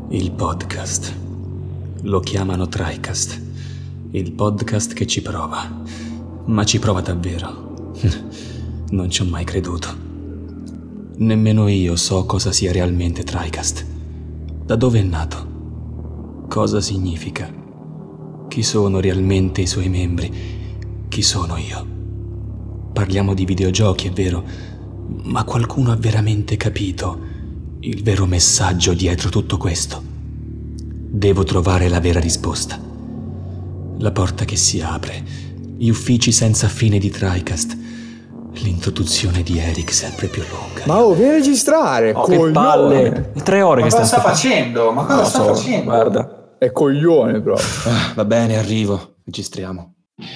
Il podcast. Lo chiamano TriCast. Il podcast che ci prova. Ma ci prova davvero. Non ci ho mai creduto. Nemmeno io so cosa sia realmente TriCast. Da dove è nato? Cosa significa? Chi sono realmente i suoi membri? Chi sono io? Parliamo di videogiochi, è vero, ma qualcuno ha veramente capito il vero messaggio dietro tutto questo? Devo trovare la vera risposta. La porta che si apre, gli uffici senza fine di TriCast, l'introduzione di Eric sempre più lunga. Ma vieni a registrare, che palle! 3 ore Ma che cosa sta sta facendo? Ma cosa sta facendo? Guarda. È coglione proprio. Va bene, arrivo. Registriamo.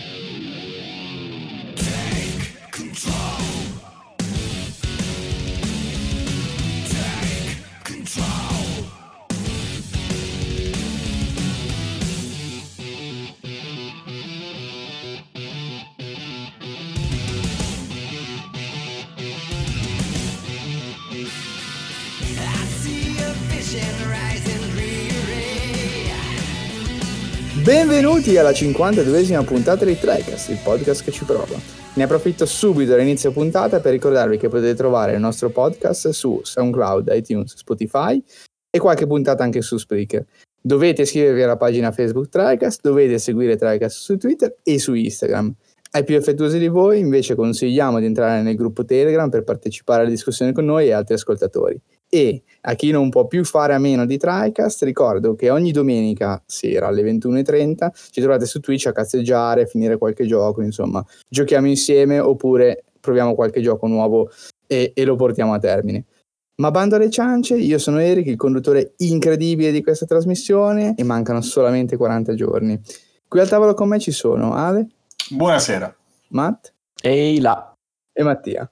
Benvenuti alla 52esima puntata di TriCast, il podcast che ci prova. Ne approfitto subito all'inizio puntata per ricordarvi che potete trovare il nostro podcast su SoundCloud, iTunes, Spotify e qualche puntata anche su Spreaker. Dovete iscrivervi alla pagina Facebook TriCast, dovete seguire TriCast su Twitter e su Instagram. Ai più affettuosi di voi invece consigliamo di entrare nel gruppo Telegram per partecipare alla discussione con noi e altri ascoltatori. E a chi non può più fare a meno di TriCast, ricordo che ogni domenica sera alle 21:30 ci trovate su Twitch a cazzeggiare, finire qualche gioco, insomma, giochiamo insieme oppure proviamo qualche gioco nuovo e lo portiamo a termine. Ma bando alle ciance, io sono Eric, il conduttore incredibile di questa trasmissione e mancano solamente 40 giorni. Qui al tavolo con me ci sono Ale. Buonasera. Matt. Ehi là. E Mattia.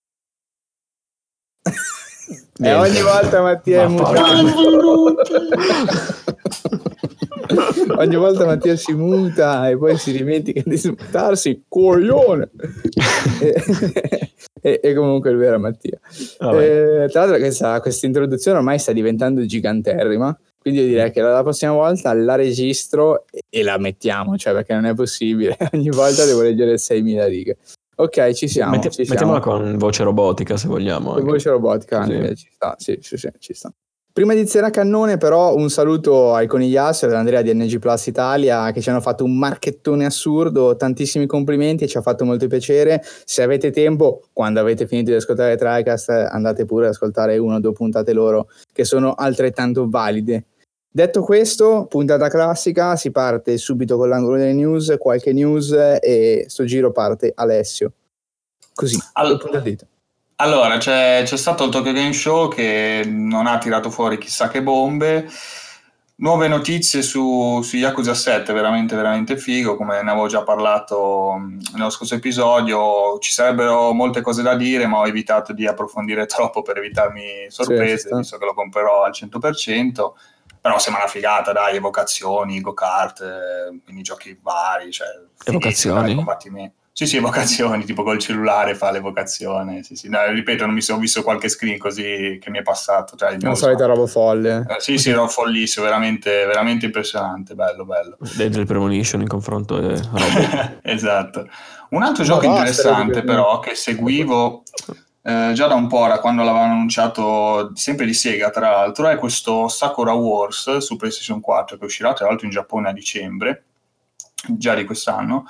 E ogni volta Mattia è mutato. Ogni volta Mattia si muta e poi si dimentica di smutarsi, coglione. e comunque lui era Mattia. Tra l'altro questa introduzione ormai sta diventando giganterrima, quindi io direi che la prossima volta la registro e la mettiamo, cioè, perché non è possibile, ogni volta devo leggere 6.000 righe. Ok, ci siamo. Mettiamola con voce robotica se vogliamo. Con voce robotica anche, ci sta, sì, ci sta. Prima di iniziare a cannone però un saluto ai Conigliastri e ad Andrea di NG Plus Italia che ci hanno fatto un marchettone assurdo, tantissimi complimenti e ci ha fatto molto piacere. Se avete tempo, quando avete finito di ascoltare TriCast, andate pure ad ascoltare 1 o 2 puntate loro che sono altrettanto valide. Detto questo, puntata classica, si parte subito con l'angolo delle news, qualche news e sto giro parte Alessio. Così, allora c'è stato il Tokyo Game Show che non ha tirato fuori chissà che bombe. Nuove notizie su Yakuza 7, veramente veramente figo, come ne avevo già parlato nello scorso episodio. Ci sarebbero molte cose da dire, ma ho evitato di approfondire troppo per evitarmi sorprese, visto che lo comprerò al 100%. Però sembra una figata, dai, evocazioni, go-kart, quindi giochi vari, cioè evocazioni? Combattimenti. Sì, evocazioni, tipo col cellulare fa l'evocazione, sì. No, ripeto, ho visto qualche screen così che mi è passato. Cioè, una solita roba folle. Sì, era follissimo, veramente, veramente impressionante, bello. Del Premonition in confronto a roba. Esatto. Un altro gioco interessante però, che seguivo già da un po', da quando l'avevano annunciato, sempre di Sega tra l'altro, è questo Sakura Wars su PlayStation 4 che uscirà tra l'altro in Giappone a dicembre, già di quest'anno.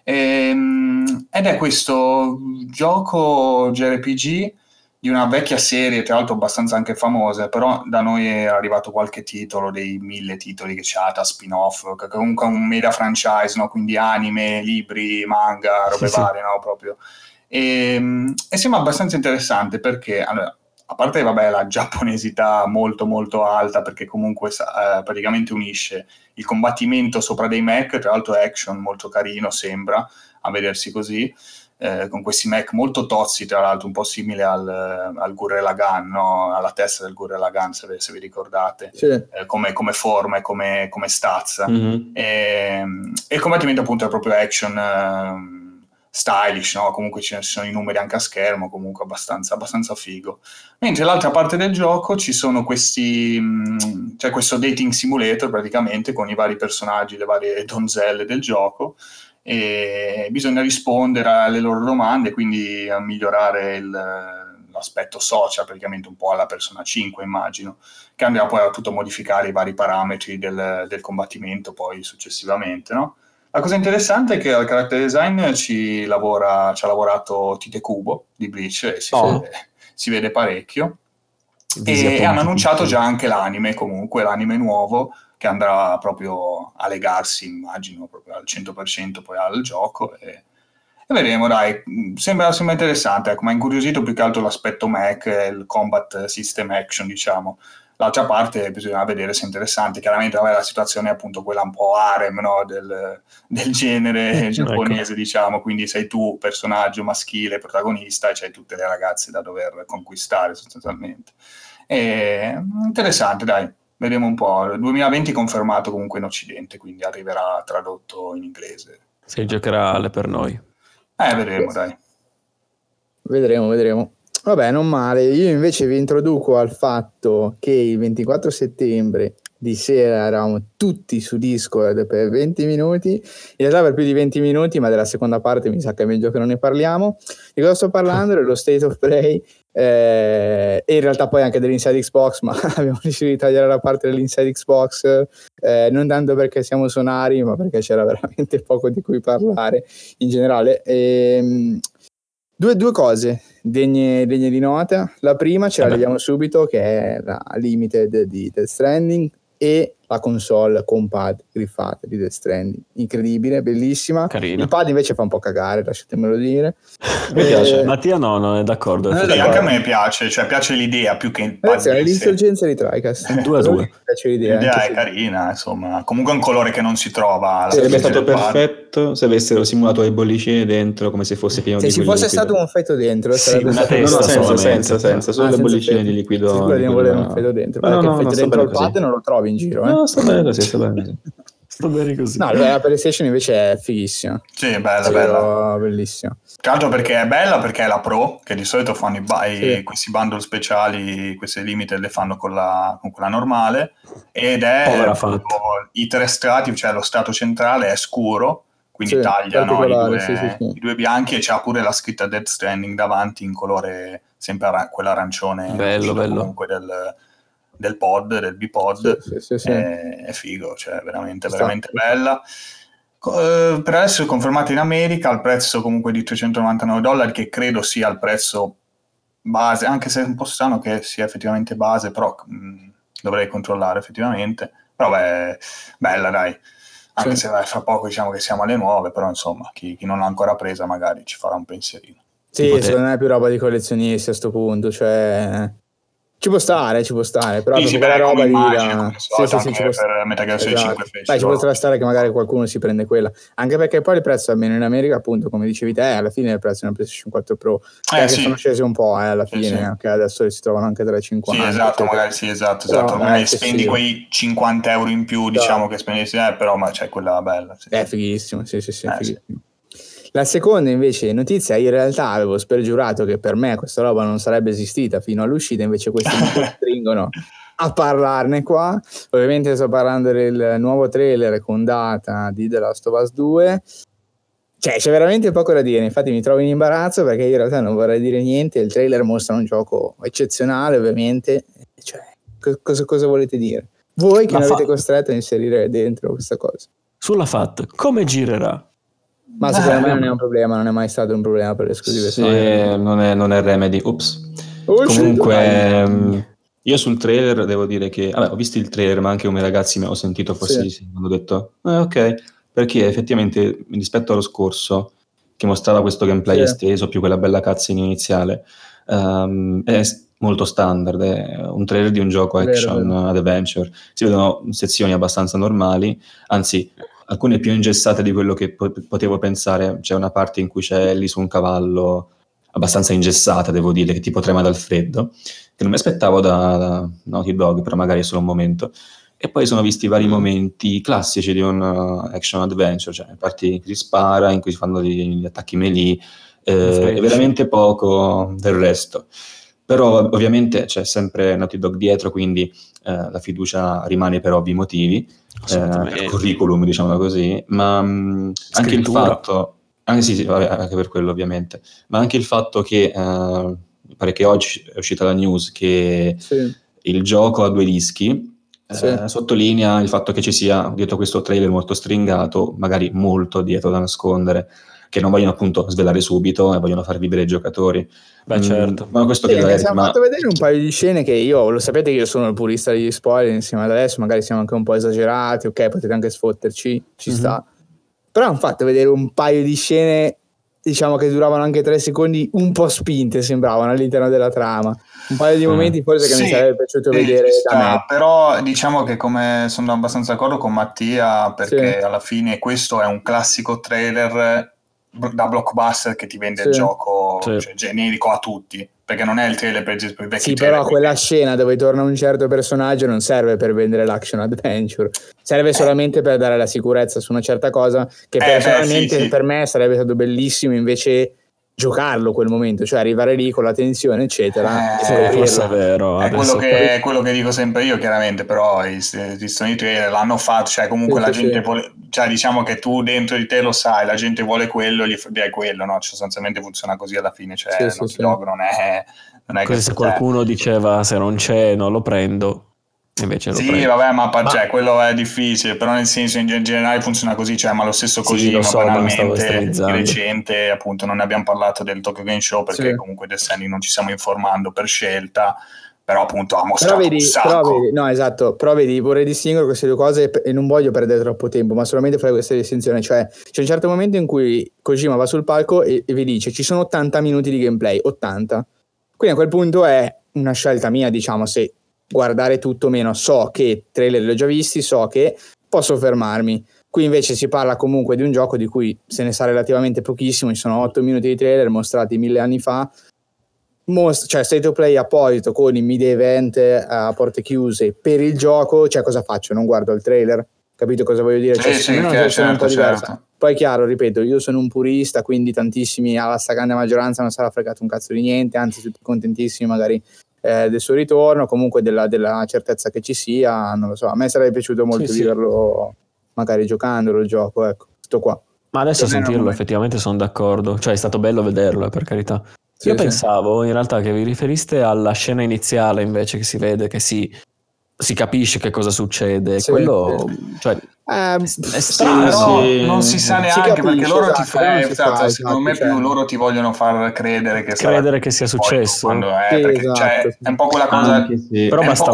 Ed è questo gioco JRPG di una vecchia serie, tra l'altro abbastanza anche famosa, però da noi è arrivato qualche titolo dei 1000 titoli che c'ha, spin-off, che comunque è un mega franchise, no? Quindi anime, libri, manga, robe varie, no? Proprio. E sembra abbastanza interessante perché, allora, a parte la giapponesità molto molto alta, perché comunque praticamente unisce il combattimento sopra dei mech, tra l'altro action molto carino, sembra a vedersi così, con questi mech molto tozzi, tra l'altro un po' simile al Gurren Lagann, no? Alla testa del Gurren Lagann, se vi ricordate, sì. Come forma e come stazza. E il combattimento appunto è proprio action stylish, no? Comunque ci sono i numeri anche a schermo, comunque abbastanza figo. Mentre l'altra parte del gioco ci sono c'è questo dating simulator praticamente con i vari personaggi, le varie donzelle del gioco, e bisogna rispondere alle loro domande, quindi a migliorare l'aspetto social, praticamente un po' alla Persona 5 immagino, che andrà poi a tutto modificare i vari parametri del combattimento poi successivamente, no? La cosa interessante è che al character design ci ha lavorato Tite Kubo di Bleach, e si vede parecchio, e hanno annunciato già anche l'anime, comunque l'anime nuovo, che andrà proprio a legarsi, immagino, proprio al 100% poi al gioco, e vedremo, dai, sembra interessante, ecco, ma incuriosito più che altro l'aspetto mech e il combat system action, diciamo. L'altra parte bisogna vedere se è interessante. Chiaramente la situazione è appunto quella un po' harem, no? del genere giapponese, diciamo, quindi sei tu personaggio maschile, protagonista, e c'hai tutte le ragazze da dover conquistare sostanzialmente. Interessante, dai, vediamo un po'. Il 2020 confermato comunque in Occidente, quindi arriverà tradotto in inglese. Si giocherà alle per noi. Vedremo, dai. Vedremo. Vabbè, non male. Io invece vi introduco al fatto che il 24 settembre di sera eravamo tutti su Discord per 20 minuti, in realtà per più di 20 minuti, ma della seconda parte mi sa che è meglio che non ne parliamo. Di cosa sto parlando? Dello State of Play, e in realtà poi anche dell'Inside Xbox, ma abbiamo deciso di tagliare la parte dell'Inside Xbox, non tanto perché siamo sonari, ma perché c'era veramente poco di cui parlare in generale. Due cose degne di nota. La prima ce la vediamo subito, che è la Limited di Death Stranding e la console con pad griffata di Death Stranding, incredibile, bellissima. Carino. Il pad invece fa un po' cagare, lasciatemelo dire. Mi piace. Mattia non è d'accordo. Sì, anche a me piace, cioè piace l'idea più che il pad. L'insorgenza di Tricast 2-2. piace l'idea, l'idea è carina, insomma, comunque è un colore che non si trova. Sarebbe stato perfetto se avessero simulato le bollicine dentro come se fosse pieno di liquido. Se ci fosse stato un feto dentro, sì, una stato... senza solo le bollicine di liquido. Sicuro di non volere un feto dentro, perché il feto dentro il pad non lo trovi in giro. No, sta bene così, sta bene. Sto bene così. No, la PlayStation invece è fighissima. Sì, è bella. Bellissima. Tra l'altro perché è bella, perché è la Pro, che di solito fanno questi bundle speciali, queste limited le fanno con quella normale, ed è i tre strati, cioè lo strato centrale è scuro, quindi tagliano i due bianchi, e c'ha pure la scritta Death Stranding davanti in colore sempre quell'arancione bello. comunque del pod, del bipod. Sì. È figo, cioè veramente bella. Per adesso è confermata in America al prezzo comunque di $399, che credo sia il prezzo base, anche se è un po' strano che sia effettivamente base, però dovrei controllare effettivamente. Però bella, dai, anche se fra poco diciamo che siamo alle 9, però insomma chi non l'ha ancora presa magari ci farà un pensierino. Sì, secondo me è più roba di collezionisti a sto punto, cioè ci può stare, però sì, quella roba lì per Metal Gear Solid 5 ci può stare che magari qualcuno si prende quella, anche perché poi il prezzo almeno in America, appunto, come dicevi te, alla fine il prezzo di una PlayStation 4 Pro che sono scesi un po' alla fine, anche adesso si trovano anche tra 50. Sì, esatto, magari esatto. Magari spendi quei €50 in più, diciamo, che spendi, però ma c'è quella bella. È fighissimo, sì, fighissimo. La seconda invece notizia, in realtà avevo spergiurato che per me questa roba non sarebbe esistita fino all'uscita, invece questi mi costringono a parlarne qua. Ovviamente sto parlando del nuovo trailer con data di The Last of Us 2. Cioè c'è veramente poco da dire, infatti mi trovo in imbarazzo perché in realtà non vorrei dire niente. Il trailer mostra un gioco eccezionale, ovviamente, cioè, cosa volete dire? Voi che mi avete costretto a inserire dentro questa cosa. Sulla FAT, come girerà? Ma secondo me non è un problema, non è mai stato un problema per le esclusive. Sì, non è Remedy. Comunque io sul trailer devo dire che ho visto il trailer, ma anche come ragazzi mi ho sentito hanno detto ok, perché effettivamente rispetto allo scorso, che mostrava questo gameplay esteso, più quella bella cutscene iniziale, è molto standard, è un trailer di un gioco action adventure, si vedono sezioni abbastanza normali, anzi alcune più ingessate di quello che potevo pensare. C'è una parte in cui c'è Ellie su un cavallo abbastanza ingessata, devo dire, che tipo trema dal freddo, che non mi aspettavo da Naughty Dog, però magari è solo un momento. e poi sono visti vari momenti classici di un action adventure, cioè parti in cui si spara, in cui si fanno gli attacchi melee, e veramente poco del resto. Però ovviamente c'è sempre Naughty Dog dietro, quindi la fiducia rimane per ovvi motivi, per curriculum, diciamo così, ma anche il fatto, anche per quello ovviamente, ma anche il fatto che pare che oggi è uscita la news che il gioco ha 2 dischi, sottolinea il fatto che ci sia dietro questo trailer molto stringato, magari molto dietro da nascondere, che non vogliono appunto svelare subito e vogliono far vivere i giocatori. Beh, certo. Ma questo ci hanno fatto vedere un paio di scene che lo sapete che io sono il purista degli spoiler insieme ad adesso, magari siamo anche un po' esagerati, ok, potete anche sfotterci, ci sta. Però hanno fatto vedere un paio di scene, diciamo, che duravano anche 3 secondi, un po' spinte sembravano all'interno della trama. Un paio di momenti forse che mi sarebbe piaciuto vedere da me. Però diciamo che come sono abbastanza d'accordo con Mattia, perché alla fine questo è un classico trailer da blockbuster che ti vende il gioco cioè, generico a tutti, perché non è il trailer per i vecchi però quella scena dove torna un certo personaggio non serve per vendere l'action adventure, serve solamente per dare la sicurezza su una certa cosa che personalmente per me sarebbe stato bellissimo invece giocarlo quel momento, cioè arrivare lì con la tensione eccetera. Forse è vero, è quello che dico sempre io chiaramente, però i Sony trailer l'hanno fatto, cioè comunque la gente vuole, cioè diciamo che tu dentro di te lo sai, la gente vuole quello, gli dai quello, no? Cioè, sostanzialmente funziona così alla fine, cioè Naughty Dog non è così, se qualcuno diceva se non c'è non lo prendo, invece lo prendo. Vabbè, ma cioè, quello è difficile, però nel senso in generale funziona così, cioè, ma lo stesso così, lo so, banalmente di recente appunto non ne abbiamo parlato del Tokyo Game Show perché comunque Death Stranding non ci stiamo informando per scelta, però appunto ha mostrato un sacco. Però vedi, vorrei distinguere queste due cose e non voglio perdere troppo tempo, ma solamente fare questa distinzione, cioè c'è un certo momento in cui Kojima va sul palco e vi dice ci sono 80 minuti di gameplay, 80, quindi a quel punto è una scelta mia, diciamo, se guardare tutto o meno, so che trailer li ho già visti, so che posso fermarmi. Qui invece si parla comunque di un gioco di cui se ne sa relativamente pochissimo, ci sono 8 minuti di trailer mostrati 1000 anni fa, cioè state of play apposito con i media event a porte chiuse per il gioco, cioè cosa faccio? Non guardo il trailer? Capito cosa voglio dire? Certo. Poi chiaro, ripeto, io sono un purista, quindi tantissimi alla stragrande maggioranza non sarà fregato un cazzo di niente, anzi tutti contentissimi magari del suo ritorno, comunque della certezza che ci sia, non lo so, a me sarebbe piaciuto molto viverlo magari giocandolo il gioco, ecco, tutto qua. Ma adesso a sentirlo effettivamente sono d'accordo, cioè è stato bello vederlo, per carità. Io pensavo in realtà che vi riferiste alla scena iniziale invece, che si vede che si capisce che cosa succede, quello cioè è strano, non si sa neanche, perché loro secondo me più loro ti vogliono far credere che sia successo perché cioè, è un po' quella cosa, però è basta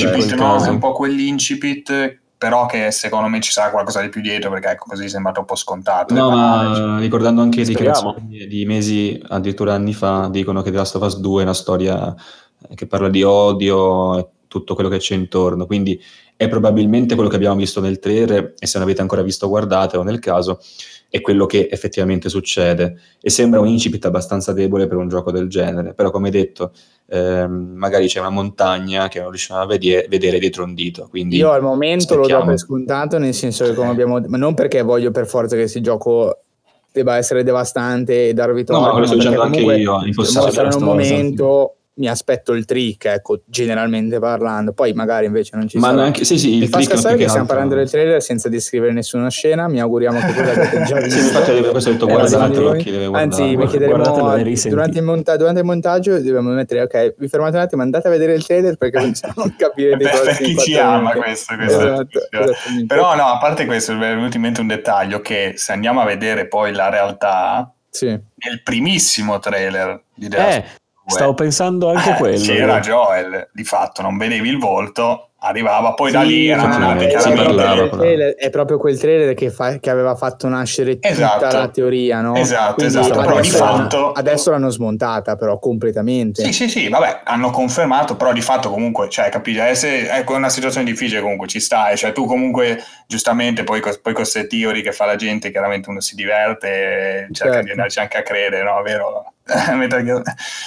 un po' quell'incipit, però che secondo me ci sarà qualcosa di più dietro, perché ecco, così sembra troppo scontato. Ma ricordando anche di mesi, addirittura anni fa, dicono che The Last of Us 2 è una storia che parla di odio e tutto quello che c'è intorno, quindi è probabilmente quello che abbiamo visto nel trailer, e se non avete ancora visto guardatelo nel caso, è quello che effettivamente succede, e sembra un incipit abbastanza debole per un gioco del genere, però come detto magari c'è una montagna che non riusciamo a vedere dietro un dito, quindi io al momento lo do per scontato, nel senso che come abbiamo, ma non perché voglio per forza che questo gioco debba essere devastante e darvi torto, ma lo sto dicendo anche io in mostrano un momento, mi aspetto il trick, ecco, generalmente parlando, poi magari invece non ci sarà. Anche, sì, il trick è che stiamo parlando del trailer senza descrivere nessuna scena, mi auguriamo che voi l'abbiate già visto. Infatti questo ho detto guardatelo, anzi vi chiederemo durante il montaggio dobbiamo mettere ok, vi fermate un attimo, andate a vedere il trailer perché non capirete per chi ci ama questo. Però no, a parte questo mi è venuto in mente un dettaglio, che se andiamo a vedere poi la realtà nel primissimo trailer di stavo pensando anche quello. C'era Joel, di fatto non vedevi il volto, arrivava, poi da lì erano nate chiaramente. È proprio quel trailer che aveva fatto nascere tutta la teoria, no? Esatto. Però di fatto adesso l'hanno smontata però completamente. Sì, vabbè, hanno confermato, però di fatto comunque, cioè, capisci, è una situazione difficile, comunque ci stai, cioè tu comunque giustamente poi con queste teorie che fa la gente, chiaramente uno si diverte, cerca di andarci anche a credere, no? Vero? Metal Gear.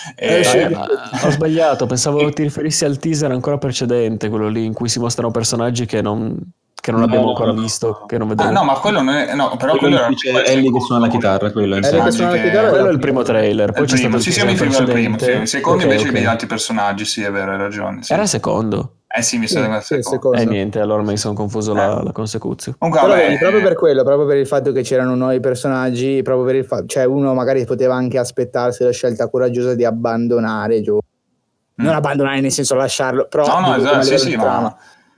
Ho sbagliato, pensavo ti riferissi al teaser ancora precedente, quello lì in cui si mostrano personaggi che non abbiamo ancora visto, che non vedremo. No, ma quello non è, no, però quello era Ellie che suona la chitarra, quello Ellie che suona la chitarra, quello è il primo trailer, poi c'è stato il sì, mi teaser riferivo al primo, sì. precedente. Il secondo Ok, invece ok. degli altri personaggi, sì, è vero, hai ragione. Sì. Era il secondo. Sì, mi sa che era il secondo. secondo. Niente, allora mi sono confuso la consecuzione. Comunque, Però vabbè, vedi, proprio per quello, proprio per il fatto che c'erano nuovi personaggi, proprio per il fatto, cioè uno magari poteva anche aspettarsi la scelta coraggiosa di abbandonare Joe. Non abbandonare nel senso lasciarlo, però no, esatto, sì, trama.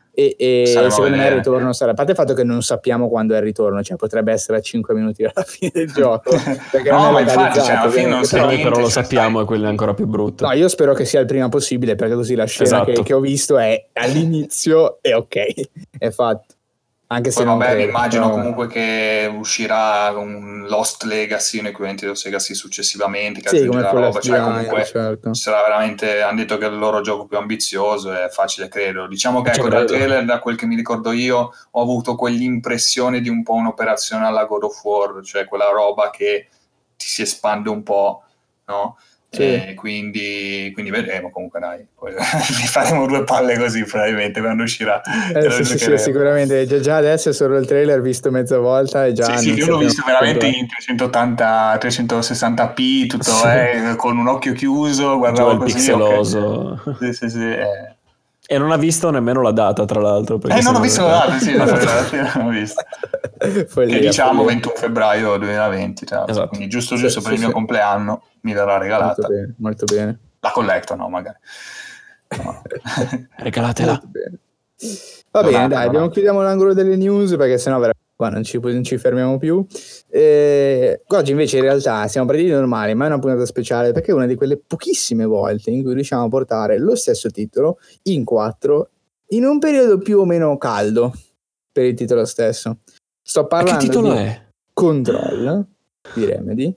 E secondo me il ritorno sarà, a parte il fatto che non sappiamo quando è il ritorno, cioè potrebbe essere a 5 minuti dalla fine del gioco, perché no, non è ma infatti, cioè, alla localizzato, fine non Però, niente, però lo cioè, sappiamo e quello è ancora più brutto. No, io spero che sia il prima possibile, perché così la scena Esatto. che ho visto è all'inizio e ok, è fatto. Anche se poi non vabbè, credo, immagino però... comunque che uscirà un Lost Legacy, un equivalente di Lost Legacy successivamente, che Sì, come aggiungerà roba, Full cioè Behind, comunque certo. sarà veramente, hanno detto che è il loro gioco più ambizioso, è facile crederlo. Diciamo che Ci ecco, dal credo. trailer, da quel che mi ricordo io, ho avuto quell'impressione di un po' un'operazione alla God of War, cioè quella roba che ti si espande un po', no? Sì. Quindi vedremo, comunque dai, poi vi faremo due palle così probabilmente quando uscirà. Sì, sicuramente già adesso è solo il trailer visto mezza volta e già Sì, non io l'ho sappiamo visto veramente quanto è. in 380, 360p, tutto Sì. con un occhio chiuso, guardavo Già il così, pixeloso. ok. Sì. E non ha visto nemmeno la data, tra l'altro. Non ho visto la data, sì, alla fine non ho visto. Follia, Che diciamo follia. 21 febbraio 2020, tra l'altro. Esatto. Quindi giusto Sì, per il mio compleanno mi verrà regalata. Molto bene. La collecto, no, magari. No. Regalatela. Molto bene. Va bene, dai, chiudiamo l'angolo delle news perché sennò veramente qua non ci fermiamo più. Oggi invece in realtà siamo partiti normali, ma è una puntata speciale perché è una di quelle pochissime volte in cui riusciamo a portare lo stesso titolo in 4 in un periodo più o meno caldo per il titolo stesso. Sto parlando che titolo di è? Control di Remedy,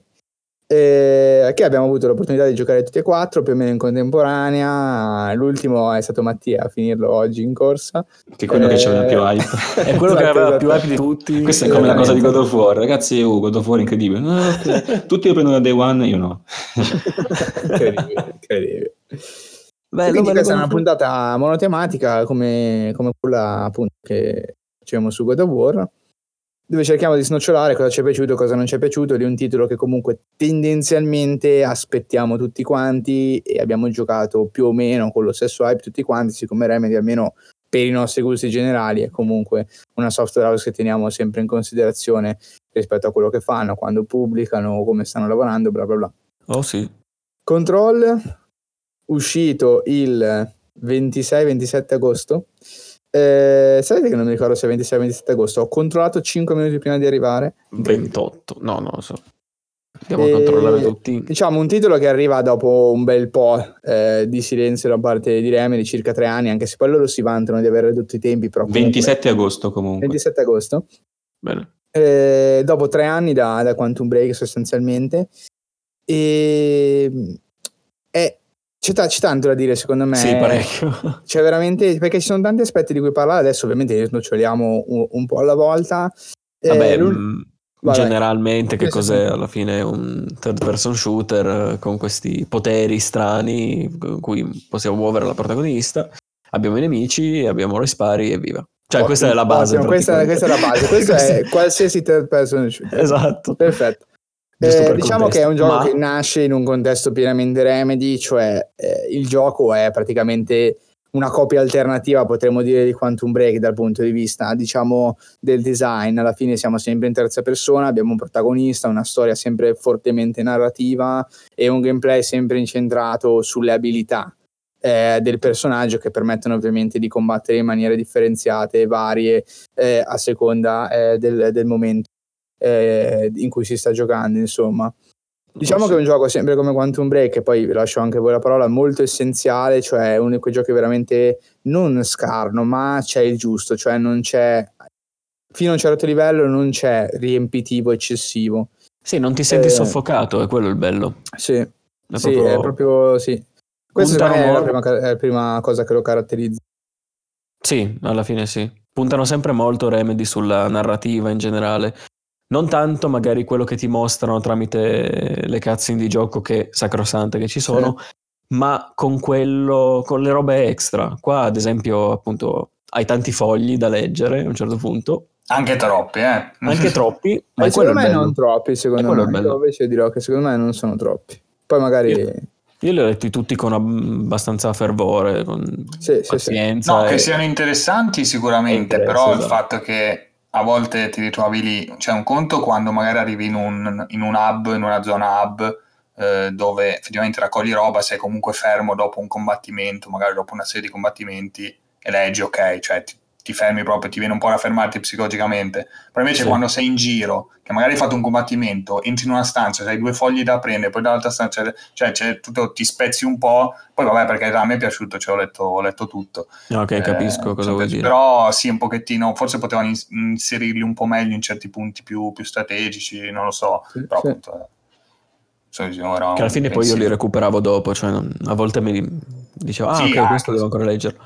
che abbiamo avuto l'opportunità di giocare tutti e 4 più o meno in contemporanea. L'ultimo è stato Mattia a finirlo oggi in corsa, che è quello che c'aveva più hype. È quello che aveva più hype di tutti. Questa è come la cosa di God of War, ragazzi. God of War incredibile. No, okay. Tutti lo prendono da day one, io no. incredibile. Bello, Quindi questa è una puntata monotematica come quella appunto che facevamo su God of War, dove cerchiamo di snocciolare cosa ci è piaciuto, cosa non ci è piaciuto di un titolo che comunque tendenzialmente aspettiamo tutti quanti e abbiamo giocato più o meno con lo stesso hype tutti quanti, siccome Remedy almeno per i nostri gusti generali è comunque una software house che teniamo sempre in considerazione rispetto a quello che fanno, quando pubblicano, come stanno lavorando, bla bla bla. Oh sì. Control, uscito il 26-27 agosto. Sapete che non mi ricordo se è 26-27 agosto. Ho controllato 5 minuti prima di arrivare. 28. No, non lo so. Andiamo a controllare tutti. Diciamo un titolo che arriva dopo un bel po' di silenzio da parte di Remedy, circa 3 anni, anche se poi loro si vantano di aver ridotto i tempi. Però 27 agosto comunque. 27 agosto. Bene. Dopo 3 anni da Quantum Break sostanzialmente. C'è tanto da dire secondo me. Sì, parecchio. C'è veramente, perché ci sono tanti aspetti di cui parlare, adesso ovviamente ne snoccioliamo un po' alla volta. Vabbè, generalmente che cos'è alla fine un third person shooter con questi poteri strani con cui possiamo muovere la protagonista, abbiamo i nemici, abbiamo i spari e viva. Cioè questa è la base. Questa è la base, questo è qualsiasi third person shooter. Esatto. Perfetto. Diciamo che è un gioco che nasce in un contesto pienamente Remedy, cioè il gioco è praticamente una copia alternativa, potremmo dire, di Quantum Break dal punto di vista, diciamo, del design. Alla fine siamo sempre in terza persona, abbiamo un protagonista, una storia sempre fortemente narrativa e un gameplay sempre incentrato sulle abilità del personaggio, che permettono ovviamente di combattere in maniere differenziate e varie a seconda del momento in cui si sta giocando, insomma. Diciamo che è un gioco sempre come Quantum Break, e poi vi lascio anche voi la parola, molto essenziale, cioè uno di quei giochi veramente non scarno, ma c'è il giusto, cioè non c'è, fino a un certo livello non c'è riempitivo eccessivo. Sì, non ti senti soffocato, è quello il bello. Sì, è proprio sì. Questa è la prima cosa che lo caratterizza. Sì, alla fine sì. Puntano sempre molto Remedy sulla narrativa in generale. non tanto magari quello che ti mostrano tramite le cutscene di gioco che sacrosante che ci sono, ma con le robe extra. Qua ad esempio appunto hai tanti fogli da leggere a un certo punto. Anche troppi, Anche troppi, ma secondo me bello. non troppi, secondo me. Io invece dirò che secondo me non sono troppi. Poi magari... Io li ho letti tutti con abbastanza fervore, con pazienza. No, che siano interessanti sicuramente, però il fatto che a volte ti ritrovi lì, cioè un conto quando magari arrivi in un hub, in una zona hub, dove effettivamente raccogli roba, sei comunque fermo dopo un combattimento, magari dopo una serie di combattimenti, e leggi, ok, cioè ti fermi proprio, ti viene un po' da fermarti psicologicamente. Però invece quando sei in giro, che magari hai fatto un combattimento, entri in una stanza, hai 2 fogli da prendere, poi dall'altra stanza, cioè c'è tutto, ti spezzi un po', poi vabbè, perché a me è piaciuto, cioè ho letto tutto. Ok, capisco cosa vuoi dire. Però sì, un pochettino, forse potevano inserirli un po' meglio in certi punti più strategici, non lo so, però appunto... che alla fine poi io li recuperavo dopo, cioè a volte mi dicevo, ok, questo devo ancora leggerlo.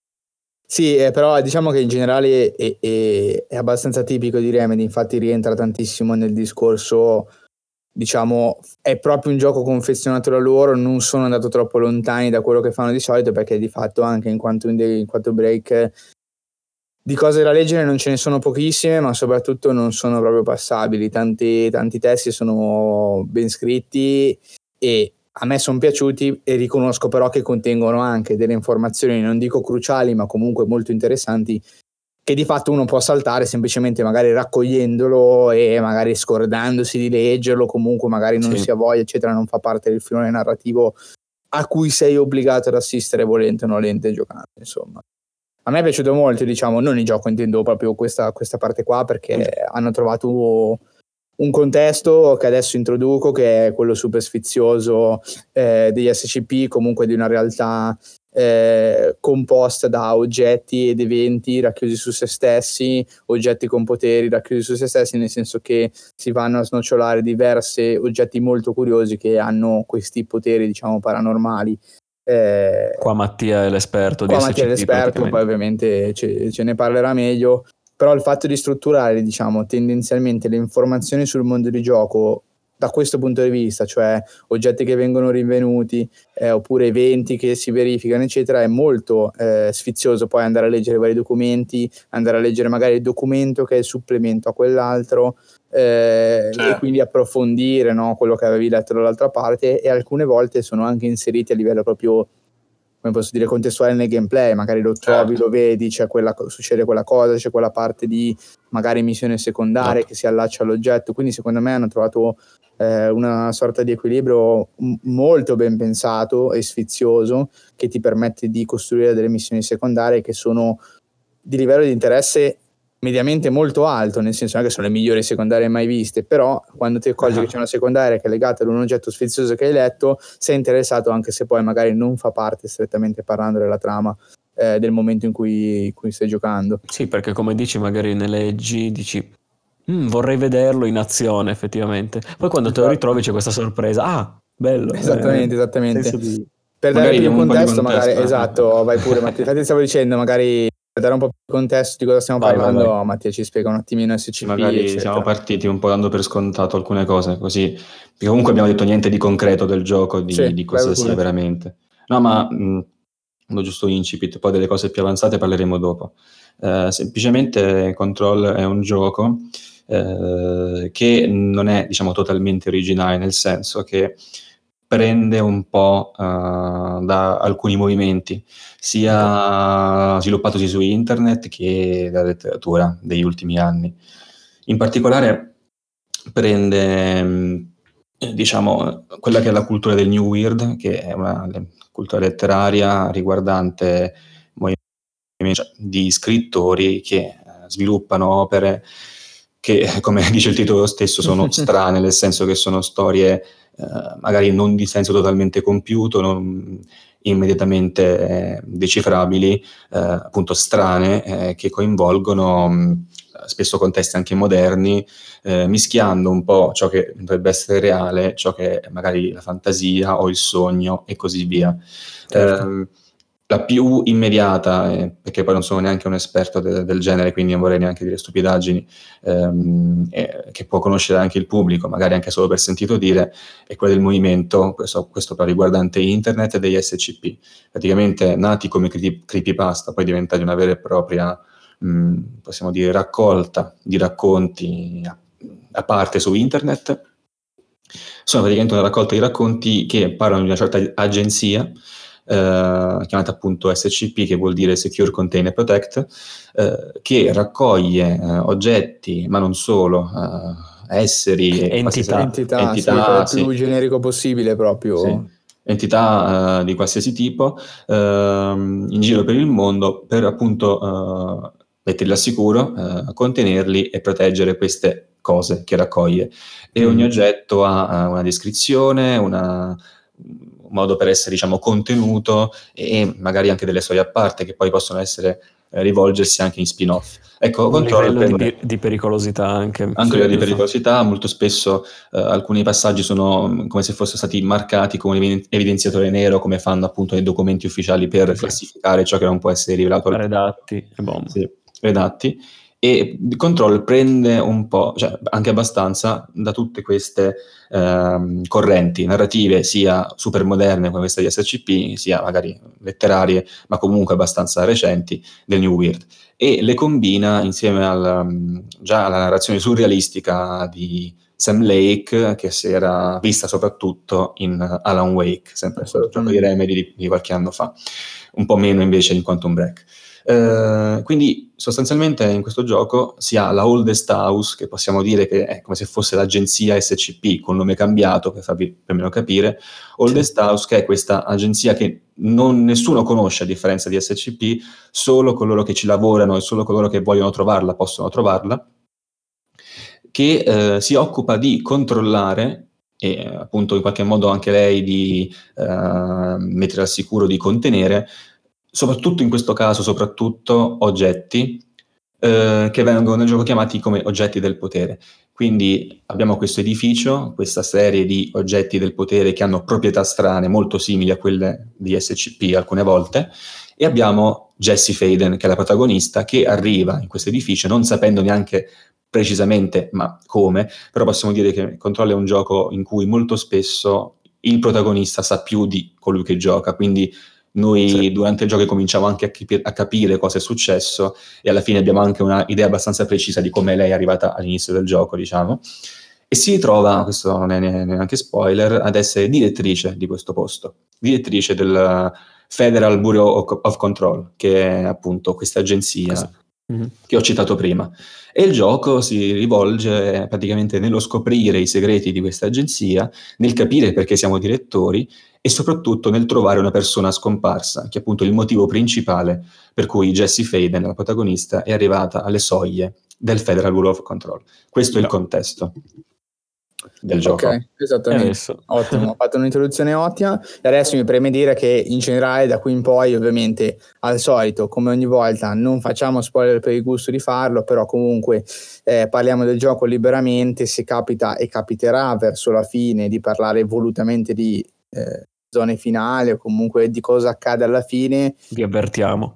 Sì, però diciamo che in generale è abbastanza tipico di Remedy, infatti rientra tantissimo nel discorso, diciamo, è proprio un gioco confezionato da loro, non sono andato troppo lontani da quello che fanno di solito, perché di fatto anche in Quantum Break di cose da leggere non ce ne sono pochissime, ma soprattutto non sono proprio passabili, tanti testi sono ben scritti e a me sono piaciuti, e riconosco però che contengono anche delle informazioni, non dico cruciali, ma comunque molto interessanti, che di fatto uno può saltare semplicemente magari raccogliendolo e magari scordandosi di leggerlo, comunque magari non si ha voglia, eccetera, non fa parte del filone narrativo a cui sei obbligato ad assistere volente o nolente giocando, insomma. A me è piaciuto molto, diciamo, non il gioco, intendo proprio questa parte qua, perché hanno trovato un contesto che adesso introduco, che è quello super sfizioso degli SCP, comunque di una realtà composta da oggetti ed eventi racchiusi su se stessi, oggetti con poteri racchiusi su se stessi, nel senso che si vanno a snocciolare diversi oggetti molto curiosi che hanno questi poteri, diciamo, paranormali. Qua Mattia è l'esperto di SCP, poi ovviamente ce ne parlerà meglio. Però il fatto di strutturare, diciamo, tendenzialmente le informazioni sul mondo di gioco da questo punto di vista, cioè oggetti che vengono rinvenuti oppure eventi che si verificano, eccetera, è molto sfizioso poi andare a leggere vari documenti, andare a leggere magari il documento che è il supplemento a quell'altro, e quindi approfondire, no, quello che avevi letto dall'altra parte, e alcune volte sono anche inseriti a livello proprio, come posso dire, contestuale nel gameplay, magari lo trovi, lo vedi, succede quella cosa, c'è quella parte di magari missione secondaria che si allaccia all'oggetto, quindi secondo me hanno trovato una sorta di equilibrio molto ben pensato e sfizioso, che ti permette di costruire delle missioni secondarie che sono di livello di interesse mediamente molto alto, nel senso che sono le migliori secondarie mai viste, però quando ti accorgi che c'è una secondaria che è legata ad un oggetto sfizioso che hai letto, sei interessato, anche se poi magari non fa parte strettamente parlando della trama del momento in cui stai giocando. Sì, perché come dici, magari ne leggi, dici vorrei vederlo in azione effettivamente, poi quando te lo ritrovi c'è questa sorpresa, bello. Esattamente. Per magari dare più contesto, magari esatto, vai pure Mattia. Infatti stavo dicendo, magari per dare un po' più di contesto di cosa stiamo parlando, vai. Mattia ci spiega un attimino SCP. Magari eccetera. Siamo partiti un po' dando per scontato alcune cose, così, perché comunque abbiamo detto niente di concreto del gioco, di cosa sia veramente. No, ma giusto un incipit, poi delle cose più avanzate parleremo dopo. Semplicemente Control è un gioco che non è, diciamo, totalmente originale, nel senso che prende un po' da alcuni movimenti, sia sviluppatosi su internet che dalla letteratura degli ultimi anni. In particolare prende, diciamo, quella che è la cultura del New Weird, che è una cultura letteraria riguardante di scrittori che sviluppano opere che, come dice il titolo stesso, sono strane, nel senso che sono storie magari non di senso totalmente compiuto, non immediatamente decifrabili, appunto strane, che coinvolgono spesso contesti anche moderni, mischiando un po' ciò che dovrebbe essere reale, ciò che è magari la fantasia o il sogno e così via. la più immediata, perché poi non sono neanche un esperto del genere, quindi non vorrei neanche dire stupidaggini, che può conoscere anche il pubblico, magari anche solo per sentito dire, è quella del movimento, questo però riguardante internet, degli SCP. Praticamente nati come creepypasta, poi diventati una vera e propria, possiamo dire, raccolta di racconti a parte su internet. Sono praticamente una raccolta di racconti che parlano di una certa agenzia, chiamata appunto SCP, che vuol dire Secure Contain Protect, che raccoglie oggetti, ma non solo, esseri, entità, sì, per il più generico possibile proprio. Sì. Entità di qualsiasi tipo in giro per il mondo per appunto metterli al sicuro, contenerli e proteggere queste cose che raccoglie. E ogni oggetto ha una descrizione, un modo per essere, diciamo, contenuto e magari anche delle storie a parte che poi possono essere rivolgersi anche in spin-off. Ecco, un livello di pericolosità anche. Anche livello di pericolosità, molto spesso alcuni passaggi sono come se fossero stati marcati con un evidenziatore nero, come fanno appunto nei documenti ufficiali per classificare ciò che non può essere rivelato al redatti e bomba. Sì, redatti. E Control prende un po', cioè anche abbastanza, da tutte queste correnti narrative, sia super moderne come questa di SCP, sia magari letterarie, ma comunque abbastanza recenti, del New Weird, e le combina insieme già alla narrazione surrealistica di Sam Lake, che si era vista soprattutto in Alan Wake, sempre il gioco di Remedy di qualche anno fa, un po' meno invece in Quantum Break. Quindi sostanzialmente in questo gioco si ha la Oldest House, che possiamo dire che è come se fosse l'agenzia SCP con nome cambiato, per farvi più o meno capire. Oldest House, che è questa agenzia che nessuno conosce a differenza di SCP, solo coloro che ci lavorano e solo coloro che vogliono trovarla possono trovarla, che si occupa di controllare e appunto in qualche modo anche lei di mettere al sicuro, di contenere, soprattutto in questo caso, oggetti che vengono nel gioco chiamati come oggetti del potere. Quindi abbiamo questo edificio, questa serie di oggetti del potere che hanno proprietà strane, molto simili a quelle di SCP alcune volte, e abbiamo Jessie Faden, che è la protagonista, che arriva in questo edificio non sapendo neanche precisamente ma come, però possiamo dire che Control è un gioco in cui molto spesso il protagonista sa più di colui che gioca, quindi noi durante il gioco cominciamo anche a capire cosa è successo e alla fine abbiamo anche una idea abbastanza precisa di come lei è arrivata all'inizio del gioco, diciamo, e si ritrova, questo non è neanche spoiler, ad essere direttrice di questo posto, direttrice del Federal Bureau of Control, che è appunto questa agenzia che ho citato prima. E il gioco si rivolge praticamente nello scoprire i segreti di questa agenzia, nel capire perché siamo direttori e soprattutto nel trovare una persona scomparsa, che è appunto il motivo principale per cui Jessie Faden, la protagonista, è arrivata alle soglie del Federal Bureau of Control. Questo è il contesto del gioco. Ok, esattamente. Ottimo, ho fatto un'introduzione ottima e adesso mi preme dire che in generale da qui in poi, ovviamente, al solito, come ogni volta, non facciamo spoiler per il gusto di farlo, però comunque parliamo del gioco liberamente. Se capita e capiterà verso la fine di parlare volutamente di zone finali o comunque di cosa accade alla fine, vi avvertiamo,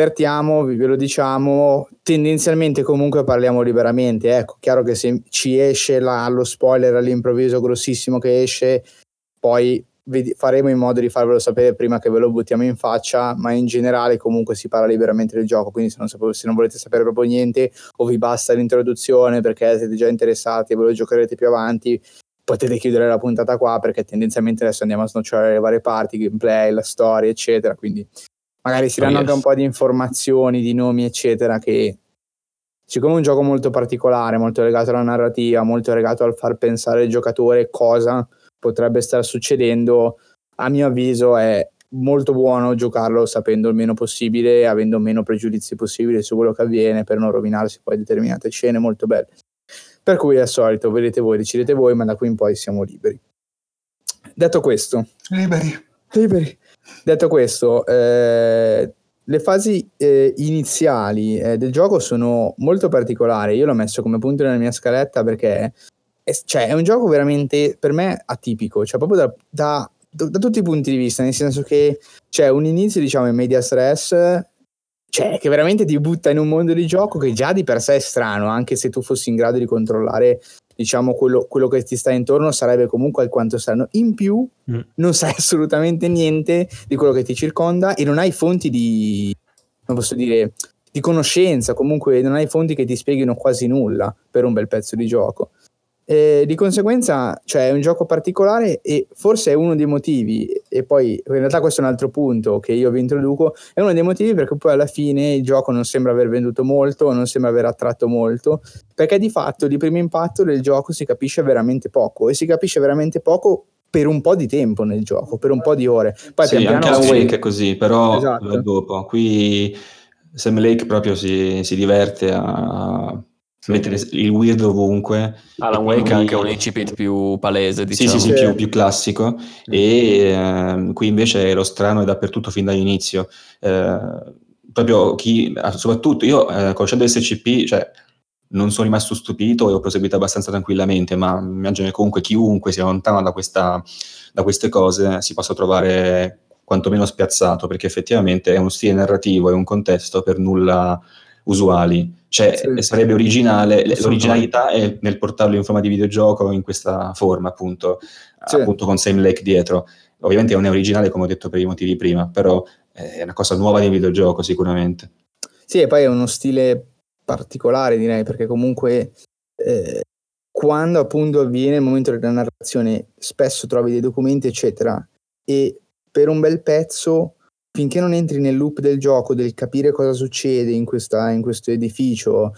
ve lo diciamo. Tendenzialmente comunque parliamo liberamente, ecco, chiaro che se ci esce lo spoiler all'improvviso grossissimo che esce, poi faremo in modo di farvelo sapere prima che ve lo buttiamo in faccia, ma in generale comunque si parla liberamente del gioco, quindi se non volete sapere proprio niente o vi basta l'introduzione perché siete già interessati e ve lo giocherete più avanti, potete chiudere la puntata qua, perché tendenzialmente adesso andiamo a snocciolare le varie parti, gameplay, la storia eccetera, quindi magari si danno anche un po' di informazioni, di nomi eccetera, che siccome è un gioco molto particolare, molto legato alla narrativa, molto legato al far pensare il giocatore cosa potrebbe stare succedendo, a mio avviso è molto buono giocarlo sapendo il meno possibile, avendo meno pregiudizi possibili su quello che avviene, per non rovinarsi poi determinate scene molto belle. Per cui al solito vedete voi, decidete voi, ma da qui in poi siamo liberi. Detto questo, liberi. Detto questo, le fasi iniziali del gioco sono molto particolari. Io l'ho messo come punto nella mia scaletta perché è un gioco veramente per me atipico, cioè proprio da da tutti i punti di vista, nel senso che c'è un inizio, diciamo, in medias res, cioè che veramente ti butta in un mondo di gioco che già di per sé è strano, anche se tu fossi in grado di controllare, diciamo, quello che ti sta intorno sarebbe comunque alquanto strano. In più non sai assolutamente niente di quello che ti circonda e non hai fonti di, non posso dire, di conoscenza, comunque non hai fonti che ti spieghino quasi nulla per un bel pezzo di gioco. Di conseguenza, cioè, è un gioco particolare e forse è uno dei motivi, e poi in realtà questo è un altro punto che io vi introduco, è uno dei motivi perché poi alla fine il gioco non sembra aver venduto molto, non sembra aver attratto molto, perché di fatto di primo impatto del gioco si capisce veramente poco, e si capisce veramente poco per un po' di tempo nel gioco, per un po' di ore. Poi sì, pian anche piano Alan Wake è così, però esatto. dopo. Qui Sam Lake proprio si diverte a mettere il weird ovunque. Alan Wake ha anche un incipit più palese, diciamo. Sì, più classico. E qui invece lo strano è dappertutto fin dall'inizio. Proprio soprattutto io, conoscendo SCP, cioè, non sono rimasto stupito e ho proseguito abbastanza tranquillamente, ma immagino che comunque chiunque sia lontano da queste cose si possa trovare quantomeno spiazzato, perché effettivamente è uno stile narrativo e un contesto per nulla usuali. Cioè, sarebbe originale, l'originalità è nel portarlo in forma di videogioco in questa forma, appunto con Sam Lake dietro. Ovviamente non è originale, come ho detto per i motivi prima, però è una cosa nuova di videogioco sicuramente. Sì, e poi è uno stile particolare, direi, perché comunque quando appunto avviene il momento della narrazione spesso trovi dei documenti eccetera, e per un bel pezzo, finché non entri nel loop del gioco, del capire cosa succede in questo edificio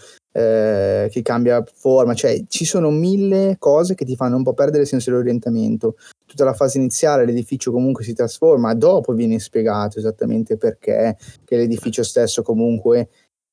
che cambia forma, cioè ci sono 1000 cose che ti fanno un po' perdere il senso dell'orientamento. Tutta la fase iniziale l'edificio comunque si trasforma, dopo viene spiegato esattamente perché, che l'edificio stesso comunque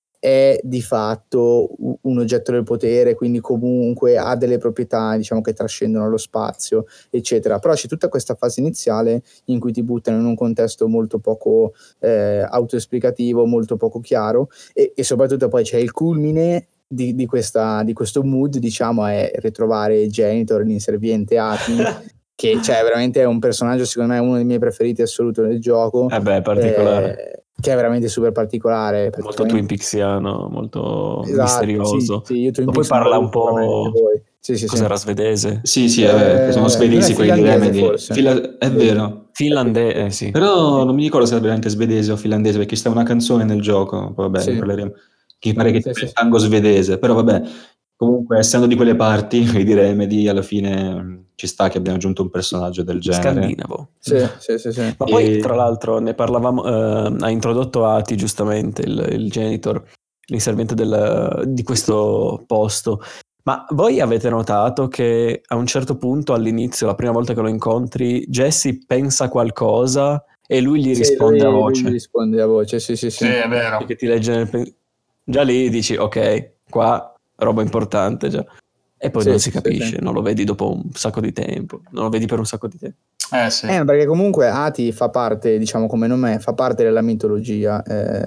è di fatto un oggetto del potere, quindi comunque ha delle proprietà, diciamo, che trascendono lo spazio, eccetera. Però c'è tutta questa fase iniziale in cui ti buttano in un contesto molto poco autoesplicativo, molto poco chiaro, e soprattutto poi c'è il culmine di questo mood, diciamo, è ritrovare Janitor, l'inserviente Ati, che cioè veramente è un personaggio, secondo me uno dei miei preferiti assoluto del gioco. Particolare. Che è veramente super particolare, molto Twin Peaksiano, molto misterioso. Sì, io Twin poi parla un po'. Sì. Cos'era, svedese? Sì, sono svedesi quelli di Remedy. È vero. Finlandese, sì. Però non mi ricordo se è veramente svedese o finlandese, perché c'è una canzone nel gioco, poi vabbè, ne parleremo, che pare che sia il tango svedese, però vabbè, comunque essendo di quelle parti, di Remedy, alla fine ci sta che abbiamo aggiunto un personaggio del genere. Scandinavo. Sì. Ma poi, tra l'altro, ne parlavamo, ha introdotto Ati, giustamente, il janitor, l'inserviente di questo posto. Ma voi avete notato che a un certo punto, all'inizio, la prima volta che lo incontri, Jesse pensa qualcosa e lui gli risponde a voce? Lui gli risponde a voce, sì. Sì, è vero. Che ti legge già lì dici, ok, qua roba importante già. E poi non si capisce, non lo vedi dopo un sacco di tempo, non lo vedi per un sacco di tempo. Sì. Perché comunque Ati fa parte, diciamo come nome, fa parte della mitologia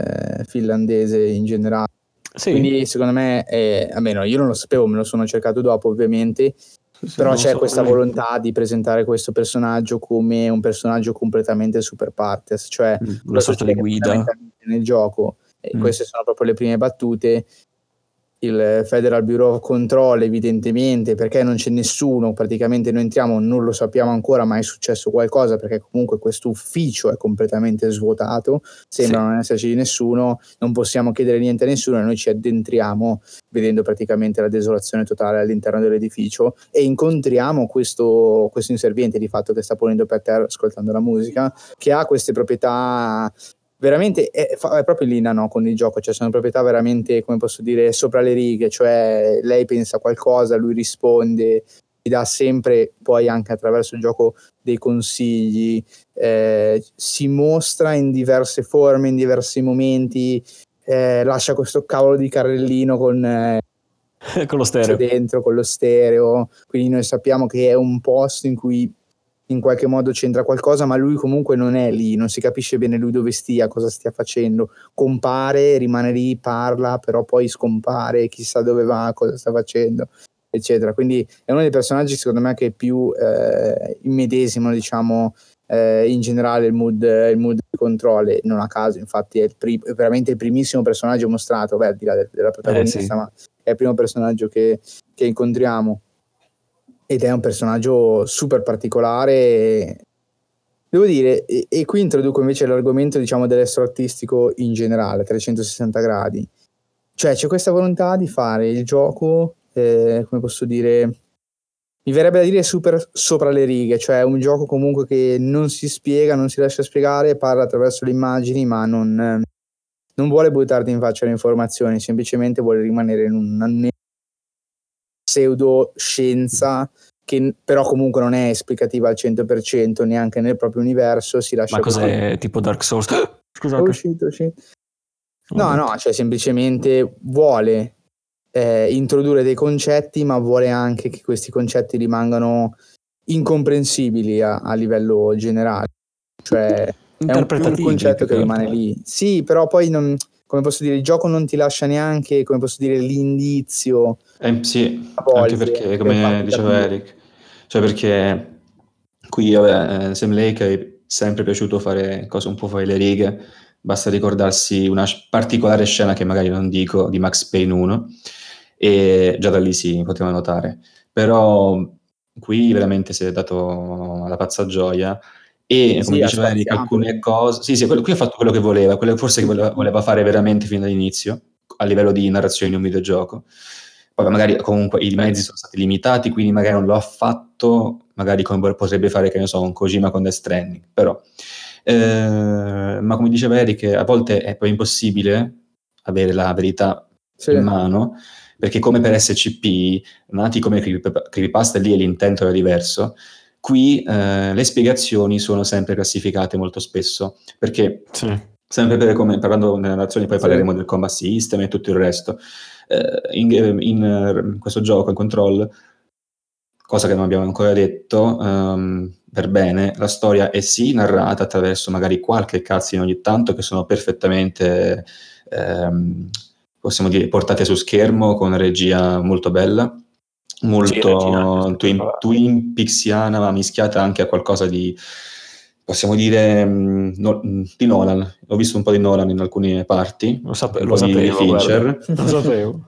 finlandese in generale. Sì. Quindi secondo me, almeno io non lo sapevo, me lo sono cercato dopo ovviamente, però c'è questa volontà di presentare questo personaggio come un personaggio completamente super partes, cioè una sorta di guida nel gioco. E queste sono proprio le prime battute. Il Federal Bureau of Control, evidentemente, perché non c'è nessuno, praticamente noi entriamo, non lo sappiamo ancora, ma è successo qualcosa, perché comunque questo ufficio è completamente svuotato, sembra non esserci nessuno, non possiamo chiedere niente a nessuno e noi ci addentriamo vedendo praticamente la desolazione totale all'interno dell'edificio e incontriamo questo inserviente di fatto che sta ponendo per terra ascoltando la musica, che ha queste proprietà veramente è proprio in linea, no, con il gioco, cioè sono proprietà veramente, come posso dire, sopra le righe, cioè lei pensa qualcosa, lui risponde, ti dà sempre poi anche attraverso il gioco dei consigli, si mostra in diverse forme, in diversi momenti, lascia questo cavolo di carrellino con lo stereo dentro, con lo stereo, quindi noi sappiamo che è un posto in cui in qualche modo c'entra qualcosa, ma lui comunque non è lì, non si capisce bene lui dove stia, cosa stia facendo, compare, rimane lì, parla, però poi scompare, chissà dove va, cosa sta facendo, eccetera. Quindi è uno dei personaggi secondo me che più immedesimano, diciamo, in generale il mood control, non a caso infatti è veramente il primissimo personaggio mostrato, al di là della protagonista, sì. ma è il primo personaggio che incontriamo, ed è un personaggio super particolare, devo dire, e qui introduco invece l'argomento, diciamo, dell'estro artistico in generale, 360 gradi. Cioè c'è questa volontà di fare il gioco, come posso dire, mi verrebbe da dire super sopra le righe, cioè un gioco comunque che non si spiega, non si lascia spiegare, parla attraverso le immagini, ma non vuole buttarti in faccia le informazioni, semplicemente vuole rimanere in una pseudoscienza che però comunque non è esplicativa al 100%, neanche nel proprio universo, si lascia. Ma cos'è, tipo Dark Souls? Scusate. È uscito, sì. No, cioè semplicemente vuole introdurre dei concetti, ma vuole anche che questi concetti rimangano incomprensibili a livello generale. Cioè è un concetto che rimane lì. Sì, però poi non, come posso dire, il gioco non ti lascia neanche, come posso dire, l'indizio. Sì, anche perché, come diceva Eric, cioè perché qui, Sam Lake è sempre piaciuto fare cose un po' fuori le righe. Basta ricordarsi una particolare scena che magari non dico, di Max Payne 1, e già da lì si poteva notare. Però qui veramente si è dato alla pazza gioia, e come diceva Eric, alcune cose... Sì, qui ha fatto quello che voleva, quello forse che voleva fare veramente fin dall'inizio, a livello di narrazione di un videogioco. Poi magari comunque i mezzi sono stati limitati, quindi magari non lo ha fatto, magari come potrebbe fare, che ne so, un Kojima con Death Stranding, però... ma come diceva Eric, a volte è poi impossibile avere la verità in mano, perché come per SCP, nati come creepypasta, lì l'intento era diverso. Qui le spiegazioni sono sempre classificate molto spesso, perché sempre come parlando nelle narrazioni, poi parleremo del combat system e tutto il resto. In questo gioco, in Control, cosa che non abbiamo ancora detto per bene, la storia è sì narrata attraverso magari qualche cutscene ogni tanto, che sono perfettamente possiamo dire portate su schermo, con una regia molto bella, molto Twin Peaksiana, ma mischiata anche a qualcosa di, possiamo dire, di Nolan. Ho visto un po' di Nolan in alcune parti, lo sapevo, di Fincher. Lo sapevo.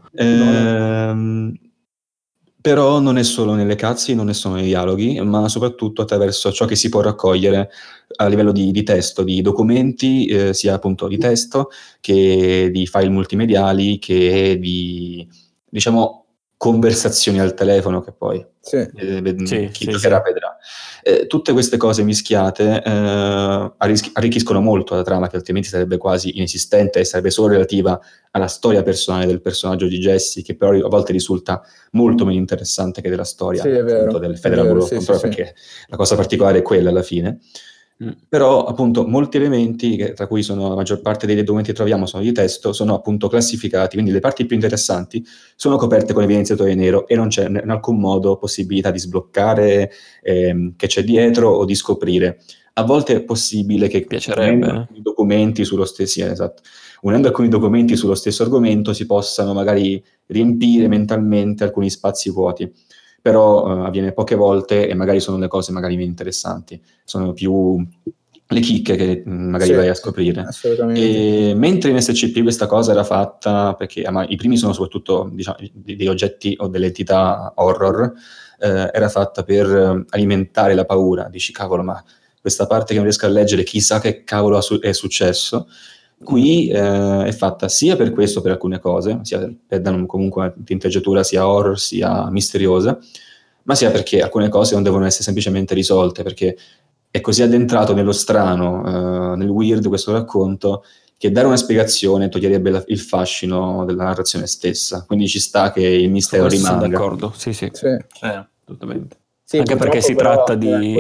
Però non è solo nelle cutscene, non è solo nei dialoghi, ma soprattutto attraverso ciò che si può raccogliere a livello di testo, di documenti, sia appunto di testo che di file multimediali, che di, diciamo, conversazioni al telefono, che poi chi giocherà vedrà. Tutte queste cose mischiate arricchiscono molto la trama, che altrimenti sarebbe quasi inesistente e sarebbe solo relativa alla storia personale del personaggio di Jesse, che però a volte risulta molto meno interessante che della storia appunto, del Federal Bureau of Control, perché la cosa particolare è quella alla fine. Però appunto molti elementi, tra cui sono la maggior parte dei documenti che troviamo sono di testo, sono appunto classificati, quindi le parti più interessanti sono coperte con evidenziatore nero, e non c'è in alcun modo possibilità di sbloccare che c'è dietro o di scoprire. A volte è possibile che unendo alcuni documenti sullo stesso, unendo alcuni documenti sullo stesso argomento si possano magari riempire mentalmente alcuni spazi vuoti. Però avviene poche volte, e magari sono le cose magari meno interessanti, sono più le chicche che magari vai a scoprire. E mentre in SCP questa cosa era fatta, perché i primi sono soprattutto, diciamo, dei oggetti o delle entità horror, era fatta per alimentare la paura, dici cavolo, ma questa parte che non riesco a leggere, chissà che cavolo è successo. Qui è fatta sia per questo, per alcune cose, sia per dare comunque una tinteggiatura sia horror sia misteriosa, ma sia perché alcune cose non devono essere semplicemente risolte, perché è così addentrato nello strano, nel weird questo racconto, che dare una spiegazione toglierebbe il fascino della narrazione stessa. Quindi ci sta che il mistero rimanga. Sono d'accordo, sì. Assolutamente. Sì, anche perché si tratta di...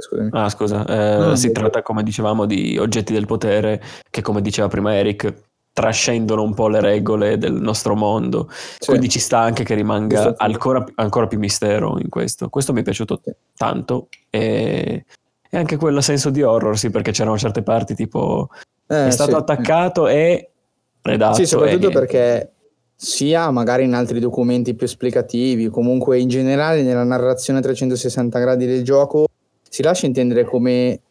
scusa. Si tratta, come dicevamo, di oggetti del potere che, come diceva prima Eric, trascendono un po' le regole del nostro mondo. Quindi ci sta anche che rimanga ancora più mistero in questo. Questo mi è piaciuto tanto, e anche quel senso di horror, sì, perché c'erano certe parti tipo è stato attaccato e redatto. Sì, soprattutto perché sia magari in altri documenti più esplicativi, comunque in generale nella narrazione a 360 gradi del gioco si lascia intendere come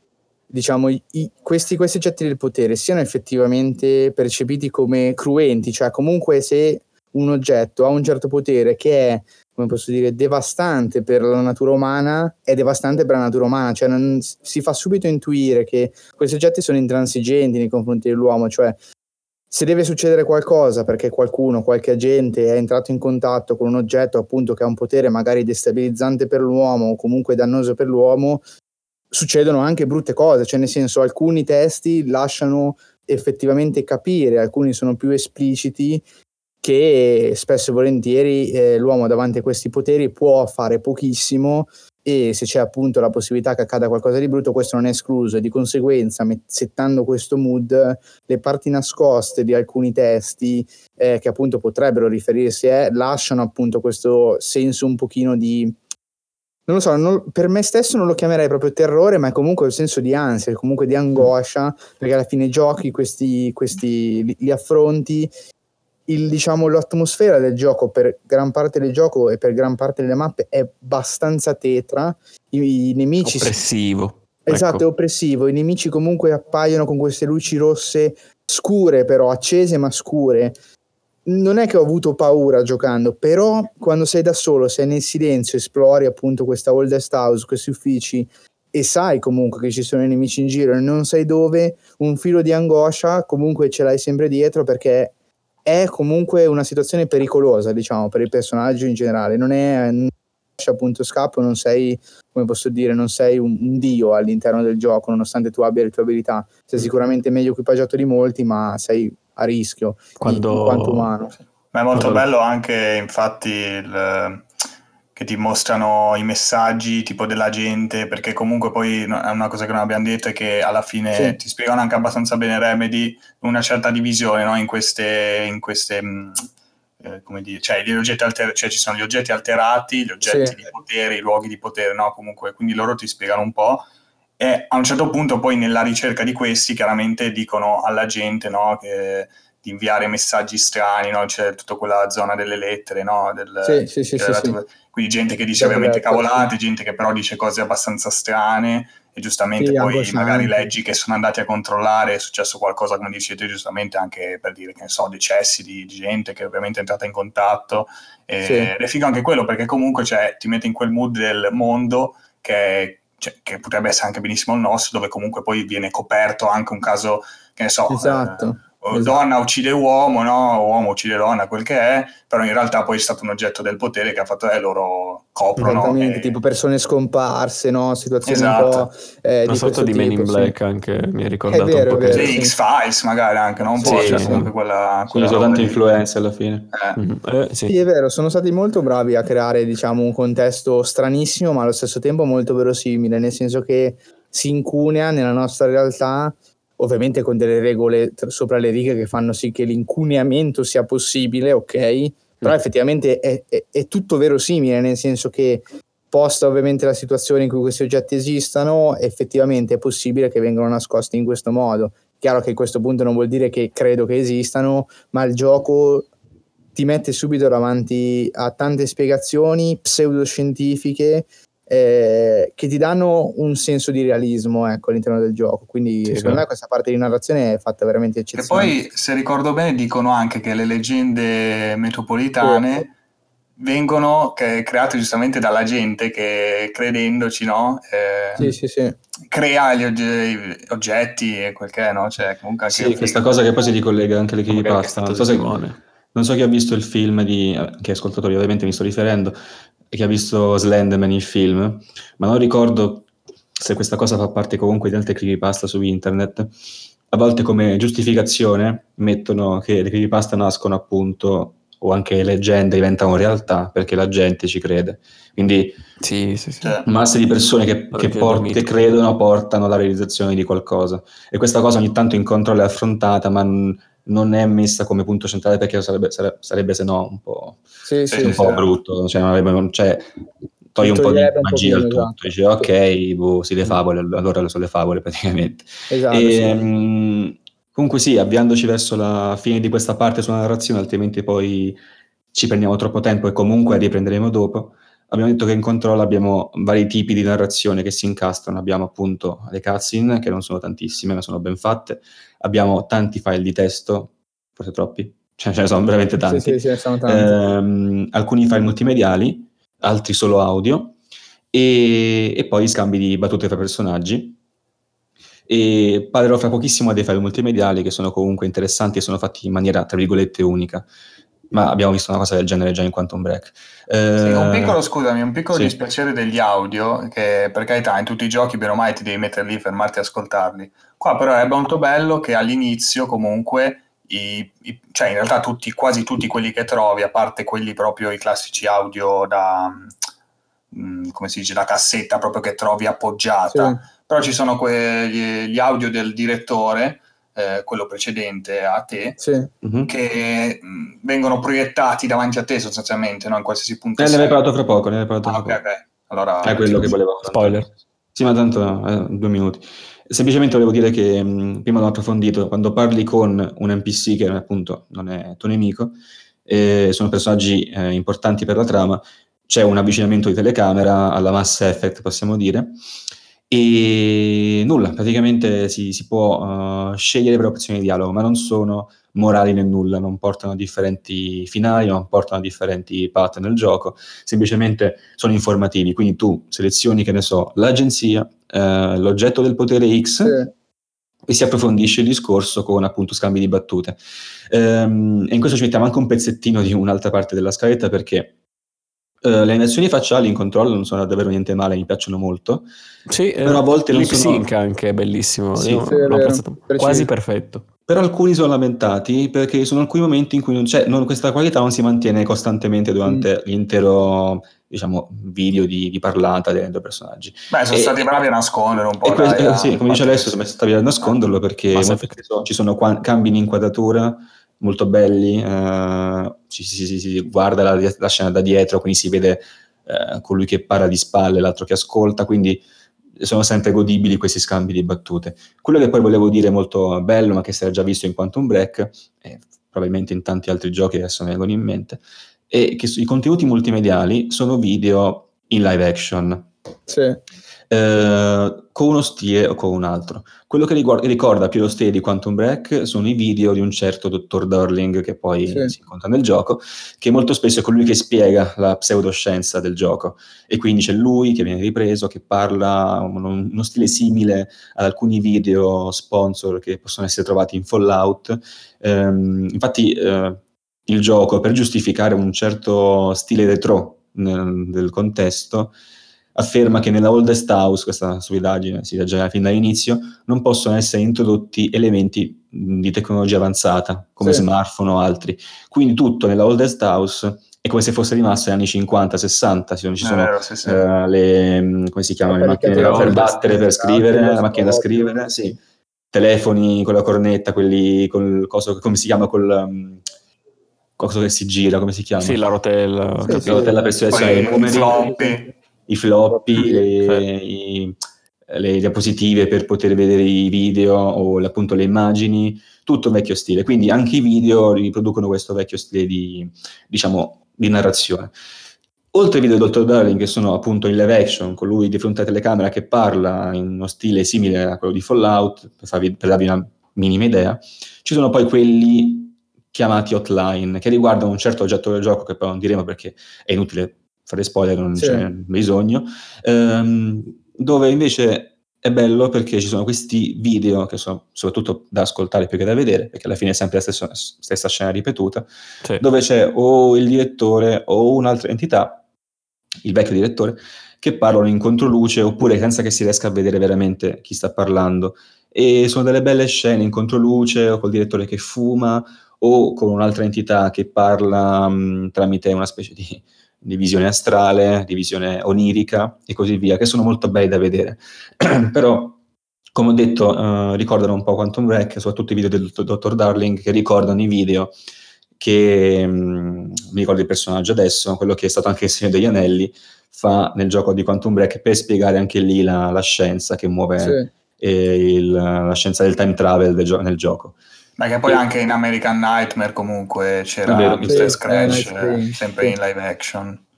diciamo, questi oggetti del potere siano effettivamente percepiti come cruenti, cioè comunque se un oggetto ha un certo potere che è, come posso dire, devastante per la natura umana, è devastante per la natura umana, cioè si fa subito intuire che questi oggetti sono intransigenti nei confronti dell'uomo, cioè se deve succedere qualcosa perché qualche agente è entrato in contatto con un oggetto appunto che ha un potere magari destabilizzante per l'uomo o comunque dannoso per l'uomo, succedono anche brutte cose, cioè nel senso alcuni testi lasciano effettivamente capire, alcuni sono più espliciti, che spesso e volentieri l'uomo davanti a questi poteri può fare pochissimo, e se c'è appunto la possibilità che accada qualcosa di brutto questo non è escluso, e di conseguenza settando questo mood le parti nascoste di alcuni testi che appunto potrebbero riferirsi lasciano appunto questo senso un pochino di, non lo so, per me stesso non lo chiamerei proprio terrore, ma è comunque il senso di ansia, comunque di angoscia, perché alla fine giochi questi li affronti, diciamo l'atmosfera del gioco per gran parte del gioco e per gran parte delle mappe è abbastanza tetra, i nemici oppressivo. Esatto, ecco. È oppressivo, i nemici comunque appaiono con queste luci rosse scure, però accese ma scure. Non è che ho avuto paura giocando, però quando sei da solo, sei nel silenzio, esplori appunto questa oldest house, questi uffici, e sai comunque che ci sono i nemici in giro e non sai dove, un filo di angoscia comunque ce l'hai sempre dietro, perché è comunque una situazione pericolosa, diciamo, per il personaggio in generale. Non è appunto scappo, non sei, come posso dire, non sei un dio all'interno del gioco, nonostante tu abbia le tue abilità. Sei sicuramente meglio equipaggiato di molti, ma sei a rischio in quanto umano. Ma è molto bello anche infatti che ti mostrano i messaggi tipo della gente, perché comunque poi è una cosa che non abbiamo detto, è che alla fine ti spiegano anche abbastanza bene Remedy una certa divisione, no? in queste come dire, cioè gli oggetti cioè ci sono gli oggetti alterati, gli oggetti di potere, i luoghi di potere, no? Comunque, quindi loro ti spiegano un po'. E a un certo punto poi nella ricerca di questi chiaramente dicono alla gente, no, di inviare messaggi strani, no? C'è tutta quella zona delle lettere, no? Quindi gente che dice ovviamente cavolate, gente che però dice cose abbastanza strane, e giustamente poi magari leggi che sono andati a controllare, è successo qualcosa, come dicete giustamente, anche per dire che ne so, decessi di gente che ovviamente è entrata in contatto, ed è figo anche quello, perché comunque ti mette in quel mood del mondo che potrebbe essere anche benissimo il nostro, dove comunque poi viene coperto anche un caso, che ne so, donna uccide uomo, no? Uomo uccide donna, quel che è, però in realtà poi è stato un oggetto del potere che ha fatto loro coprono. Tipo persone scomparse, no? Situazioni un po' una sorta di Men in Black anche, mi ha ricordato vero, un po'. X-Files magari anche, no? Un po', cioè comunque quella sono tante influenze alla fine. Sì, è vero, sono stati molto bravi a creare, diciamo, un contesto stranissimo, ma allo stesso tempo molto verosimile, nel senso che si incunea nella nostra realtà, ovviamente con delle regole sopra le righe che fanno sì che l'incuneamento sia possibile, ok? Però effettivamente è tutto verosimile, nel senso che posta ovviamente la situazione in cui questi oggetti esistano, effettivamente è possibile che vengano nascosti in questo modo. Chiaro che a questo punto non vuol dire che credo che esistano, ma il gioco ti mette subito davanti a tante spiegazioni pseudoscientifiche che ti danno un senso di realismo, ecco, all'interno del gioco. Quindi secondo me questa parte di narrazione è fatta veramente eccezionale. E poi, se ricordo bene, dicono anche che le leggende metropolitane vengono create giustamente dalla gente che, credendoci, no? Crea gli oggetti e quel che è, no? Cioè, comunque anche questa cosa che poi si ricollega anche alle creepypasta. Non so chi ha visto il film che ascoltatori ovviamente mi sto riferendo, e chi ha visto Slenderman il film, ma non ricordo se questa cosa fa parte comunque di altre creepypasta su internet. A volte come giustificazione mettono che le creepypasta nascono appunto, o anche leggende diventano realtà perché la gente ci crede. Quindi masse di persone che credono portano alla realizzazione di qualcosa, e questa cosa ogni tanto in controllo è affrontata, ma non è messa come punto centrale, perché sarebbe se no un po', un po' brutto, togli un po' di magia al tutto, dici ok, sì, le favole, allora sono le favole praticamente. Comunque avviandoci verso la fine di questa parte sulla narrazione, altrimenti poi ci prendiamo troppo tempo e comunque riprenderemo dopo. abbiamo detto che in Control abbiamo vari tipi di narrazione che si incastrano. Abbiamo appunto le cutscene, che non sono tantissime, ma sono ben fatte. Abbiamo tanti file di testo, forse troppi, ce ne sono veramente tanti. Sì, sono tanti. Alcuni file multimediali, altri solo audio, e poi scambi di battute fra personaggi. E parlerò fra pochissimo dei file multimediali, che sono comunque interessanti e sono fatti in maniera, tra virgolette, unica. Ma abbiamo visto una cosa del genere già in Quantum Break. Sì, un piccolo sì. dispiacere degli audio, che per carità in tutti i giochi bene o male ti devi mettere lì, fermarti e ascoltarli. Qua però è molto bello che all'inizio comunque cioè in realtà quasi tutti quelli che trovi, a parte quelli proprio i classici audio da come si dice, da cassetta proprio che trovi appoggiata, Sì. però ci sono gli audio del direttore, quello precedente a te, Sì. che vengono proiettati davanti a te sostanzialmente, no? In qualsiasi punto ne avevo parlato fra poco, ok. Allora, è quello che volevo affrontare. Spoiler. Sì, ma tanto 2 minuti. Semplicemente volevo dire che prima l'ho approfondito, quando parli con un NPC che appunto non è tuo nemico, sono personaggi importanti per la trama, c'è un avvicinamento di telecamera alla Mass Effect, possiamo dire, e nulla, praticamente si può scegliere per opzioni di dialogo, ma non sono morali né nulla, non portano a differenti finali, non portano a differenti path nel gioco, semplicemente sono informativi, quindi tu selezioni, che ne so, l'agenzia, l'oggetto del potere X, Sì. e si approfondisce il discorso con appunto scambi di battute. E in questo ci mettiamo anche un pezzettino di un'altra parte della scaletta, perché le animazioni facciali in Control non sono davvero niente male, mi piacciono molto. Sì, però a volte non lip sono... sync anche è bellissimo. Sì, Io sì, è l'ho vero. apprezzato quasi perfetto. Però alcuni sono lamentati perché sono alcuni momenti in cui non c'è, questa qualità non si mantiene costantemente durante l'intero, diciamo, video di parlata dei due personaggi. Beh, sono stati bravi a nascondere un po'. Sì, come dice adesso, sono stati bravi a nasconderlo perché Mass molto Effect. spesso ci sono cambi in inquadratura molto belli, si guarda la scena da dietro, quindi si vede colui che parla di spalle, l'altro che ascolta, quindi sono sempre godibili questi scambi di battute. Quello che poi volevo dire molto bello, ma che si era già visto in Quantum Break, e probabilmente in tanti altri giochi che adesso mi vengono in mente, è che i contenuti multimediali sono video in live action. Sì. Con uno stile o con un altro. Quello che ricorda più lo stile di Quantum Break sono i video di un certo Dr. Darling, che poi si incontra nel gioco, che molto spesso è colui che spiega la pseudoscienza del gioco, e quindi c'è lui che viene ripreso, che parla uno stile simile ad alcuni video sponsor che possono essere trovati in Fallout. Infatti il gioco, per giustificare un certo stile retro del contesto, afferma che nella Oldest House, questa stupidaggine si legge fin dall'inizio, non possono essere introdotti elementi di tecnologia avanzata come smartphone o altri, quindi tutto nella Oldest House è come se fosse rimasto negli anni 50-60, ci sono le, come si chiamano, le macchine per battere, per scrivere, la macchina da scrivere, telefoni con la cornetta, quelli col coso, come si chiama, col coso che si gira, come si chiama? Sì, la rotella. La rotella per selezionare i numeri, i floppy, le diapositive per poter vedere i video o appunto le immagini, tutto vecchio stile. Quindi anche i video riproducono questo vecchio stile di narrazione. Oltre ai video del Dr. Darling, che sono appunto in live action, con lui di fronte alla telecamera che parla in uno stile simile a quello di Fallout, per darvi una minima idea, ci sono poi quelli chiamati hotline, che riguardano un certo oggetto del gioco, che poi non diremo perché è inutile fare spoiler, non c'è bisogno, dove invece è bello perché ci sono questi video che sono soprattutto da ascoltare più che da vedere, perché alla fine è sempre la stessa scena ripetuta, dove c'è o il direttore o un'altra entità, il vecchio direttore, che parlano in controluce oppure senza che si riesca a vedere veramente chi sta parlando, e sono delle belle scene in controluce o col direttore che fuma o con un'altra entità che parla tramite una specie di visione astrale, di visione onirica e così via, che sono molto belli da vedere. Però, come ho detto, ricordano un po' Quantum Break, soprattutto i video del Dr. Darling, che ricordano i video che, mi ricordo il personaggio adesso, quello che è stato anche il Signore degli Anelli, fa nel gioco di Quantum Break per spiegare anche lì la scienza che muove la scienza del time travel nel gioco. Ma che poi anche in American Nightmare comunque c'era Mr. Scratch, sempre in live action.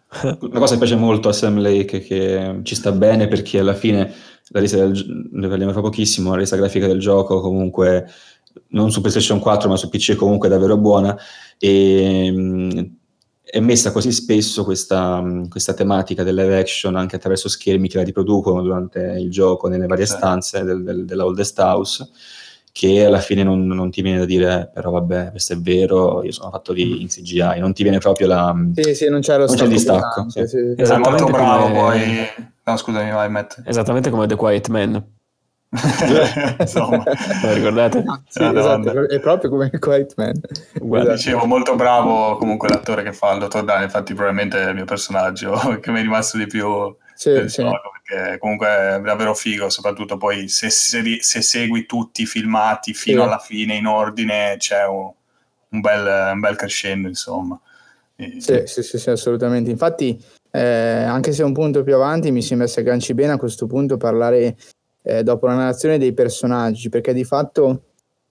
Una cosa che piace molto a Sam Lake, che ci sta bene perché alla fine ne parliamo fra pochissimo, la resa grafica del gioco comunque non su PlayStation 4 ma su PC comunque è davvero buona, e è messa così spesso questa tematica del live action anche attraverso schermi che la riproducono durante il gioco nelle varie stanze della Oldest House, che alla fine non ti viene da dire però vabbè, questo è vero, io sono fatto lì in CGI, non ti viene proprio non c'è il distacco. Sì. È molto bravo poi. No, scusami, vai, Matt. Esattamente come The Quiet Man. Insomma, lo ricordate? Sì, esatto, è proprio come Quiet Man. Esatto. Dicevo, molto bravo comunque l'attore che fa il dottor Daniel, infatti probabilmente è il mio personaggio che mi è rimasto di più del gioco, perché comunque è davvero figo, soprattutto poi se segui tutti i filmati fino alla fine in ordine c'è un bel crescendo, insomma. Sì, assolutamente. Infatti anche se un punto più avanti mi sembra si agganci bene a questo punto parlare dopo la narrazione dei personaggi, perché di fatto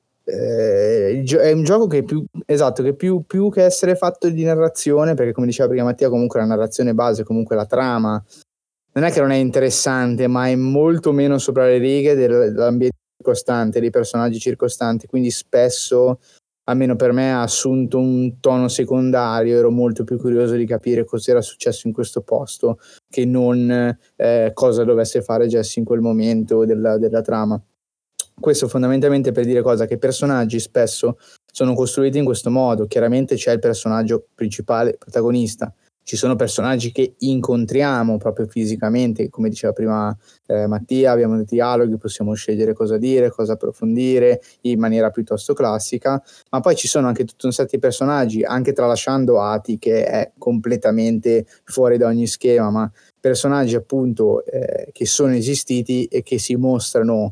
è un gioco che più che essere fatto di narrazione, perché come diceva prima Mattia comunque la narrazione base, comunque la trama non è che non è interessante, ma è molto meno sopra le righe dell'ambiente circostante, dei personaggi circostanti, quindi spesso, almeno per me, ha assunto un tono secondario. Ero molto più curioso di capire cosa era successo in questo posto che non cosa dovesse fare Jesse in quel momento della trama. Questo fondamentalmente per dire cosa? Che i personaggi spesso sono costruiti in questo modo. Chiaramente c'è il personaggio principale, protagonista. Ci sono personaggi che incontriamo proprio fisicamente, come diceva prima Mattia, abbiamo dei dialoghi, possiamo scegliere cosa dire, cosa approfondire in maniera piuttosto classica, ma poi ci sono anche tutto un set di personaggi, anche tralasciando Ati, che è completamente fuori da ogni schema, ma personaggi appunto che sono esistiti e che si mostrano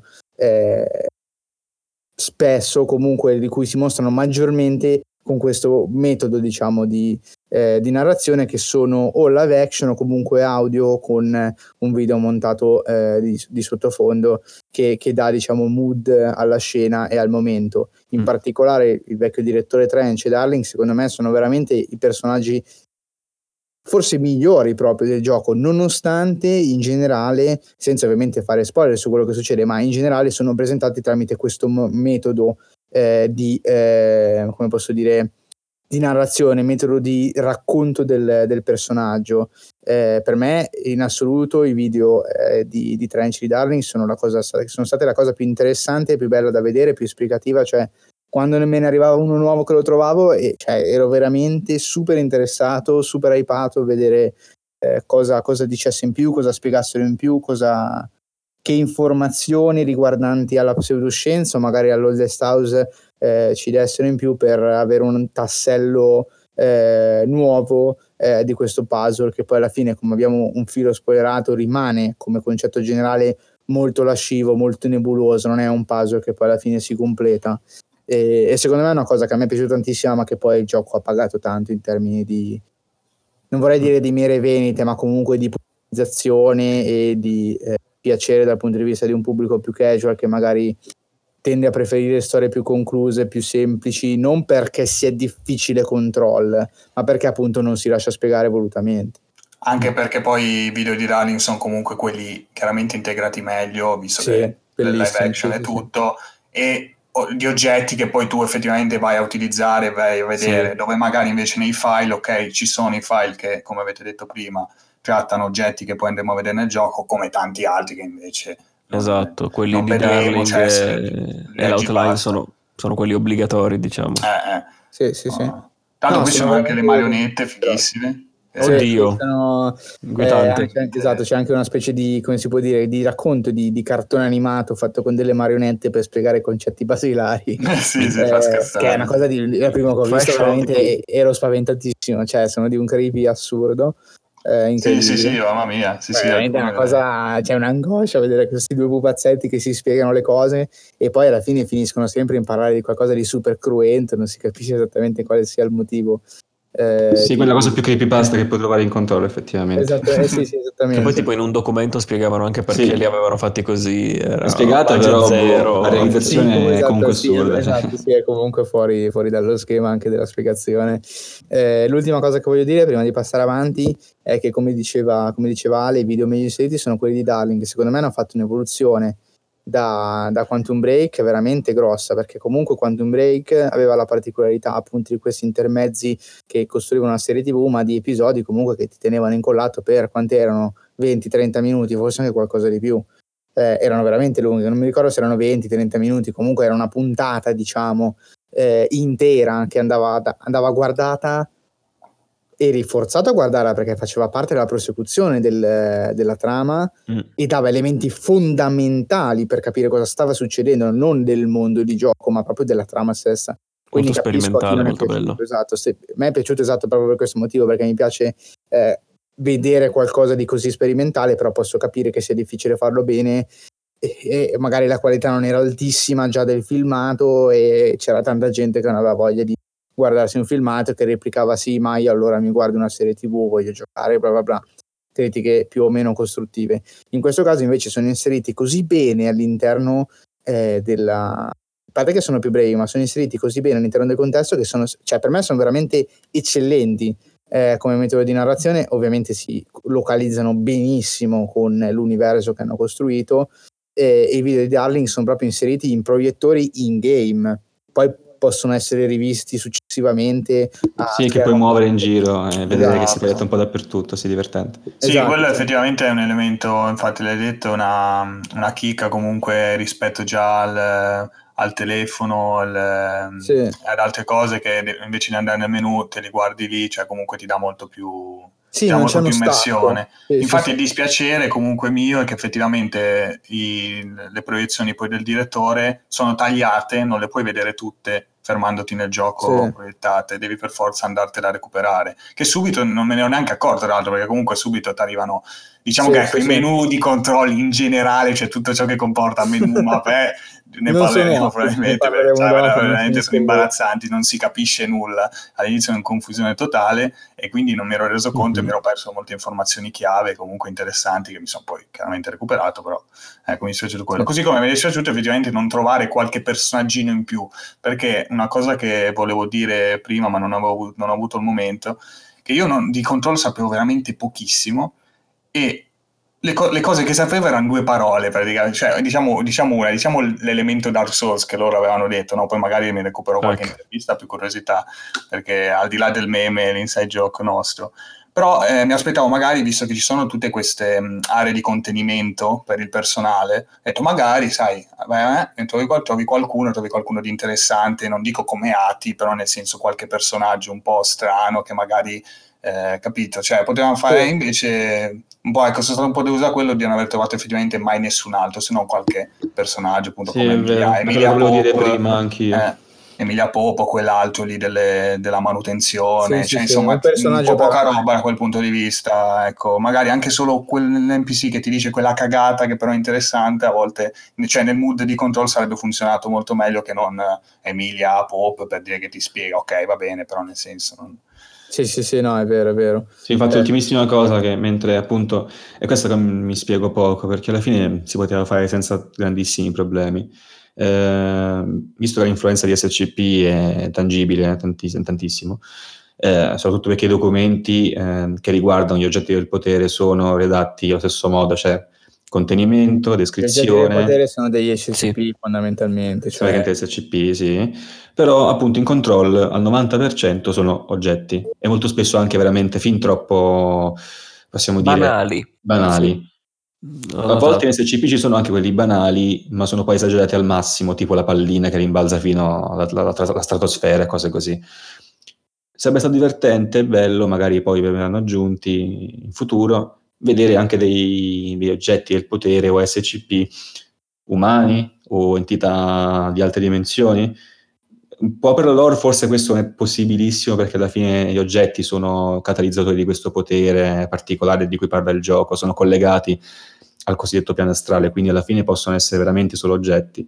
spesso, comunque di cui si mostrano maggiormente con questo metodo, diciamo, di narrazione, che sono o live action o comunque audio con un video montato di sottofondo che dà, diciamo, mood alla scena e al momento. In particolare il vecchio direttore Trench e Darling, secondo me, sono veramente i personaggi forse migliori proprio del gioco, nonostante in generale, senza ovviamente fare spoiler su quello che succede, ma in generale sono presentati tramite questo metodo come posso dire, di narrazione, metodo di racconto del personaggio. Per me in assoluto i video di Trench e di Darling sono state la cosa più interessante e più bella da vedere, più esplicativa, cioè quando me ne arrivava uno nuovo che lo trovavo, e cioè ero veramente super interessato, super hypato a vedere cosa dicesse in più, cosa spiegassero in più, che informazioni riguardanti alla pseudoscienza o magari all'Oldest House ci dessero in più per avere un tassello nuovo di questo puzzle, che poi alla fine, come abbiamo un filo spoilerato, rimane come concetto generale molto lascivo, molto nebuloso, non è un puzzle che poi alla fine si completa. E secondo me è una cosa che a me è piaciuta tantissimo, ma che poi il gioco ha pagato tanto in termini di, non vorrei dire di mere vendite, ma comunque di popolarizzazione e di piacere dal punto di vista di un pubblico più casual, che magari tende a preferire storie più concluse, più semplici, non perché sia difficile control, ma perché appunto non si lascia spiegare volutamente. Anche perché poi i video di Darling sono comunque quelli chiaramente integrati meglio, visto che il live action è tutto, e di oggetti che poi tu effettivamente vai a utilizzare, vai a vedere, dove magari invece nei file, ok, ci sono i file che, come avete detto prima, trattano oggetti che poi andremo a vedere nel gioco, come tanti altri che invece quelli di vedremo, Darling e l'Outline sono quelli obbligatori, diciamo. Sì. Tanto qui sono anche le marionette fighissime. Oddio, esatto, c'è anche una specie di, come si può dire, di racconto di cartone animato fatto con delle marionette per spiegare concetti basilari. Che è una cosa la prima che ho visto, veramente ero spaventatissimo, cioè sono di un creepy assurdo. Sì, mamma mia, veramente è una cosa, c'è un'angoscia a vedere questi due pupazzetti che si spiegano le cose e poi alla fine finiscono sempre in parlare di qualcosa di super cruento, non si capisce esattamente quale sia il motivo Sì, quella cosa più creepypasta che puoi trovare in Control, effettivamente. Sì, esattamente. Che poi tipo in un documento spiegavano anche perché li avevano fatti così. È spiegata, però zero. la realizzazione è comunque assurda. Esatto, sì, è comunque fuori dallo schema anche della spiegazione. L'ultima cosa che voglio dire prima di passare avanti è che, come diceva Ale, i video meglio inseriti sono quelli di Darling, che secondo me hanno fatto un'evoluzione da Quantum Break veramente grossa, perché comunque Quantum Break aveva la particolarità appunto di questi intermezzi che costruivano una serie TV, ma di episodi comunque che ti tenevano incollato per quanti erano 20-30 minuti, forse anche qualcosa di più. Erano veramente lunghi, non mi ricordo se erano 20-30 minuti, comunque era una puntata, diciamo, intera che andava guardata e rinforzato a guardarla perché faceva parte della prosecuzione della trama e dava elementi fondamentali per capire cosa stava succedendo, non del mondo di gioco, ma proprio della trama stessa. Quindi molto sperimentale, molto bello. Esatto, a me è piaciuto esatto proprio per questo motivo, perché mi piace vedere qualcosa di così sperimentale, però posso capire che sia difficile farlo bene e magari la qualità non era altissima già del filmato e c'era tanta gente che non aveva voglia di guardarsi un filmato che replicava sì, ma io allora mi guardo una serie TV, voglio giocare, bla bla bla, critiche più o meno costruttive. In questo caso invece sono inseriti così bene all'interno a parte che sono più brevi, ma sono inseriti così bene all'interno del contesto che cioè per me sono veramente eccellenti come metodo di narrazione. Ovviamente si localizzano benissimo con l'universo che hanno costruito e i video di Darling sono proprio inseriti in proiettori in game, poi possono essere rivisti successivamente. Sì, che puoi muovere in giro e vedere che si proietta un po' dappertutto, sì, divertente. Sì, esatto, quello effettivamente è un elemento, infatti l'hai detto, una chicca comunque rispetto già al telefono, ad altre cose che invece di andare nel menu te li guardi lì, cioè comunque ti dà molto più... Sì, non c'è immersione. Sì, infatti il dispiacere comunque mio è che effettivamente le proiezioni poi del direttore sono tagliate, non le puoi vedere tutte fermandoti nel gioco proiettate, devi per forza andartela a recuperare, che subito non me ne ho neanche accorto tra l'altro, perché comunque subito ti arrivano, diciamo che ecco, i menu di controlli in generale, cioè tutto ciò che comporta menu mappe, ne parleremo probabilmente, veramente sono imbarazzanti, non si capisce nulla, all'inizio è una confusione totale e quindi non mi ero reso conto e mi ero perso molte informazioni chiave comunque interessanti che mi sono poi chiaramente recuperato, però ecco, mi è dispiaciuto quello. Così come mi è dispiaciuto effettivamente non trovare qualche personaggino in più, perché una cosa che volevo dire prima ma non ho avuto il momento, che io di Control sapevo veramente pochissimo e le cose che sapevo erano 2 parole praticamente, cioè diciamo l'elemento Dark Souls che loro avevano detto, no? Poi magari mi recupero qualche intervista, più curiosità, perché al di là del meme, l'inside joke nostro, però mi aspettavo magari, visto che ci sono tutte queste aree di contenimento per il personale, ho detto magari, sai, trovi qualcuno di interessante, non dico come Ati, però nel senso qualche personaggio un po' strano che magari... capito, cioè potevamo fare invece un po', ecco, sono stato un po' deluso da quello di non aver trovato effettivamente mai nessun altro se non qualche personaggio appunto come Emilia Popo, dire prima anch'io. Emilia Popo, quell'altro lì della manutenzione, insomma un personaggio un po' poca roba da quel punto di vista, ecco, magari anche solo quell'NPC che ti dice quella cagata che però è interessante, a volte, cioè nel mood di Control sarebbe funzionato molto meglio che non Emilia Popo per dire che ti spiega, ok, va bene, però nel senso non... Sì, no, è vero. Sì, infatti l'ultimissima cosa che mentre appunto, e questo che mi spiego poco, perché alla fine si poteva fare senza grandissimi problemi, visto che l'influenza di SCP è tangibile tantissimo, soprattutto perché i documenti che riguardano gli oggetti del potere sono redatti allo stesso modo, cioè contenimento, descrizione. Gli oggetti del potere sono degli SCP fondamentalmente. Cioè SCP, sì. Però appunto in Control al 90% sono oggetti e molto spesso anche veramente fin troppo, possiamo dire, banali. A volte in SCP ci sono anche quelli banali, ma sono poi esagerati al massimo, tipo la pallina che rimbalza fino alla stratosfera e cose così. Sarebbe stato divertente, bello, magari poi verranno aggiunti in futuro, vedere anche degli oggetti del potere o SCP umani o entità di altre dimensioni. Un po' per la lore forse questo non è possibilissimo, perché alla fine gli oggetti sono catalizzatori di questo potere particolare di cui parla il gioco, sono collegati al cosiddetto piano astrale, quindi alla fine possono essere veramente solo oggetti.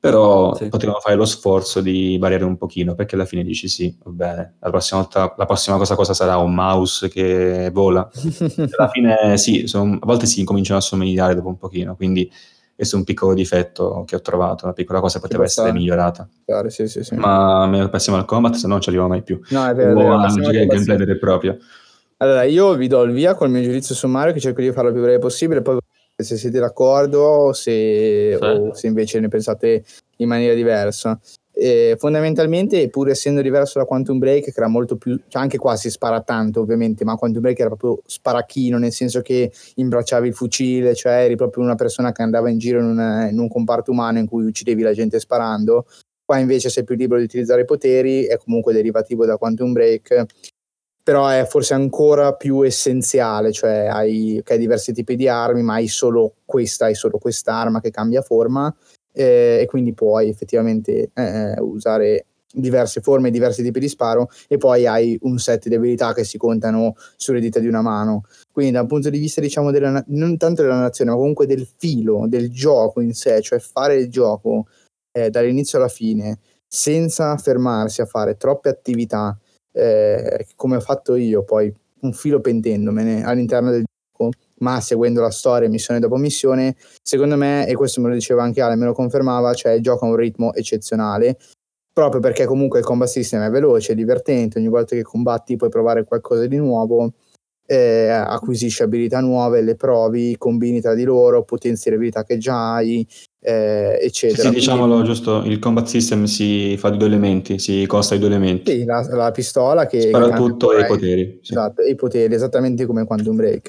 Però Sì. potevano fare lo sforzo di variare un pochino, perché alla fine dici sì, va bene, la prossima cosa sarà un mouse che vola. Alla fine sì, a volte si incominciano a somigliare dopo un pochino, quindi questo è un piccolo difetto che ho trovato, una piccola cosa poteva essere migliorata. Chiaro, sì. Ma passiamo al combat, se no non ci arriviamo mai più. No, è vero, passiamo al Analogica e combat, gameplay sì. vero e proprio. Allora, io vi do il via col mio giudizio sommario, che cerco di farlo il più breve possibile, poi se siete d'accordo o se invece ne pensate in maniera diversa. Fondamentalmente, pur essendo diverso da Quantum Break, che era molto più, cioè anche qua si spara tanto ovviamente, ma Quantum Break era proprio sparachino, nel senso che imbracciavi il fucile, cioè eri proprio una persona che andava in giro in un comparto umano in cui uccidevi la gente sparando. Qua invece sei più libero di utilizzare i poteri, è comunque derivativo da Quantum Break, però è forse ancora più essenziale, cioè hai diversi tipi di armi, ma hai solo quest'arma che cambia forma, e quindi puoi effettivamente usare diverse forme, diversi tipi di sparo, e poi hai un set di abilità che si contano sulle dita di una mano. Quindi dal punto di vista, diciamo, non tanto della nazione, ma comunque del filo, del gioco in sé, cioè fare il gioco dall'inizio alla fine, senza fermarsi a fare troppe attività, come ho fatto io, poi un filo pentendomene all'interno del gioco, ma seguendo la storia missione dopo missione, secondo me, e questo me lo diceva anche Ale, me lo confermava, cioè il gioco ha un ritmo eccezionale, proprio perché comunque il combat system è veloce, è divertente, ogni volta che combatti puoi provare qualcosa di nuovo, acquisisci abilità nuove, le provi, combini tra di loro, potenzi le abilità che già hai, eccetera. Sì, diciamolo giusto, il combat system si fa di 2 elementi, si consta di 2 elementi. Sì, la pistola che Spara cambia tutto e i ancora, poteri. Sì. esatto, e i poteri, esattamente come Quantum Break.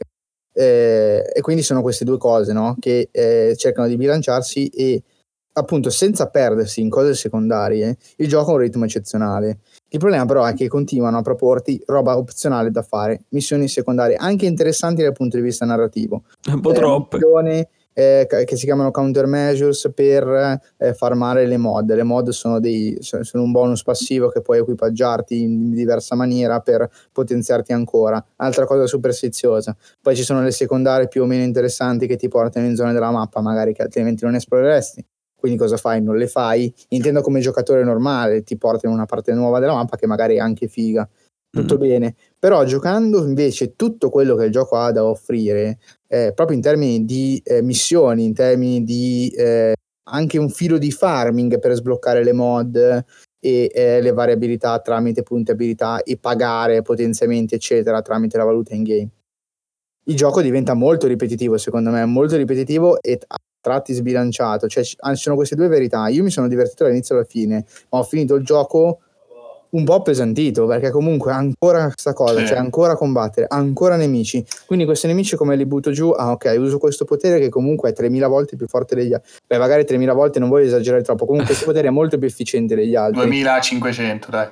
E quindi sono queste due cose, no? Che cercano di bilanciarsi e appunto senza perdersi in cose secondarie, il gioco ha un ritmo eccezionale. Il problema però è che continuano a proporti roba opzionale da fare, missioni secondarie anche interessanti dal punto di vista narrativo. Un po' troppe. Missioni che si chiamano countermeasures per farmare le mod. Le mod sono un bonus passivo che puoi equipaggiarti in diversa maniera per potenziarti ancora. Altra cosa superstiziosa. Poi ci sono le secondarie più o meno interessanti che ti portano in zone della mappa magari che altrimenti non esploreresti. Quindi cosa fai? Non le fai. Intendo come giocatore normale, ti porta in una parte nuova della mappa che magari è anche figa. Tutto bene. Però giocando invece tutto quello che il gioco ha da offrire, proprio in termini di missioni, in termini di anche un filo di farming per sbloccare le mod e le variabilità tramite punti abilità e pagare potenziamenti eccetera tramite la valuta in game, il gioco diventa molto ripetitivo, secondo me, molto ripetitivo e a tratti sbilanciato. Cioè ci sono queste due verità. Io mi sono divertito dall'inizio alla fine, ma ho finito il gioco un po' appesantito, perché comunque ancora questa cosa, Sì. cioè ancora combattere, ancora nemici. Quindi questi nemici come li butto giù? Ah, ok, uso questo potere che comunque è 3000 volte più forte degli altri. Beh, magari 3000 volte non voglio esagerare troppo, comunque questo potere è molto più efficiente degli altri. 2500, dai.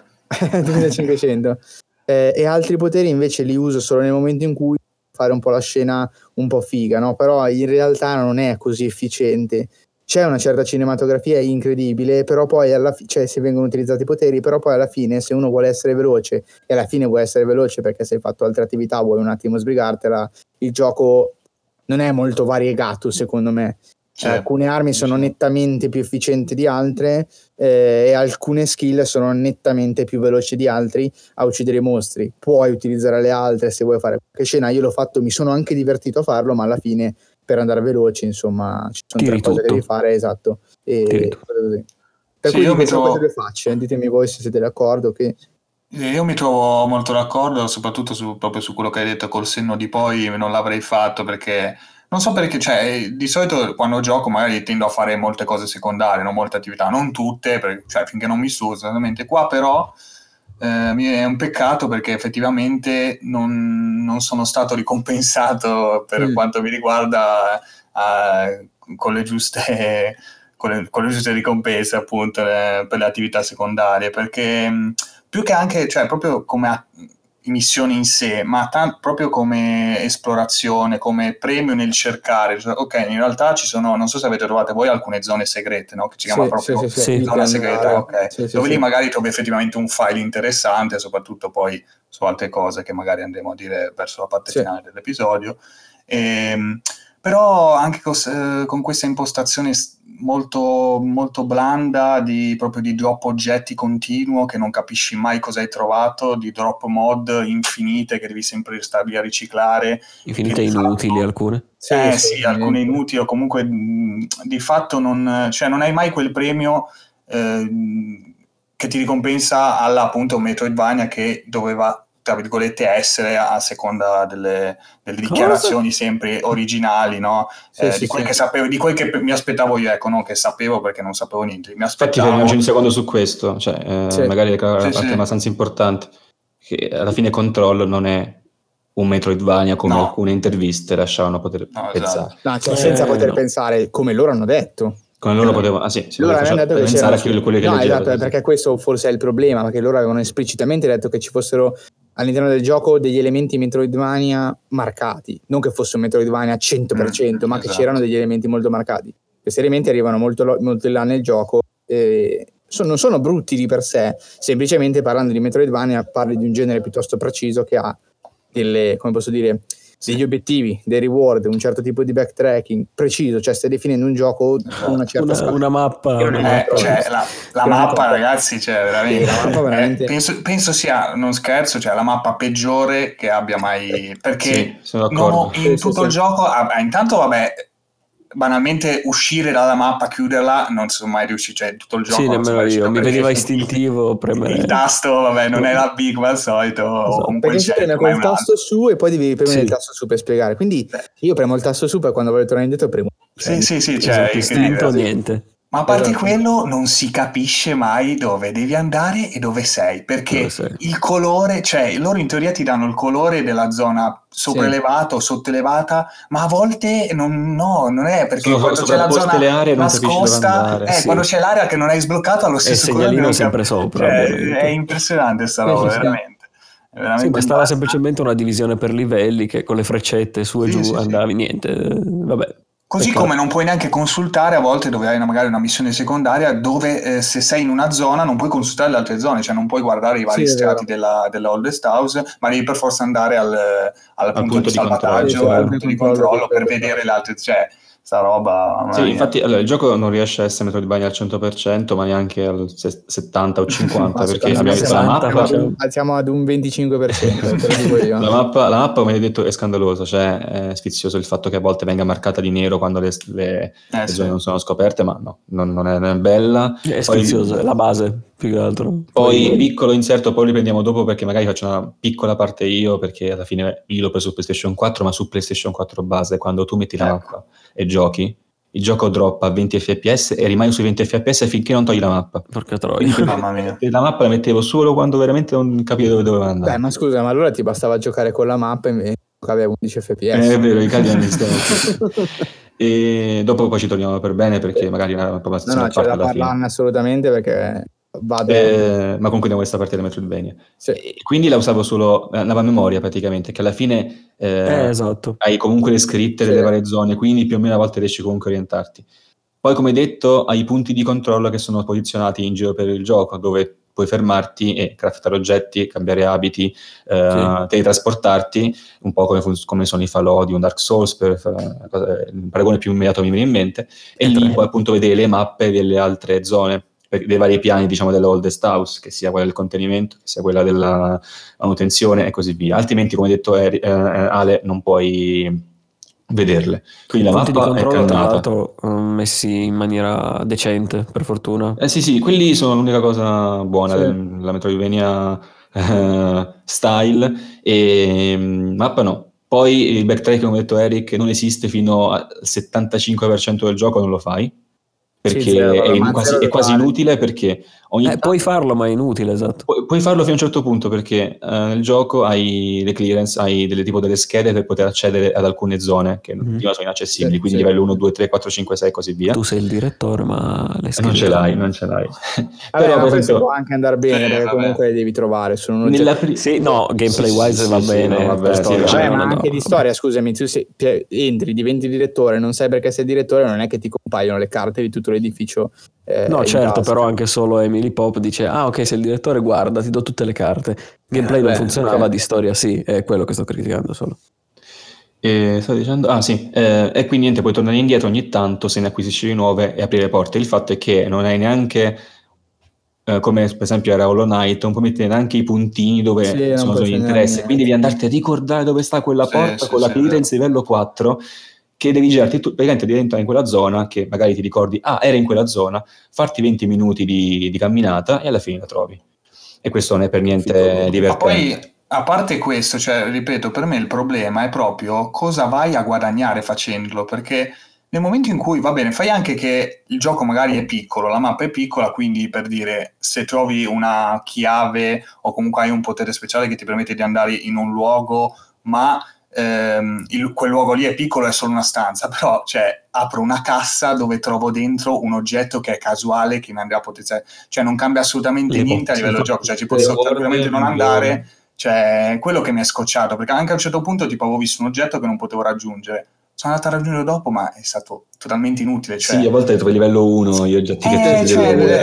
2500. E altri poteri invece li uso solo nel momento in cui fare un po' la scena un po' figa, no? Però in realtà non è così efficiente. C'è una certa cinematografia incredibile, però poi alla fine, cioè se vengono utilizzati i poteri, però poi alla fine se uno vuole essere veloce, e alla fine vuole essere veloce perché se hai fatto altre attività vuoi un attimo sbrigartela, il gioco non è molto variegato secondo me. Alcune armi sono nettamente più efficienti di altre, e alcune skill sono nettamente più veloci di altri a uccidere i mostri. Puoi utilizzare le altre se vuoi fare qualche scena. Io l'ho fatto, mi sono anche divertito a farlo, ma alla fine per andare veloce insomma ci sono tre cose che devi fare, esatto, e così. Per cui dico, sono queste due facce, ditemi voi se siete d'accordo che... Io mi trovo molto d'accordo, soprattutto proprio su quello che hai detto col senno di poi non l'avrei fatto perché non so perché, cioè di solito quando gioco magari tendo a fare molte cose secondarie, non molte attività, non tutte, cioè finché non mi stuzo, esattamente. Qua però è un peccato perché effettivamente non sono stato ricompensato per quanto mi riguarda con le giuste ricompense appunto per le attività secondarie, perché più che anche, cioè proprio come missioni in sé, ma proprio come esplorazione, come premio nel cercare. Cioè, ok, in realtà ci sono, non so se avete trovato voi alcune zone segrete, no? Che si chiama proprio zona segreta, ok? Dove lì magari trovi effettivamente un file interessante, soprattutto poi su altre cose che magari andremo a dire verso la parte finale dell'episodio. Però anche con questa impostazione molto, molto blanda proprio di drop oggetti continuo che non capisci mai cosa hai trovato, di drop mod infinite che devi sempre stare lì a riciclare. Infinite inutili alcune. Sì, alcune inutili o comunque di fatto non hai mai quel premio che ti ricompensa alla appunto Metroidvania che doveva, tra virgolette, essere a seconda delle dichiarazioni sempre originali, no? Di quel che sapevo, di quel che mi aspettavo io, ecco, non che sapevo perché non sapevo niente. Infatti fermiamoci un secondo su questo, magari è una parte abbastanza importante, che alla fine Control non è un Metroidvania come alcune interviste lasciavano poter pensare. Esatto. Senza poter pensare come loro hanno detto. Come loro potevano, loro avevano detto che pensare a quello che leggeva. Esatto, perché questo forse è il problema, perché loro avevano esplicitamente detto che ci fossero all'interno del gioco degli elementi Metroidvania marcati, non che fosse un Metroidvania 100%, ma che c'erano degli elementi molto marcati. Questi elementi arrivano molto in là nel gioco, non sono brutti di per sé, semplicemente parlando di Metroidvania parli di un genere piuttosto preciso che ha delle, come posso dire, degli obiettivi, dei reward, un certo tipo di backtracking preciso, cioè stai definendo un gioco con una certa una mappa. La mappa, ragazzi, veramente, la mappa veramente... penso sia, non scherzo, la mappa peggiore che abbia mai, perché sono d'accordo. In tutto il gioco, intanto vabbè, banalmente uscire dalla mappa, chiuderla, non sono mai riuscito, tutto il gioco. Sì, nemmeno io, mi veniva istintivo premere il tasto, vabbè, non è la big ma al solito, o comunque perché si preme col tasto su e poi devi premere il tasto su per spiegare, quindi io premo il tasto su, poi quando voglio tornare indietro premo istinto niente. Ma a parte quello non si capisce mai dove devi andare e dove sei, perché il colore, loro in teoria ti danno il colore della zona sopraelevata o sottoelevata, ma a volte non è, perché quando c'è la zona nascosta, quando c'è l'area che non hai sbloccato allo stesso colore. Il segnalino sempre sopra. È impressionante sta roba, veramente. Sì, bastava semplicemente una divisione per livelli che con le freccette su e giù andavi, niente, vabbè. Così come non puoi neanche consultare a volte dove hai magari una missione secondaria dove se sei in una zona non puoi consultare le altre zone, cioè non puoi guardare i vari strati della Oldest House, ma devi per forza andare al punto di salvataggio, al punto di controllo per vedere le altre, sta roba. Sì, infatti il gioco non riesce a essere Metroidvania al 100%, ma neanche al 70 o 50, perché abbiamo visto la mappa. Siamo ad un 25%, te lo dico io. La mappa, come hai detto, è scandalosa, è sfizioso il fatto che a volte venga marcata di nero quando le zone non sono scoperte, ma no, non è bella. È sfizioso, è la base, più che altro. Poi piccolo inserto, poi li prendiamo dopo perché magari faccio una piccola parte io, perché alla fine io l'ho preso su PlayStation 4, ma su PlayStation 4 base, quando tu metti la mappa e giochi, il gioco droppa a 20 fps e rimani sui 20 fps finché non togli la mappa. Porca troia. Mamma mia. La mappa la mettevo solo quando veramente non capivo dove dovevo andare. Ma scusa, ma allora ti bastava giocare con la mappa e avevo 11 fps. È vero, i casi hanno E dopo poi ci torniamo per bene perché magari una popolazione c'è da parlarne assolutamente perché ma comunque da questa parte della Metroidvania. Sì. Quindi la usavo solo la memoria praticamente, che alla fine esatto. hai comunque le scritte delle varie zone, quindi più o meno a volte riesci comunque a orientarti. Poi come detto hai i punti di controllo che sono posizionati in giro per il gioco, dove puoi fermarti e craftare oggetti, cambiare abiti, teletrasportarti, un po' come sono i falò di un Dark Souls, per il paragone più immediato mi viene in mente, e lì puoi appunto vedere le mappe delle altre zone, dei vari piani, diciamo, della Oldest House, che sia quella del contenimento, che sia quella della manutenzione e così via. Altrimenti, come ha detto Ale, non puoi vederle. Quindi la mappa è tra l'altro messi in maniera decente, per fortuna. Sì, quelli sono l'unica cosa buona della Metroidvania style, e mappa no. Poi il backtracking, come ha detto Eric, non esiste fino al 75% del gioco, non lo fai. Perché è quasi inutile, perché puoi farlo ma è inutile, esatto. Puoi farlo fino a un certo punto, perché nel gioco hai le clearance, hai delle schede per poter accedere ad alcune zone che prima sono inaccessibili, quindi livello 1, 2, 3, 4, 5, 6 e così via. Tu sei il direttore, ma le schede non ce l'hai. Però per esempio può anche andare bene, perché comunque le devi trovare. Gameplay wise va bene. Ma anche di storia, scusami, tu entri, diventi direttore, non sai perché sei direttore, non è che ti compaiono le carte di tutto l'edificio. No, certo, però anche solo Emily Pop dice ok, sei il direttore, guarda, ti do tutte le carte. Gameplay non funzionava, di storia sì, è quello che sto criticando solo. Stavo dicendo? Ah sì, e quindi niente, puoi tornare indietro ogni tanto se ne acquisisci di nuove e aprire porte. Il fatto è che non hai neanche, come per esempio era Hollow Knight, non puoi mettere neanche i puntini dove Sì, non sono puoi zone di segnare interesse, niente. quindi devi andarti a ricordare dove sta quella porta con la è clearance livello 4, che devi girarti praticamente devi entrare in quella zona che magari ti ricordi, era in quella zona, farti 20 minuti di camminata e alla fine la trovi. E questo non è per niente divertente. Ma poi, a parte questo, cioè, ripeto, per me il problema è proprio cosa vai a guadagnare facendolo, perché nel momento in cui, va bene, fai anche che il gioco magari è piccolo, la mappa è piccola, quindi per dire, se trovi una chiave o comunque hai un potere speciale che ti permette di andare in un luogo, ma quel luogo lì è piccolo, è solo una stanza, però cioè, apro una cassa dove trovo dentro un oggetto che è casuale, che mi andrà a potenziare, cioè non cambia assolutamente niente a livello gioco, cioè ci posso tranquillamente non andare, cioè quello che mi è scocciato, perché anche a un certo punto tipo avevo visto un oggetto che non potevo raggiungere, sono andato a raggiungere dopo, ma è stato totalmente inutile. Cioè... Sì, a volte trovi livello 1 gli oggetti che ti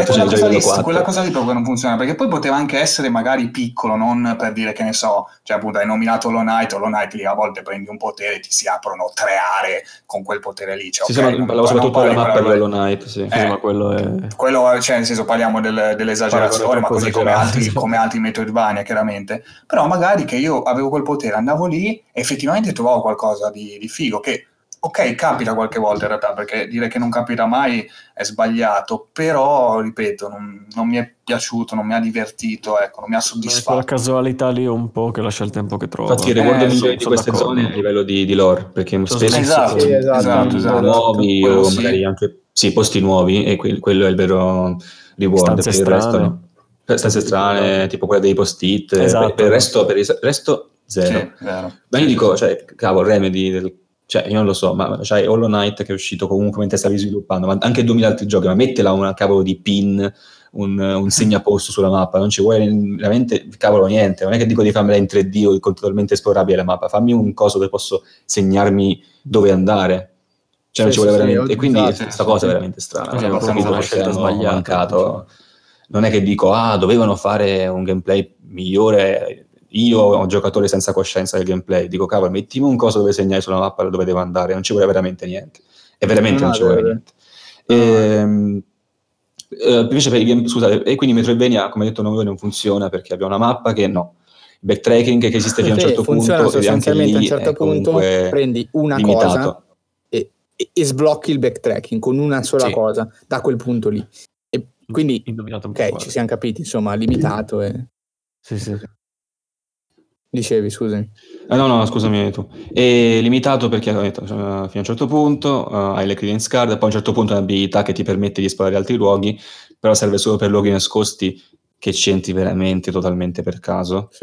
quella cosa lì proprio non funziona, perché poi poteva anche essere magari piccolo, non per dire che ne so, cioè appunto hai nominato Hollow Knight lì a volte prendi un potere e ti si aprono 3 aree con quel potere lì. Cioè, sì, parlavo soprattutto della mappa di Hollow Knight, sì. Ma quello è... Quello, cioè nel senso parliamo dell'esagerazione, ma così come altri Metroidvania chiaramente, però magari che io avevo quel potere, andavo lì e effettivamente trovavo qualcosa di figo, che ok, capita qualche volta in realtà, perché dire che non capita mai è sbagliato, però, ripeto, non mi è piaciuto, non mi ha divertito, ecco, non mi ha soddisfatto. La casualità lì un po' che lascia il tempo che trova. Infatti il reward migliore di queste zone a livello di lore, perché spesso esatto. nuovi o magari anche posti nuovi, e quello è il vero reward. Stanze per il resto no. Stanze strane, tipo quella dei post-it, per il resto zero. Sì, vero. Ma io dico, cioè, cavolo, Remedy... Cioè, io non lo so, ma c'hai Hollow Knight che è uscito comunque mentre stavi sviluppando, ma anche 2000 altri giochi, ma mettela una cavolo di pin, un segnaposto sulla mappa, non ci vuoi veramente, cavolo, niente. Non è che dico di farmela in 3D o totalmente esplorabile la mappa, fammi un coso dove posso segnarmi dove andare. Cioè, non ci vuole veramente... E quindi questa cosa è veramente strana. Una scelta sbagliata. Mancato. Non è che dico, dovevano fare un gameplay migliore... Io ho un giocatore senza coscienza del gameplay, dico cavolo, mettimi un coso dove segnare sulla mappa dove devo andare, non ci vuole veramente niente, e veramente non ci vuole niente. Invece per i game, scusate, e quindi Metroidvania, come detto, non funziona perché abbiamo una mappa che no, il backtracking che esiste fino a un certo funziona punto, sostanzialmente anche lì a un certo punto prendi una limitato. Cosa e sblocchi il backtracking con una sola cosa da quel punto lì, e quindi ok, ci siamo capiti, insomma, limitato sì. Dicevi, scusami. No, scusami tu. È limitato perché fino a un certo punto hai le credence card, poi a un certo punto hai un'abilità che ti permette di esplorare altri luoghi, però serve solo per luoghi nascosti che ci entri veramente totalmente per caso. Sì.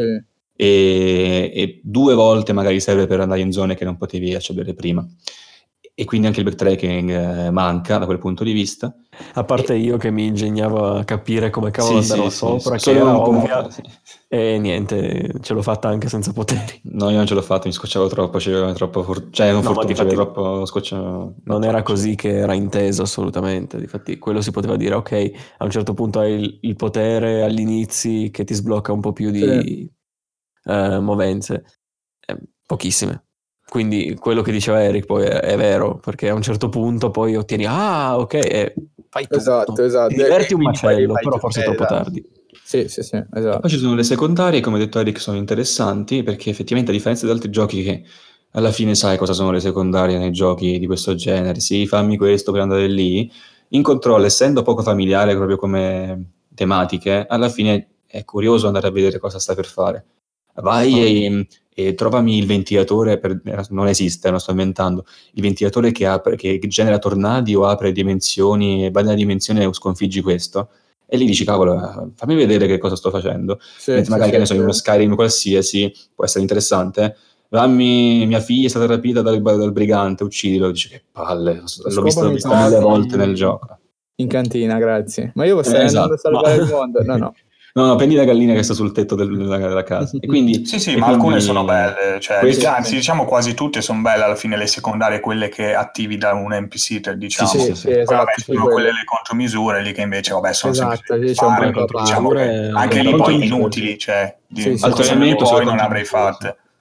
E 2 volte magari serve per andare in zone che non potevi accedere prima. E quindi anche il backtracking manca da quel punto di vista. A parte io che mi ingegnavo a capire come cavolo andavo sopra, che era era ovvia, e niente, ce l'ho fatta anche senza poteri. No, io non ce l'ho fatta, mi scocciavo troppo, c'era troppo troppo scocciavo. Non era così che era inteso assolutamente, difatti quello si poteva dire, ok, a un certo punto hai il potere all'inizio che ti sblocca un po' più di movenze, pochissime. Quindi quello che diceva Eric poi è vero, perché a un certo punto poi ottieni, ok, e fai tutto. Esatto. Ti diverti un macello, però forse è troppo tardi. Sì, esatto. E poi ci sono le secondarie, come ha detto Eric, sono interessanti, perché effettivamente a differenza di altri giochi che alla fine sai cosa sono le secondarie nei giochi di questo genere, sì, fammi questo per andare lì, in Control, essendo poco familiare proprio come tematiche, alla fine è curioso andare a vedere cosa sta per fare. Vai e trovami il ventilatore, non esiste, non sto inventando, il ventilatore che genera tornadi o apre dimensioni, e vai nella dimensione e sconfiggi questo, e lì dici cavolo, fammi vedere che cosa sto facendo. Magari che ne so, in uno Skyrim qualsiasi può essere interessante. Mia figlia è stata rapita dal brigante, uccidilo. Dici che palle, l'ho visto 1000 volte nel gioco. In cantina, grazie. Ma io stai andando a salvare il mondo. No, prendi la gallina che sta sul tetto della casa. E quindi, ma alcune sono belle, cioè, anzi, diciamo quasi tutte sono belle alla fine, le secondarie, quelle che attivi da un NPC, diciamo. Sì, esatto. Sono quelle le contromisure lì che invece, sono semplicemente diciamo che anche lì poi inutili, cioè, altrimenti poi non avrei fatte.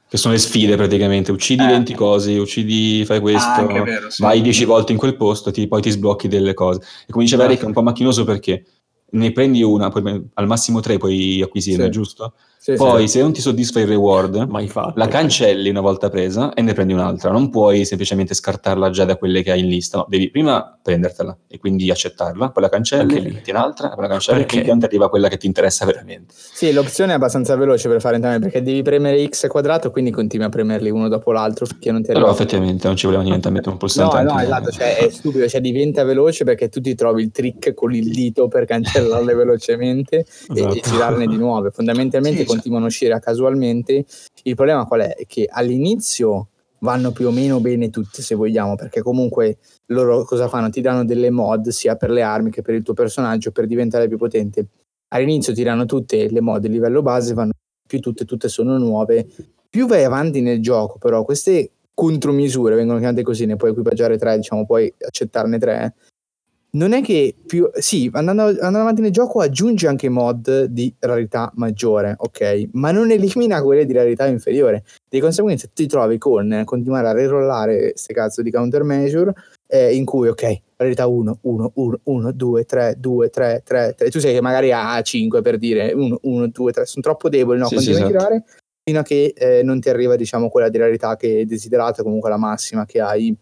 che sono le sfide praticamente, uccidi 20 cose, fai questo, vero, sì. vai 10 volte in quel posto, poi ti sblocchi delle cose. E come diceva Eric, è un po' macchinoso perché ne prendi una, poi al massimo 3 puoi acquisirne, Sì. giusto? Sì, Poi sì. se non ti soddisfa il reward, Mai fatto, la cancelli una volta presa e ne prendi un'altra. Non puoi semplicemente scartarla già da quelle che hai in lista, no, devi prima prendertela e quindi accettarla, poi la cancelli, Anche lì. metti un'altra, poi la cancelli Perché? e finché arriva quella che ti interessa veramente. Sì, l'opzione è abbastanza veloce per fare entrambe, perché devi premere X quadrato, quindi continui a premerli uno dopo l'altro finché non ti arriva. Però effettivamente non ci voleva niente a mettere un pulsante No, anche esatto, cioè è stupido, cioè diventa veloce perché tu ti trovi il trick con il dito per cancellarle velocemente e Esatto. girarne di nuove. Fondamentalmente Sì, continuano a uscire casualmente. Il problema qual è? È che all'inizio vanno più o meno bene tutte, se vogliamo, perché comunque loro cosa fanno? Ti danno delle mod sia per le armi che per il tuo personaggio per diventare più potente. All'inizio ti danno tutte le mod a livello base, vanno più tutte sono nuove. Più vai avanti nel gioco, però queste contromisure vengono chiamate così, ne puoi equipaggiare 3, diciamo, puoi accettarne 3. Non è che più sì, andando avanti nel gioco aggiunge anche mod di rarità maggiore, ok, ma non elimina quelle di rarità inferiore. Di conseguenza ti trovi con continuare a rerollare queste cazzo di countermeasure in cui ok, rarità 1, 1, 1, 1, 2, 3, 2, 3, 3, 3. Tu sai che magari ha 5 per dire 1, 1, 2, 3, sono troppo deboli, no? Sì, Continui a esatto. tirare fino a che non ti arriva, diciamo, quella di rarità che è desiderata, comunque la massima che hai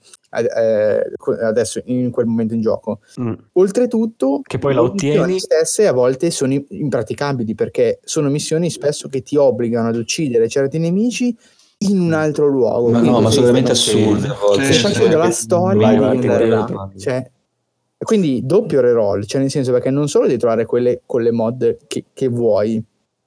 adesso in quel momento in gioco. Oltretutto che poi la le missioni ottieni stesse a volte sono impraticabili perché sono missioni spesso che ti obbligano ad uccidere certi nemici in un altro luogo. Ma Quindi no, ma sono veramente sì. assurde a volte. Sì, stai sì. facendo la Che storia vai devi avanti andare là. indietro. Cioè, quindi doppio reroll, cioè nel senso, perché non solo devi trovare quelle con le mod che vuoi,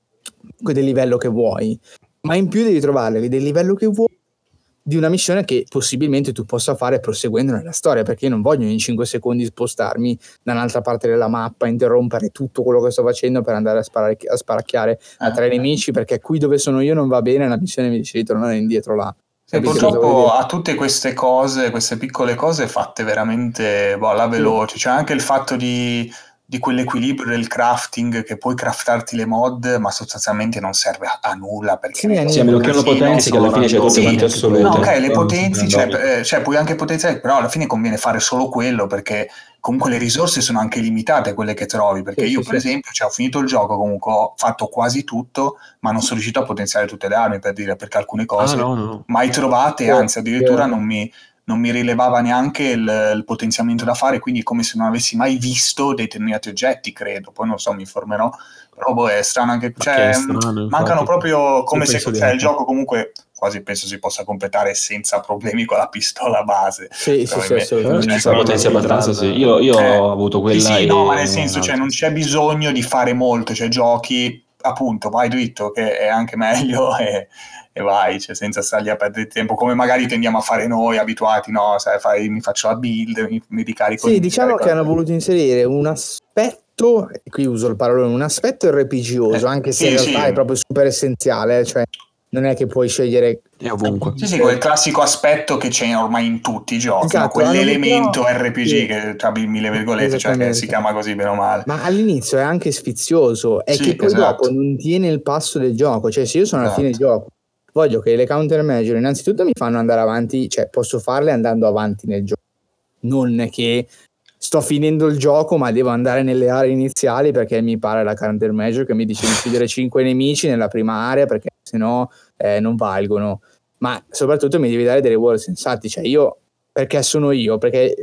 del livello che vuoi, ma in più devi trovarle del livello che vuoi di una missione che possibilmente tu possa fare proseguendo nella storia, perché io non voglio in 5 secondi spostarmi da un'altra parte della mappa, interrompere tutto quello che sto facendo per andare a sparacchiare a 3 nemici, perché qui dove sono io non va bene, la missione mi dice di tornare indietro là. E Capite cosa voglio purtroppo dire? ha tutte queste cose, queste piccole cose fatte veramente alla veloce. C'è anche il fatto di quell'equilibrio del crafting, che puoi craftarti le mod, ma sostanzialmente non serve a nulla, perché Sì, nei Sì, a meno che non lo potenzi, che alla fine c'è tutte Sì, quante assolute. no, ok, le potenzi, Randomiche. cioè puoi anche potenziare, però alla fine conviene fare solo quello, perché comunque le risorse sono anche limitate, quelle che trovi, perché Sì, io sì, per sì. esempio, cioè, ho finito il gioco, comunque ho fatto quasi tutto, ma non sono riuscito a potenziare tutte le armi, per dire, perché alcune cose no. mai trovate, anzi addirittura non mi rilevava neanche il potenziamento da fare, quindi come se non avessi mai visto determinati oggetti, credo. Poi non so, mi informerò, però è strano anche, cioè, è strano, mancano infatti. proprio come Sì, se penso di cioè, il anche. gioco comunque quasi penso si possa completare senza problemi con la pistola base. Sì, assolutamente. Ci sarà potenza abbastanza, sì. Io ho avuto quella sì, e no, ma nel senso, cioè, non altro, sì. c'è bisogno di fare molto, cioè giochi, appunto, vai dritto, che è anche meglio, e vai, cioè, senza stargli a perdere tempo, come magari tendiamo a fare noi, abituati, no? Sai, mi faccio la build, mi ricarico. Sì, diciamo che hanno voluto inserire un aspetto, qui uso il parolone, un aspetto RPGoso, anche se in realtà è proprio super essenziale, cioè non è che puoi scegliere È ovunque. Sì, quel classico aspetto che c'è ormai in tutti i giochi, esatto, no? Quell'elemento però, RPG sì, che tra mille virgolette, cioè che si chiama così bene o male. Ma all'inizio è anche sfizioso, è Sì, che poi dopo non tiene il passo del gioco, cioè se io sono alla fine del gioco, voglio che le countermeasure innanzitutto mi fanno andare avanti, cioè posso farle andando avanti nel gioco, non che sto finendo il gioco ma devo andare nelle aree iniziali perché mi pare la countermeasure che mi dice di uccidere 5 nemici nella prima area perché sennò non valgono, ma soprattutto mi devi dare dei reward sensati, cioè io, perché sono io,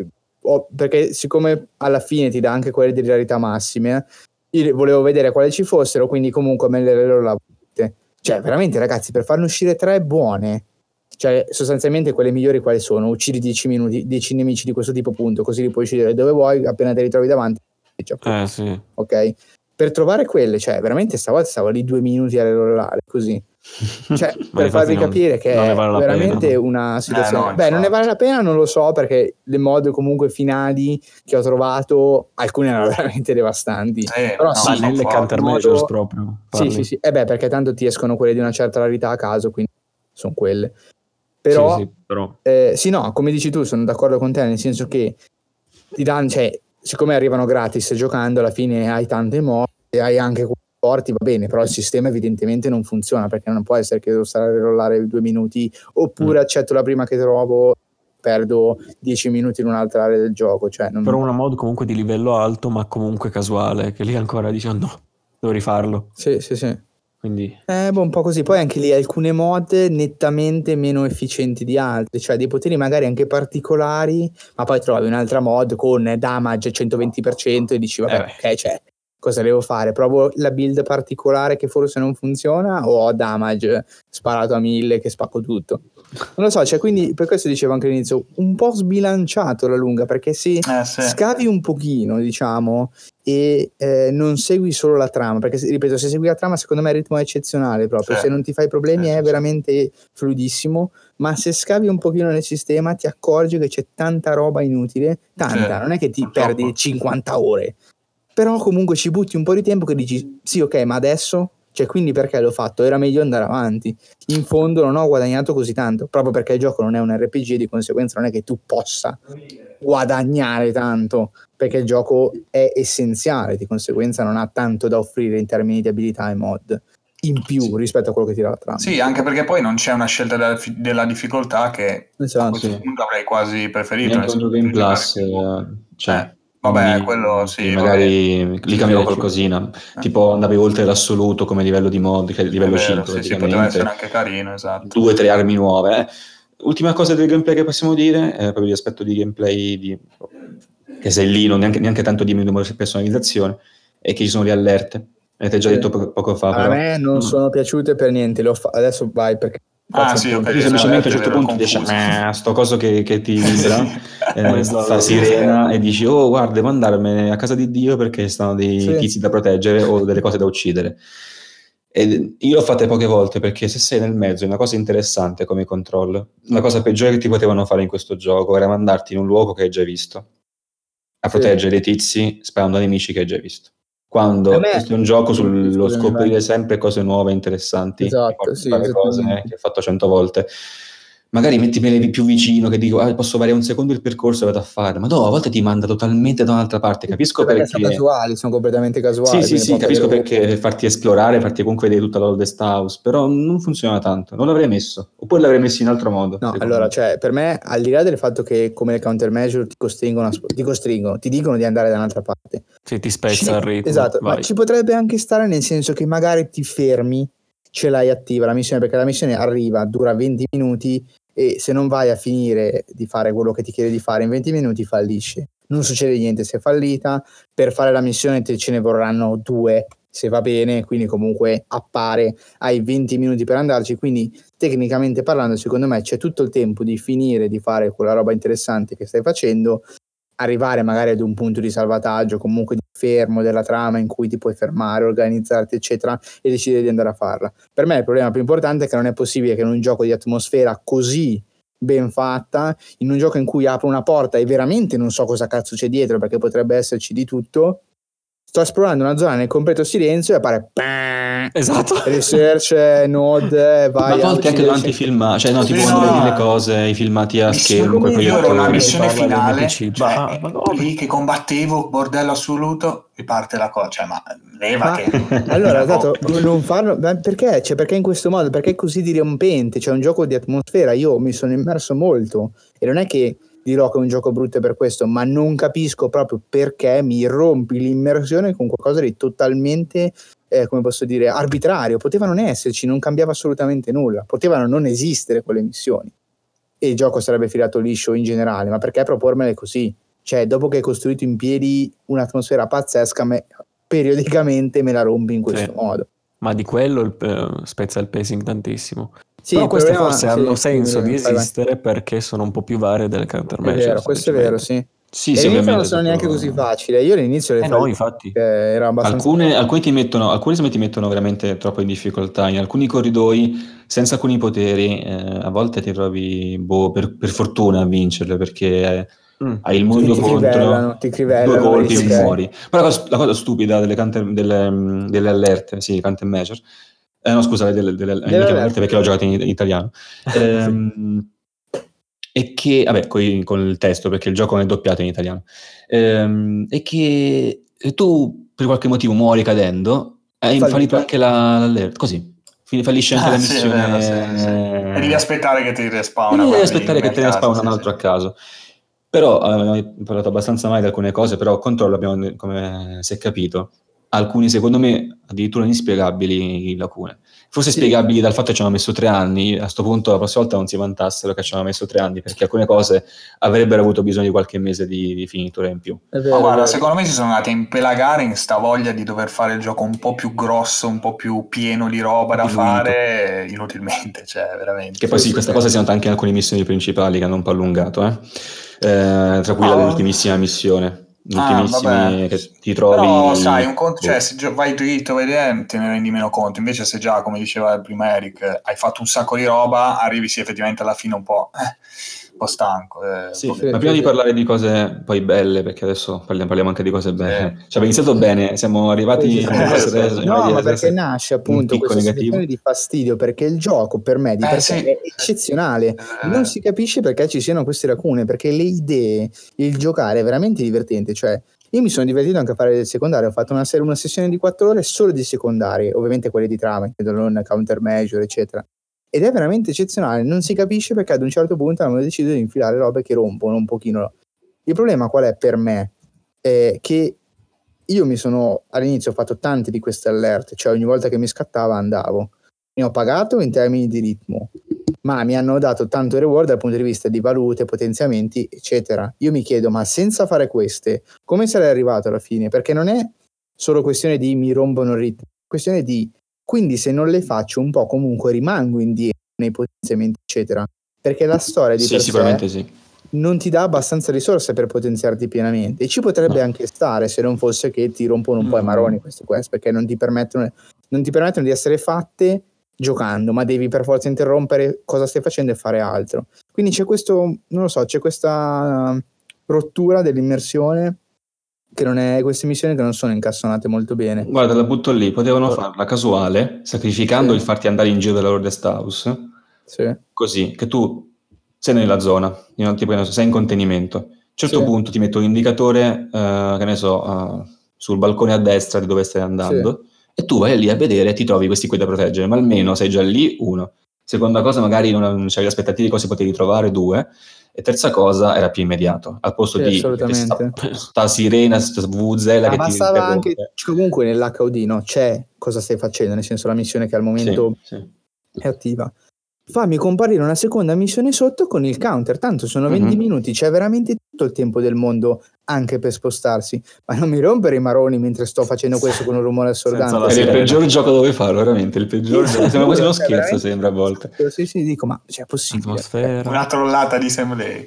perché siccome alla fine ti dà anche quelle di rarità massime, io volevo vedere quali ci fossero, quindi comunque me le ero cioè veramente ragazzi, per farne uscire 3 buone, cioè sostanzialmente quelle migliori quali sono? Uccidi 10 nemici di questo tipo, punto, così li puoi uccidere dove vuoi, appena te li trovi davanti Sì. ok? Per trovare quelle, cioè veramente stavolta stavo lì 2 minuti a rerollare così, cioè per farvi capire che non ne è vale la veramente pena, no? una situazione. No, Beh, non ne vale la pena, non lo so, perché le mod comunque finali che ho trovato, alcune erano veramente devastanti, però no, sì, nelle countermeasures proprio parli. sì, beh, perché tanto ti escono quelle di una certa rarità a caso, quindi sono quelle. Però, sì, però. sì, no, come dici tu, sono d'accordo con te, nel senso che ti danno, cioè, siccome arrivano gratis giocando, alla fine hai tante mod e hai anche porti va bene, però il sistema evidentemente non funziona, perché non può essere che devo stare a rollare 2 minuti, oppure accetto la prima che trovo, perdo 10 minuti in un'altra area del gioco. Cioè, Però una mod comunque di livello alto, ma comunque casuale, che lì ancora dici no, devo rifarlo. Sì. Quindi Un po' così. Poi anche lì alcune mod nettamente meno efficienti di altre, cioè dei poteri magari anche particolari, ma poi trovi un'altra mod con damage 120% e dici vabbè, ok, cioè cosa devo fare? Provo la build particolare che forse non funziona, o ho damage sparato a 1000 che spacco tutto? Non lo so, cioè, quindi per questo dicevo anche all'inizio, un po' sbilanciato alla lunga, perché se scavi un pochino, diciamo, e non segui solo la trama, perché ripeto, se segui la trama secondo me il ritmo è eccezionale proprio, se non ti fai problemi è veramente fluidissimo, ma se scavi un pochino nel sistema ti accorgi che c'è tanta roba inutile, non è che ti perdi 50 ore, però comunque ci butti un po' di tempo che dici sì, ok, ma adesso, cioè, quindi perché l'ho fatto? Era meglio andare avanti. In fondo non ho guadagnato così tanto, proprio perché il gioco non è un RPG, di conseguenza non è che tu possa guadagnare tanto, perché il gioco è essenziale, di conseguenza non ha tanto da offrire in termini di abilità e mod in più rispetto a quello che tira la trama. Sì, anche perché poi non c'è una scelta della difficoltà che a questo punto avrei quasi preferito. Neanche un Game Plus, vabbè, quello sì. Magari lì cambiava qualcosina, tipo andavi oltre l'assoluto come livello di mod, che è livello 5 sì, poteva essere anche carino, esatto. 2-3 armi nuove. Ultima cosa del gameplay che possiamo dire, proprio l'aspetto di gameplay che sei lì, non neanche tanto di personalizzazione, è che ci sono le allerte. Avete già detto poco fa. A me non sono piaciute per niente, adesso vai perché... Okay, semplicemente a un certo punto dici sto coso che ti vibra fa sirena e dici oh guarda, devo andarmene a casa di Dio perché stanno dei tizi da proteggere o delle cose da uccidere. E io l'ho fatte poche volte, perché se sei nel mezzo è una cosa interessante come controllo. La cosa peggiore che ti potevano fare in questo gioco era mandarti in un luogo che hai già visto a proteggere dei tizi sparando a nemici che hai già visto, quando questo è un gioco sullo scoprire sempre cose nuove, interessanti, fare cose che ho fatto 100 volte. Magari mettimele più vicino, che dico posso variare un secondo il percorso e vado a fare, ma no, a volte ti manda totalmente da un'altra parte. Capisco perché sono casuali, sono completamente casuali. Sì, capisco perché farti esplorare, farti comunque vedere tutta l'Oldest House, però non funziona tanto, non l'avrei messo, oppure l'avrei messo in altro modo. No, allora, cioè, per me, al di là del fatto che come le countermeasure ti dicono di andare da un'altra parte. Sì, ti spezza il ritmo. Esatto, ma ci potrebbe anche stare, nel senso che magari ti fermi, ce l'hai attiva la missione, perché la missione arriva, dura 20 minuti e se non vai a finire di fare quello che ti chiede di fare in 20 minuti fallisci. Non succede niente se è fallita, per fare la missione te ce ne vorranno 2 se va bene, quindi comunque appare, hai 20 minuti per andarci, quindi tecnicamente parlando secondo me c'è tutto il tempo di finire di fare quella roba interessante che stai facendo, arrivare magari ad un punto di salvataggio, comunque di fermo della trama in cui ti puoi fermare, organizzarti eccetera e decidere di andare a farla. Per me il problema più importante è che non è possibile che in un gioco di atmosfera così ben fatta, in un gioco in cui apro una porta e veramente non so cosa cazzo c'è dietro, perché potrebbe esserci di tutto, sto esplorando una zona nel completo silenzio e appare esatto, research, node, vai. Ma a volte anche durante i filmati, cioè no, tipo quando vedi le cose, i filmati a schermo, io ero una missione finale, lì che combattevo, bordello assoluto, riparte la cosa, cioè ma levati. Allora, esatto, non farlo, perché? Cioè, perché in questo modo? Perché è così dirompente? C'è un gioco di atmosfera, io mi sono immerso molto e non è che dirò che è un gioco brutto per questo, ma non capisco proprio perché mi rompi l'immersione con qualcosa di totalmente, come posso dire, arbitrario. Poteva non esserci, non cambiava assolutamente nulla, potevano non esistere quelle missioni e il gioco sarebbe filato liscio in generale, ma perché propormele così? Cioè, dopo che hai costruito in piedi un'atmosfera pazzesca, periodicamente me la rompi in questo modo. Ma di quello spezza il pacing tantissimo. Sì, però queste forse hanno senso di esistere perché sono un po' più varie delle countermeasure. È vero, questo è vero, sì. Sì, all'inizio non sono neanche così facile. Io all'inizio no, infatti. Era abbastanza... alcuni ti mettono veramente troppo in difficoltà. In alcuni corridoi, senza alcuni poteri, a volte ti trovi per fortuna a vincerle, perché hai il mondo contro, ti crivellano, 2 colpi e muori. Però la cosa stupida delle allerte, sì, countermeasure, no scusa, delle allerte, perché l'ho giocato in italiano, e che, vabbè, con il testo, perché il gioco non è doppiato in italiano, e che tu per qualche motivo muori cadendo, È infallito anche l'alert, così. Fallisce anche la missione. Sì. E devi aspettare che ti respawna. Devi aspettare che te ne spawna un altro a caso. Però abbiamo parlato abbastanza mai di alcune cose, però controllo abbiamo, come si è capito, alcuni secondo me addirittura inspiegabili lacune. Forse spiegabili dal fatto che ci hanno messo 3 anni, a sto punto la prossima volta non si vantassero che ci hanno messo 3 anni, perché alcune cose avrebbero avuto bisogno di qualche mese di finitura in più. Ma guarda, secondo me si sono andati a impelagare in sta voglia di dover fare il gioco un po' più grosso, un po' più pieno di roba da fare, inutilmente, cioè veramente. Che poi sì, questa cosa si nota anche in alcune missioni principali che hanno un po' allungato, tra cui l'ultimissima missione. Che ti trovi. Però sai, un conto, cioè se vai dritto te ne rendi meno conto. Invece se già, come diceva prima Eric, hai fatto un sacco di roba, arrivi effettivamente alla fine un po' stanco. Ma prima di parlare di cose poi belle, perché adesso parliamo anche di cose belle. Cioè, abbiamo iniziato bene, siamo arrivati ma perché nasce appunto questa situazione di fastidio, perché il gioco per me è eccezionale. Non si capisce perché ci siano queste lacune, perché le idee, il giocare è veramente divertente. Cioè, io mi sono divertito anche a fare del secondario, ho fatto una sessione di 4 ore solo di secondari, ovviamente quelle di trama, non countermeasure, eccetera. Ed è veramente eccezionale, non si capisce perché ad un certo punto hanno deciso di infilare robe che rompono un pochino. Il problema qual è per me? Che io all'inizio ho fatto tante di queste alert, cioè ogni volta che mi scattava andavo. Ne ho pagato in termini di ritmo, ma mi hanno dato tanto reward dal punto di vista di valute, potenziamenti, eccetera. Io mi chiedo, ma senza fare queste, come sarei arrivato alla fine? Perché non è solo questione di mi rompono il ritmo, è questione di quindi se non le faccio un po' comunque rimango indietro nei potenziamenti eccetera, perché la storia di per sé non ti dà abbastanza risorse per potenziarti pienamente, e ci potrebbe anche stare se non fosse che ti rompono un po' i maroni queste perché non ti permettono di essere fatte giocando, ma devi per forza interrompere cosa stai facendo e fare altro. Quindi c'è questo, non lo so, c'è questa rottura dell'immersione che non è, queste missioni che non sono incastonate molto bene. Guarda, la butto lì, potevano farla casuale, sacrificando il farti andare in giro dalla Lordest House, così che tu sei nella zona, tipo, sei in contenimento. A un certo punto ti metto un indicatore, che ne so, sul balcone a destra di dove stai andando, e tu vai lì a vedere e ti trovi questi qui da proteggere, ma almeno sei già lì, 1. Seconda cosa, magari non c'avevi aspettative di cosa potevi trovare, 2. E terza cosa, era più immediato, al posto di sta sirena, sta vuvuzela che ti bastava anche, comunque nell'HUD c'è cosa stai facendo, nel senso la missione che al momento è attiva. Fammi comparire una seconda missione sotto con il counter, tanto sono 20 minuti, c'è veramente tutto il tempo del mondo anche per spostarsi, ma non mi rompere i maroni mentre sto facendo questo con un rumore assordante. È il peggior gioco dove farlo, veramente, il peggior gioco, sembra quasi uno scherzo, sembra a volte. Sì, dico, ma c'è possibile. Una trollata di Sam Lake.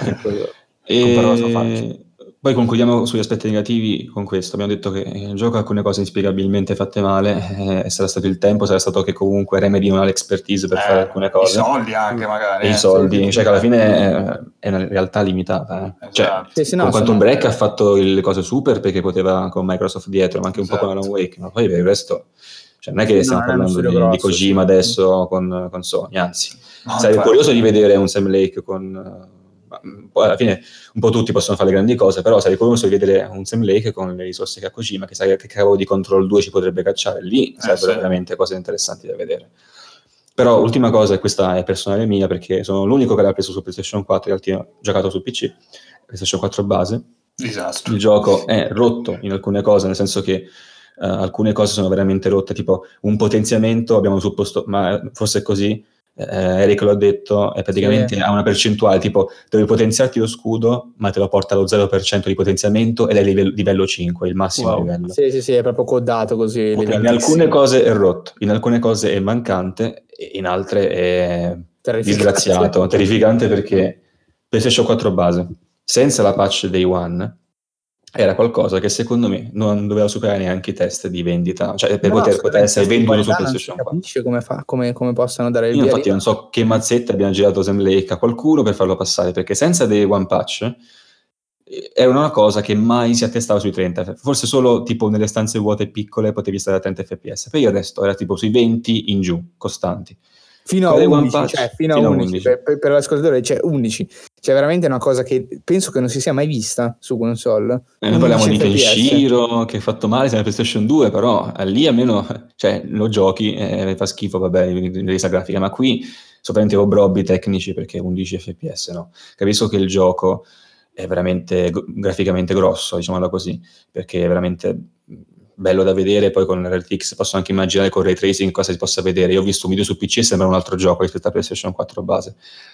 Poi concludiamo sugli aspetti negativi con questo. Abbiamo detto che il gioco ha alcune cose inspiegabilmente fatte male, sarà stato il tempo, sarà stato che comunque Remedy non ha l'expertise per fare alcune cose. I soldi anche magari. I soldi, cioè che alla fine è una realtà limitata. Con Quantum Break ha fatto le cose super perché poteva con Microsoft dietro, ma anche un po' con Alan Wake, ma poi per il resto... Cioè, non è che stiamo parlando di Kojima adesso con Sony, anzi. Sarei curioso di vedere un Sam Lake con... Poi alla fine un po' tutti possono fare le grandi cose, però sarei curioso di vedere un Sam Lake con le risorse che ha Kojima, che sai che cavolo di Control 2 ci potrebbe cacciare, lì sarebbero veramente cose interessanti da vedere. Però ultima cosa, e questa è personale mia perché sono l'unico che l'ha preso su PlayStation 4, in realtà ho giocato su PC, PlayStation 4 base. Disastro. Il gioco è rotto in alcune cose, nel senso che alcune cose sono veramente rotte, tipo un potenziamento, abbiamo supposto, ma forse è così, Eric lo ha detto, è praticamente ha una percentuale, tipo devi potenziarti lo scudo, ma te lo porta allo 0% di potenziamento ed è livello 5, il massimo livello. Sì, è proprio codato così. In alcune cose è rotto, in alcune cose è mancante, e in altre è disgraziato, terrificante, perché PlayStation 4 base, senza la patch Day One, era qualcosa che secondo me non doveva superare neanche i test di vendita, cioè per poter essere venduto su PlayStation 4. Non capisce come possano dare il via. Io infatti non so che mazzette abbiano girato Sam Lake a qualcuno per farlo passare, perché senza Day One patch era una cosa che mai si attestava sui 30, forse solo tipo nelle stanze vuote piccole potevi stare a 30 fps, per il resto era tipo sui 20 in giù, costanti. fino a 11, cioè fino a 11. Per l'ascoltatore c'è 11. Cioè veramente una cosa che penso che non si sia mai vista su console. Noi parliamo di Kenshiro che ha fatto male nella PlayStation 2, però lì almeno cioè, lo giochi e fa schifo, vabbè, in resa grafica, ma qui solamente obrobbi tecnici perché 11 fps, no? Capisco che il gioco è veramente graficamente grosso, diciamola così, perché è veramente bello da vedere. Poi con RTX posso anche immaginare con Ray Tracing cosa si possa vedere. Io ho visto un video su PC e sembra un altro gioco rispetto a PlayStation 4 base.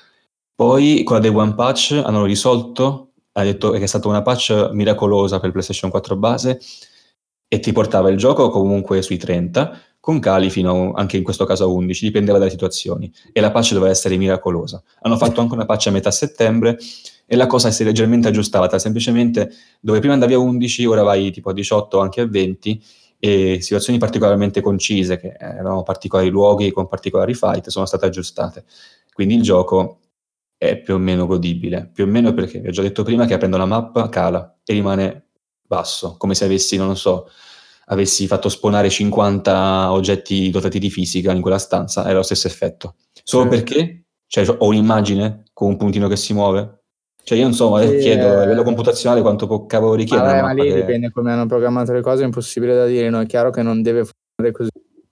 Poi con la Day One Patch hanno risolto, ha detto che è stata una patch miracolosa per PlayStation 4 base e ti portava il gioco comunque sui 30, con cali fino anche in questo caso a 11, dipendeva dalle situazioni, e la patch doveva essere miracolosa. Hanno fatto anche una patch a metà settembre e la cosa si è leggermente aggiustata, semplicemente dove prima andavi a 11 ora vai tipo a 18 anche a 20, e situazioni particolarmente concise che erano particolari luoghi con particolari fight sono state aggiustate, quindi il gioco è più o meno godibile, più o meno perché vi ho già detto prima che aprendo la mappa cala e rimane basso, come se avessi, non lo so, avessi fatto spawnare 50 oggetti dotati di fisica in quella stanza, era lo stesso effetto. Solo perché ho un'immagine con un puntino che si muove. Cioè io non so, chiedo a livello computazionale quanto può cavolo richiede. Ma lì dipende come hanno programmato le cose, è impossibile da dire, no? È chiaro che non deve funzionare così.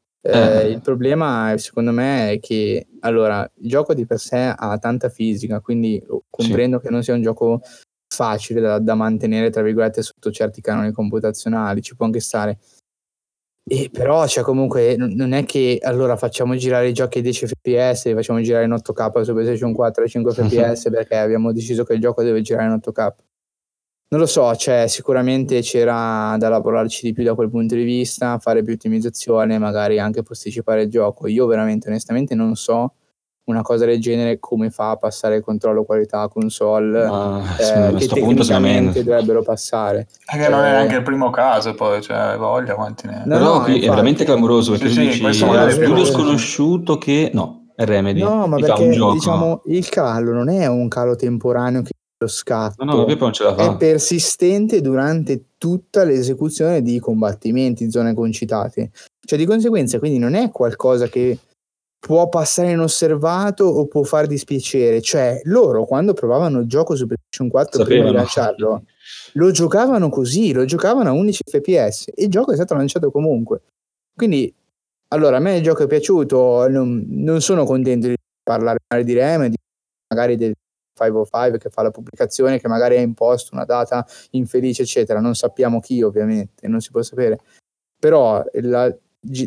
Il problema secondo me è che allora il gioco di per sé ha tanta fisica, quindi comprendo che non sia un gioco facile da mantenere tra virgolette sotto certi canoni computazionali, ci può anche stare, e però cioè comunque non è che allora facciamo girare i giochi a 10 fps, li facciamo girare in 8K su PlayStation 4 a 5 fps perché abbiamo deciso che il gioco deve girare in 8K. Non lo so, cioè sicuramente c'era da lavorarci di più da quel punto di vista, fare più ottimizzazione, magari anche posticipare il gioco. Io veramente onestamente non so una cosa del genere come fa a passare il controllo qualità console che tecnicamente dovrebbero passare. Perché non è neanche il primo caso, poi cioè voglia quanti ne. Però qui è veramente clamoroso perché sì, questo magari è studio sconosciuto che è Remedy. No, ma perché diciamo il calo non è un calo temporaneo che lo scatto, non ce la fa. È persistente durante tutta l'esecuzione di combattimenti, zone concitate, cioè di conseguenza quindi non è qualcosa che può passare inosservato o può far dispiacere. Cioè loro quando provavano il gioco su PlayStation 4 prima di lanciarlo lo giocavano così, lo giocavano a 11 fps e il gioco è stato lanciato comunque. Quindi allora a me il gioco è piaciuto, non sono contento di parlare di Remedy, magari del 505 che fa la pubblicazione, che magari ha imposto una data infelice eccetera, non sappiamo chi ovviamente, non si può sapere, però la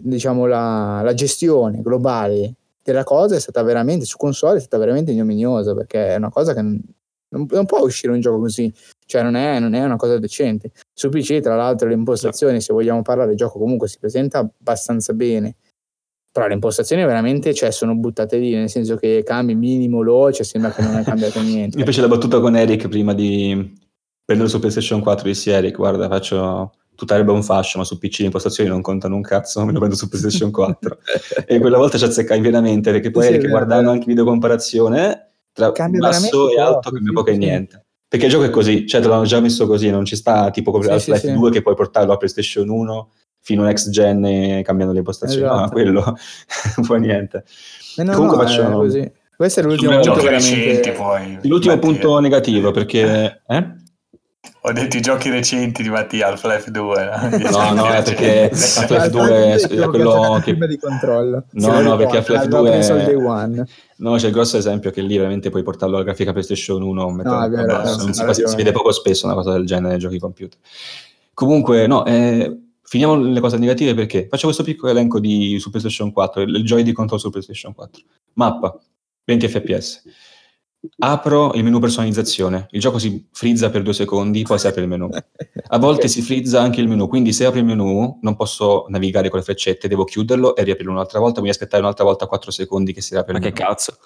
gestione globale della cosa è stata veramente, su console è stata veramente ignominiosa, perché è una cosa che non può uscire un gioco così, cioè non è una cosa decente. Su PC tra l'altro le impostazioni, se vogliamo parlare, il gioco comunque si presenta abbastanza bene, però le impostazioni veramente sono buttate lì, nel senso che cambi minimo low, sembra che non è cambiato niente. Mi piace la battuta con Eric prima di prendere su PlayStation 4, dissi Eric guarda faccio tutta erba un fascio, ma su PC le impostazioni non contano un cazzo, me lo prendo su PlayStation 4 e quella volta ci azzeccai veramente, perché poi Eric guardando anche video comparazione tra basso e alto cambia poco e niente, perché il gioco è così, cioè te l'hanno già messo così, non ci sta tipo come Half-Life 2 che puoi portarlo a PlayStation 1 fino a next gen cambiando le impostazioni, ma quello non fa niente. Comunque faccio così. Questo è l'ultimo punto veramente. L'ultimo punto negativo, perché ho detto i giochi recenti di Mattia, Half-Life 2. No, è perché Half-Life 2 è quello che prima di controllo. No, perché Half-Life 2 Day One. No, c'è il grosso esempio che lì veramente puoi portarlo alla grafica PlayStation 1 si vede poco spesso una cosa del genere nei giochi computer. Comunque, finiamo le cose negative perché faccio questo piccolo elenco su PlayStation 4, il joy di control su PlayStation 4. Mappa, 20 fps. Apro il menu personalizzazione, il gioco si frizza per 2 secondi, poi si apre il menu. A volte si frizza anche il menu, quindi se apro il menu non posso navigare con le freccette, devo chiuderlo e riaprirlo un'altra volta, quindi aspettare un'altra volta 4 secondi che si riapre il menu. Ma che cazzo?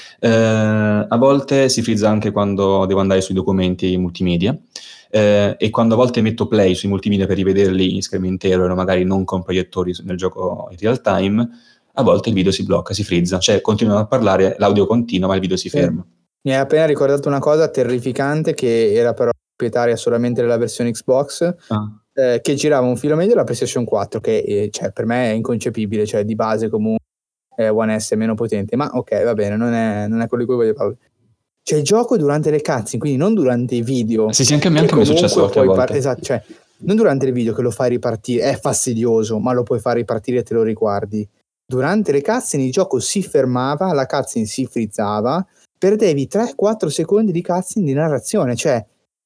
A volte si frizza anche quando devo andare sui documenti multimedia, e quando a volte metto play sui multimedia per rivederli in schermo intero e magari non con proiettori nel gioco in real time, a volte il video si blocca, si frizza, cioè continuano a parlare, l'audio continua ma il video si ferma. Mi hai appena ricordato una cosa terrificante che era però proprietaria solamente della versione Xbox, che girava un filo medio della PlayStation 4, che per me è inconcepibile, cioè di base comunque One S è meno potente, ma ok, va bene, non è quello di cui voglio parlare. C'è il gioco durante le cutscene, quindi non durante i video. Sì, anche a me è successo qualche volta. Esatto, cioè non durante il video che lo fai ripartire, è fastidioso, ma lo puoi far ripartire e te lo riguardi. Durante le cutscene il gioco si fermava, la cutscene si frizzava, perdevi 3-4 secondi di cutscene di narrazione, cioè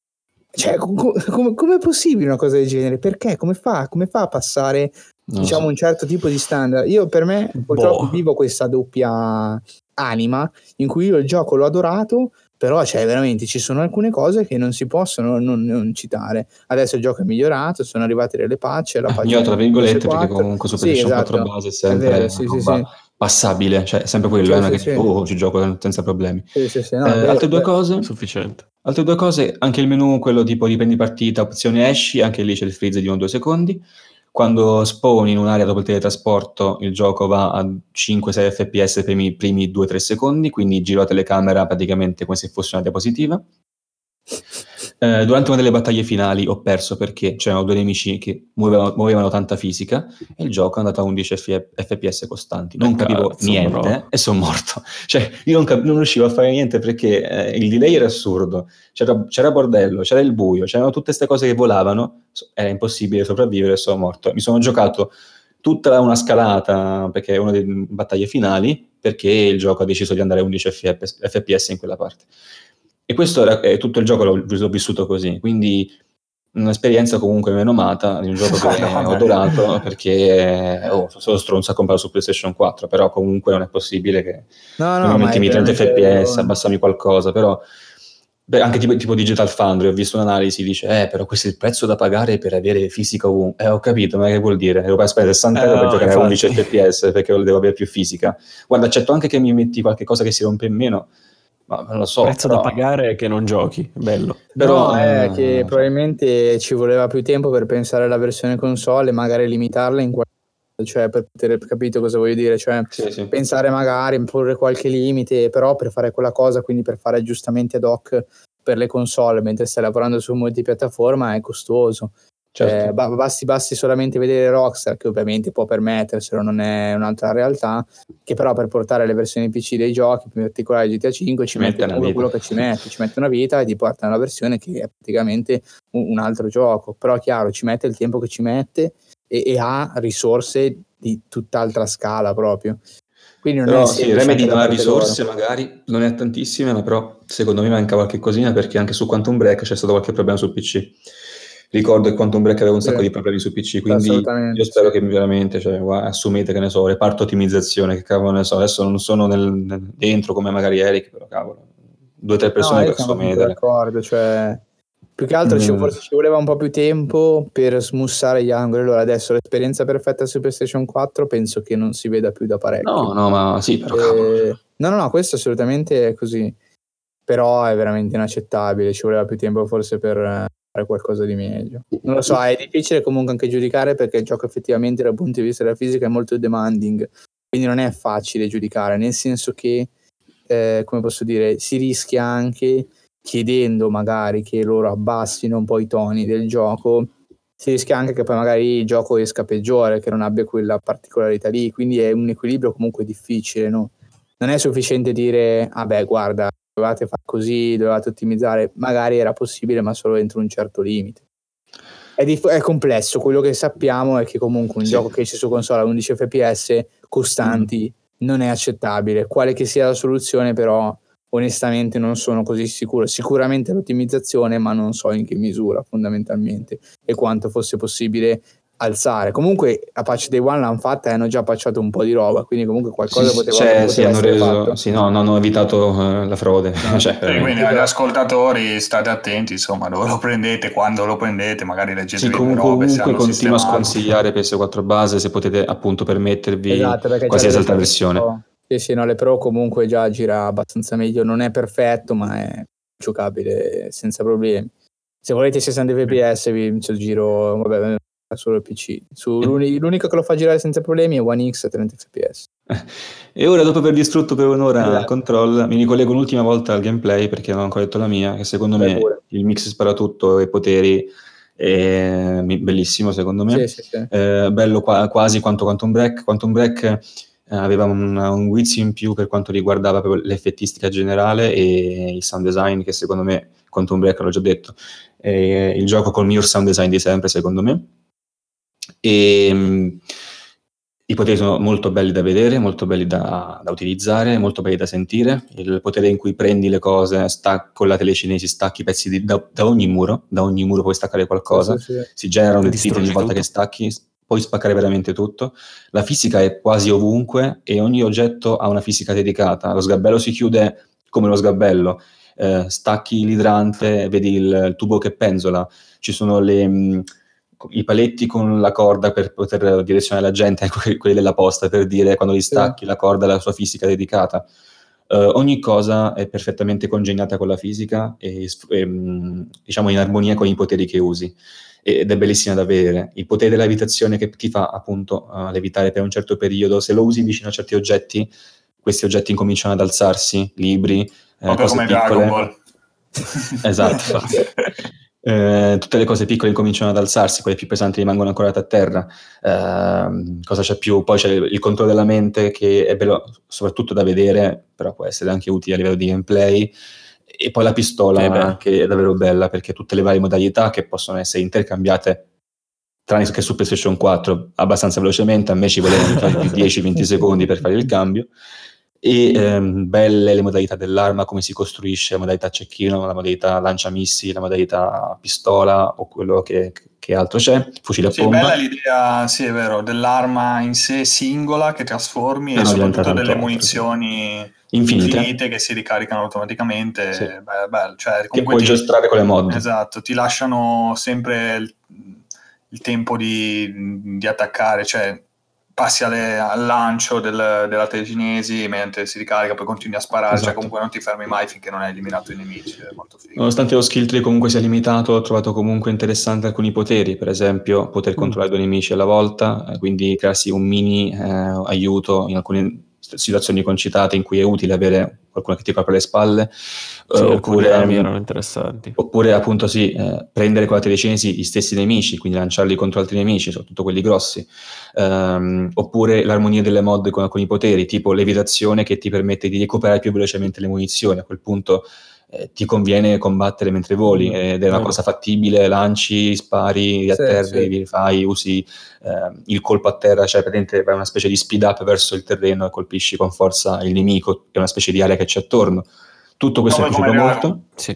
come è possibile una cosa del genere? Perché? Come fa a passare un certo tipo di standard? Io per me purtroppo vivo questa doppia anima in cui io il gioco l'ho adorato, però veramente ci sono alcune cose che non si possono non citare. Adesso il gioco è migliorato, sono arrivate delle patch, io tra virgolette, perché comunque su PlayStation 4 base è sempre passabile, cioè sempre quello, non è che ci gioco senza problemi. Altre due cose sufficiente. Altre due cose, anche il menu, quello tipo riprendi partita, opzione esci, anche lì c'è il freeze di 1-2 secondi. Quando spawni in un'area dopo il teletrasporto, il gioco va a 5-6 fps per i primi 2-3 secondi, quindi giro la telecamera praticamente come se fosse una diapositiva. Durante una delle battaglie finali ho perso perché c'erano due nemici che muovevano tanta fisica e il gioco è andato a 11 fps costanti. Non capivo niente e sono morto. Cioè, io non riuscivo a fare niente perché il delay era assurdo. C'era bordello, c'era il buio, c'erano tutte queste cose che volavano. Era impossibile sopravvivere e sono morto. Mi sono giocato tutta una scalata perché è una delle battaglie finali, perché il gioco ha deciso di andare a 11 fps in quella parte. E questo è tutto il gioco, l'ho vissuto così, quindi un'esperienza comunque menomata di un gioco che ho adorato, perché sono stronzo a comprare su PlayStation 4, però comunque non è possibile che mi mettimi 30 fps, abbassami qualcosa, però anche tipo Digital Foundry, ho visto un'analisi, dice però questo è il prezzo da pagare per avere fisica ovunque. Ho capito, ma che vuol dire? Devo spendere 60 euro per giocare a 11 fps perché devo avere più fisica. Guarda, accetto anche che mi metti qualche cosa che si rompe in meno, ma non lo so. Prezzo da pagare che non giochi, bello. Però è che probabilmente ci voleva più tempo per pensare alla versione console e magari limitarla in cioè per poter capito cosa voglio dire, cioè sì. Pensare magari imporre qualche limite, però per fare quella cosa, quindi per fare aggiustamenti ad hoc per le console mentre stai lavorando su multipiattaforma è costoso. Certo. Basti solamente vedere Rockstar, che ovviamente può permetterselo, non è un'altra realtà, che però per portare le versioni PC dei giochi, in particolare GTA 5, ci mette quello che ci mette una vita e ti porta una versione che è praticamente un altro gioco, però chiaro, ci mette il tempo che ci mette e ha risorse di tutt'altra scala proprio. Quindi non però è sì, Remedy non ha risorse magari, non è tantissime, ma però secondo me manca qualche cosina, perché anche su Quantum Break c'è stato qualche problema sul PC. Ricordo che Quantum Break aveva un sacco di problemi su PC, quindi io spero che veramente assumete, che ne so, reparto ottimizzazione, che cavolo ne so, adesso non sono dentro come magari Eric, però cavolo, 2 o 3 persone che assumete. D'accordo, cioè più che altro forse ci voleva un po' più tempo per smussare gli angoli. Allora adesso l'esperienza perfetta su PlayStation 4 penso che non si veda più da parecchio. No, ma sì, però cavolo. No, questo assolutamente è così, però è veramente inaccettabile, ci voleva più tempo forse per fare qualcosa di meglio. Non lo so, è difficile comunque anche giudicare perché il gioco effettivamente dal punto di vista della fisica è molto demanding, quindi non è facile giudicare, nel senso che come posso dire, si rischia anche, chiedendo magari che loro abbassino un po' i toni del gioco, si rischia anche che poi magari il gioco esca peggiore, che non abbia quella particolarità lì, quindi è un equilibrio comunque difficile, no? Non è sufficiente dire guarda, dovevate fare così, dovevate ottimizzare, magari era possibile ma solo entro un certo limite. È complesso, quello che sappiamo è che comunque un gioco che esce su console a 11 fps costanti non è accettabile, quale che sia la soluzione però onestamente non sono così sicuro. Sicuramente l'ottimizzazione, ma non so in che misura fondamentalmente e quanto fosse possibile alzare. Comunque a patch day one l'hanno fatta e hanno già patchato un po' di roba, quindi comunque qualcosa poteva essere fatto. Hanno evitato la frode. Quindi agli ascoltatori state attenti, insomma, dove lo prendete, quando lo prendete, magari leggete le robe. Comunque continuo a sconsigliare PS4 base se potete appunto permettervi qualsiasi altra versione. Sì, no, le Pro comunque già gira abbastanza meglio, non è perfetto ma è giocabile senza problemi. Se volete 60 fps vi giro solo il PC. L'unico che lo fa girare senza problemi è One X a 30 fps. E ora, dopo aver distrutto per un'ora Control, mi ricollego un'ultima volta al gameplay perché non ho ancora detto la mia, che secondo me il mix spara tutto e poteri è bellissimo secondo me. Sì. Bello quasi quanto Quantum Break. aveva un guizzo in più per quanto riguardava proprio l'effettistica generale e il sound design, che secondo me, Quantum Break l'ho già detto, è il gioco col miglior sound design di sempre, secondo me. E i poteri sono molto belli da vedere, molto belli da utilizzare, molto belli da sentire. Il potere in cui prendi le cose, con la telecinesi stacchi pezzi da ogni muro puoi staccare qualcosa, Sì. si generano dei Distruggi titoli ogni volta tutto. che stacchi, puoi spaccare veramente tutto. La fisica è quasi ovunque e ogni oggetto ha una fisica dedicata. Lo sgabello si chiude come lo sgabello, stacchi l'idrante, vedi il tubo che penzola, ci sono i paletti con la corda per poter direzionare la gente, quelli della posta, per dire quando li stacchi la corda ha la sua fisica dedicata. Ogni cosa è perfettamente congegnata con la fisica e diciamo in armonia con i poteri che usi, ed è bellissima da vedere. Il potere della levitazione che ti fa appunto levitare per un certo periodo, se lo usi vicino a certi oggetti, questi oggetti incominciano ad alzarsi, libri, proprio cose come piccole. Dragon Ball. Esatto. Tutte le cose piccole incominciano ad alzarsi, quelle più pesanti rimangono ancorate a terra. Cosa c'è più? Poi c'è il controllo della mente, che è bello soprattutto da vedere, però può essere anche utile a livello di gameplay. E poi la pistola, che è davvero bella, perché tutte le varie modalità che possono essere intercambiate, tranne che su PlayStation 4 abbastanza velocemente, a me ci volevano 10-20 secondi per fare il cambio. E belle le modalità dell'arma, come si costruisce, la modalità cecchino, la modalità lanciamissili, la modalità pistola o quello che altro c'è, fucile a pompa. Bella l'idea, sì è vero, dell'arma in sé singola che trasformi e soprattutto delle munizioni infinite che si ricaricano automaticamente. Sì. Bello, cioè, che puoi giostrare con le mod. Esatto, ti lasciano sempre il tempo di attaccare, cioè passi al lancio della telecinesi mentre si ricarica, poi continui a sparare, esatto. Cioè comunque non ti fermi mai finché non hai eliminato i nemici, è molto figo. Nonostante lo skill tree comunque sia limitato, ho trovato comunque interessante alcuni poteri, per esempio poter controllare due nemici alla volta, quindi crearsi un mini aiuto in alcune situazioni concitate in cui è utile avere qualcuno che ti copre le spalle. Sì, alcune armi erano interessanti. Oppure appunto prendere con la telecinesi gli stessi nemici, quindi lanciarli contro altri nemici, soprattutto quelli grossi. Oppure l'armonia delle mod con alcuni poteri, tipo levitazione, che ti permette di recuperare più velocemente le munizioni. A quel punto ti conviene combattere mentre voli, ed è una cosa fattibile, lanci, spari, atterri, fai, usi il colpo a terra, cioè praticamente fai una specie di speed up verso il terreno e colpisci con forza il nemico, è una specie di area che c'è attorno. Tutto questo mi è piaciuto molto. Sì.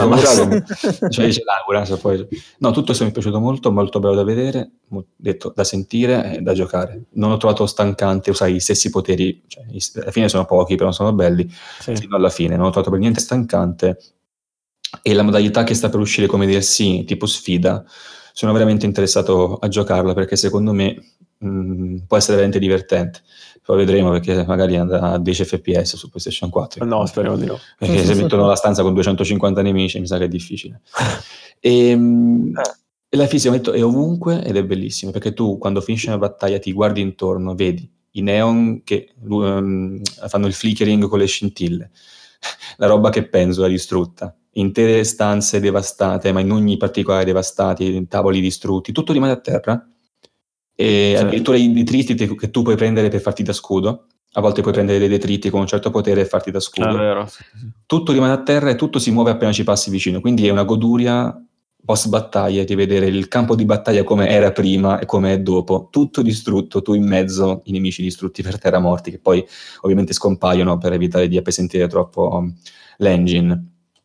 Cioè dice Laura, no, tutto questo mi è piaciuto molto, molto bello da vedere, detto da sentire e da giocare. Non ho trovato stancante usare gli stessi poteri, cioè, alla fine sono pochi, però sono belli, fino alla fine non ho trovato per niente stancante. E la modalità che sta per uscire come DLC, tipo sfida, sono veramente interessato a giocarla, perché secondo me può essere veramente divertente. Poi vedremo, perché magari andrà a 10 fps su PlayStation 4. No, speriamo di no. Perché se mettono la stanza con 250 nemici mi sa che è difficile. E la fisica è ovunque ed è bellissimo, perché tu quando finisci una battaglia ti guardi intorno, vedi i neon che fanno il flickering con le scintille, la roba che penzola distrutta, intere stanze devastate, ma in ogni particolare devastati, tavoli distrutti, tutto rimane a terra. E addirittura i detriti che tu puoi prendere per farti da scudo, a volte puoi prendere dei detriti con un certo potere e farti da scudo. Vero. Tutto rimane a terra e tutto si muove appena ci passi vicino, quindi è una goduria post battaglia di vedere il campo di battaglia come era prima e come è dopo, tutto distrutto, tu in mezzo, i nemici distrutti per terra, morti, che poi ovviamente scompaiono per evitare di appesantire troppo l'engine.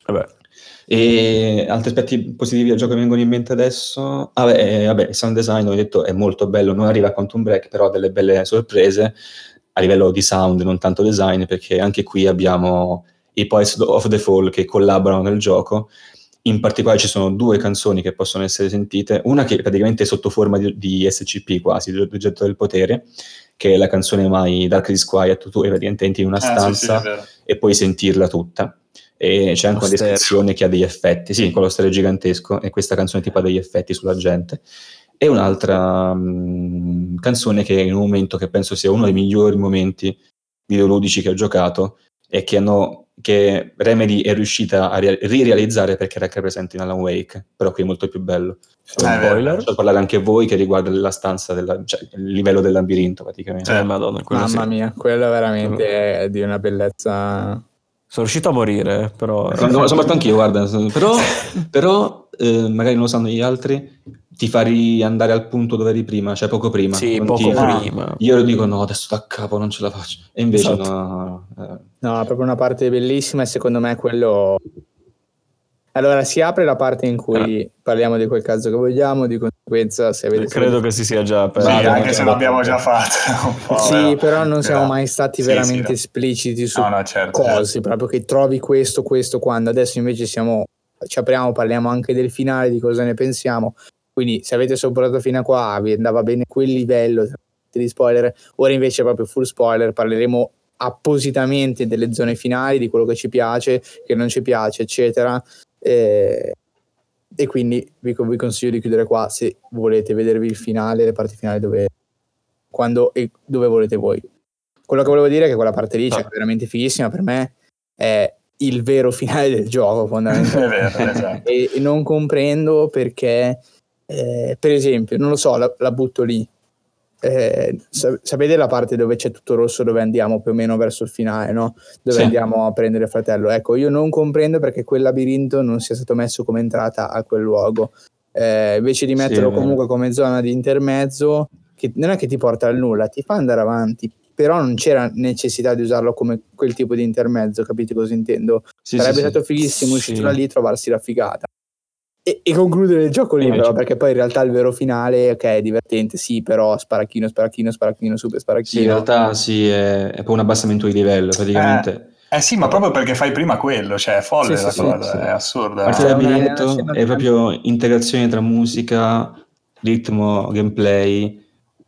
E altri aspetti positivi del gioco che vengono in mente adesso, il sound design, ho detto, è molto bello, non arriva a Quantum Break, però ha delle belle sorprese a livello di sound, non tanto design, perché anche qui abbiamo i Poets of the Fall che collaborano nel gioco. In particolare ci sono due canzoni che possono essere sentite, una che praticamente è sotto forma di SCP quasi, l'oggetto del potere, che è la canzone My Dark Disquiet, tu praticamente entri in una stanza e puoi sentirla tutta. E c'è anche una descrizione che ha degli effetti, con lo stereo gigantesco, e questa canzone tipo ha degli effetti sulla gente. E un'altra canzone che in un momento che penso sia uno dei migliori momenti videoludici che ho giocato, e che hanno che Remedy è riuscita a rirealizzare perché era presente in Alan Wake, però qui è molto più bello. Spoiler. Per parlare anche voi che riguarda la stanza, cioè il livello del labirinto praticamente. Madonna, mamma mia, quello veramente è di una bellezza. Sono riuscito a morire, però... Sono morto anch'io, guarda. Però magari non lo sanno gli altri, ti fa riandare al punto dove eri prima, cioè poco prima. Sì, poco prima. Io lo dico, no, adesso da capo non ce la faccio. E invece Esatto. No, è proprio una parte bellissima e secondo me quello... Allora, si apre la parte in cui parliamo di quel caso che vogliamo, di conseguenza se avete... Credo che si sia già aperto. Sì, anche se l'abbiamo già fatto. Sì, però non siamo mai stati veramente espliciti su cose, proprio che trovi questo quando. Adesso invece ci apriamo, parliamo anche del finale, di cosa ne pensiamo. Quindi se avete sopportato fino a qua, vi andava bene quel livello di spoiler. Ora invece proprio full spoiler, parleremo appositamente delle zone finali, di quello che ci piace, che non ci piace, eccetera. E quindi vi consiglio di chiudere qua se volete vedervi il finale, le parti finali quando e dove volete voi. Quello che volevo dire è che quella parte lì è veramente fighissima, per me è il vero finale del gioco fondamentalmente. È vero, esatto. E non comprendo perché per esempio, non lo so, la butto lì. Sapete la parte dove c'è tutto rosso, dove andiamo più o meno verso il finale, no? Dove andiamo a prendere il fratello. Ecco, io non comprendo perché quel labirinto non sia stato messo come entrata a quel luogo, invece di metterlo comunque come zona di intermezzo, che non è che ti porta al nulla, ti fa andare avanti, però non c'era necessità di usarlo come quel tipo di intermezzo, capite cosa intendo? Sarebbe stato fighissimo uscito da lì, trovarsi la figata e concludere il gioco lì, però, perché poi in realtà il vero finale, ok, è divertente, sì, però sparacchino, super sparacchino. Sì, in realtà sì, è proprio un abbassamento di livello, praticamente. Sì, ma proprio perché fai prima quello, cioè è folle la cosa, è assurda. A parte il labirinto è proprio integrazione tra musica, ritmo, gameplay,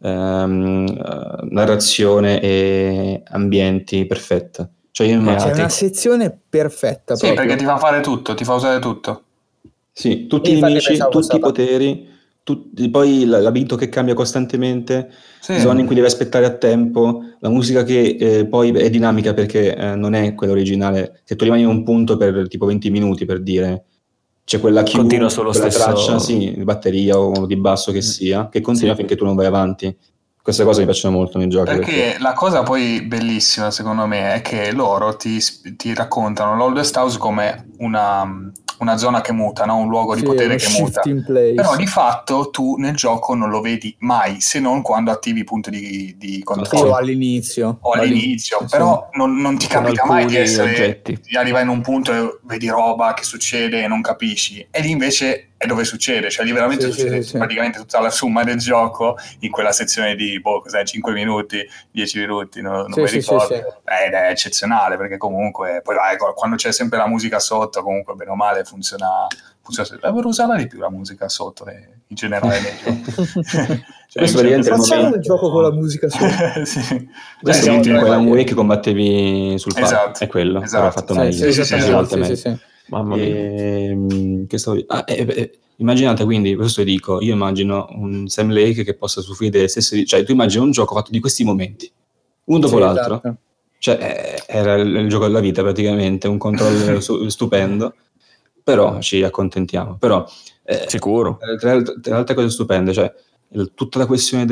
narrazione e ambienti perfetta. Cioè c'è una sezione perfetta. Sì, perché ti fa fare tutto, ti fa usare tutto. Sì, tutti i nemici, tutti i poteri, poi labirinto che cambia costantemente, zone in cui devi aspettare a tempo, la musica che poi è dinamica perché non è quella originale. Se tu rimani in un punto per tipo 20 minuti, per dire, c'è quella cue, continua sullo quella stesso... traccia, di batteria o di basso che sia, che continua finché tu non vai avanti. Queste cose mi piacciono molto nei giochi. Perché la cosa poi bellissima secondo me è che loro ti raccontano l'Old West House come una zona che muta, no? Un luogo di potere che muta. Però di fatto tu nel gioco non lo vedi mai, se non quando attivi i punti di controllo. O all'inizio. Però non ti capita mai di arrivare in un punto e vedi roba che succede e non capisci. E lì invece è dove succede, cioè lì veramente succede praticamente tutta la somma del gioco in quella sezione di 5 minuti, 10 minuti, non mi ricordo. Ed è eccezionale perché comunque poi quando c'è sempre la musica sotto, comunque bene o male funziona. Dovrei usarla di più la musica sotto in generale nei giochi. Facciamo il gioco con la musica sotto. Questo è l'ultimo Alan Wake che combattevi sul palco, è quello, era fatto meglio. Sì. Mamma mia. Immaginate, quindi questo dico, io immagino un Sam Lake che possa soffrire delle stesse, cioè tu immagini un gioco fatto di questi momenti uno dopo l'altro, cioè era il gioco della vita praticamente, un controllo stupendo, però ci accontentiamo. Però sicuro, tra le altre cose stupende, cioè tutta la questione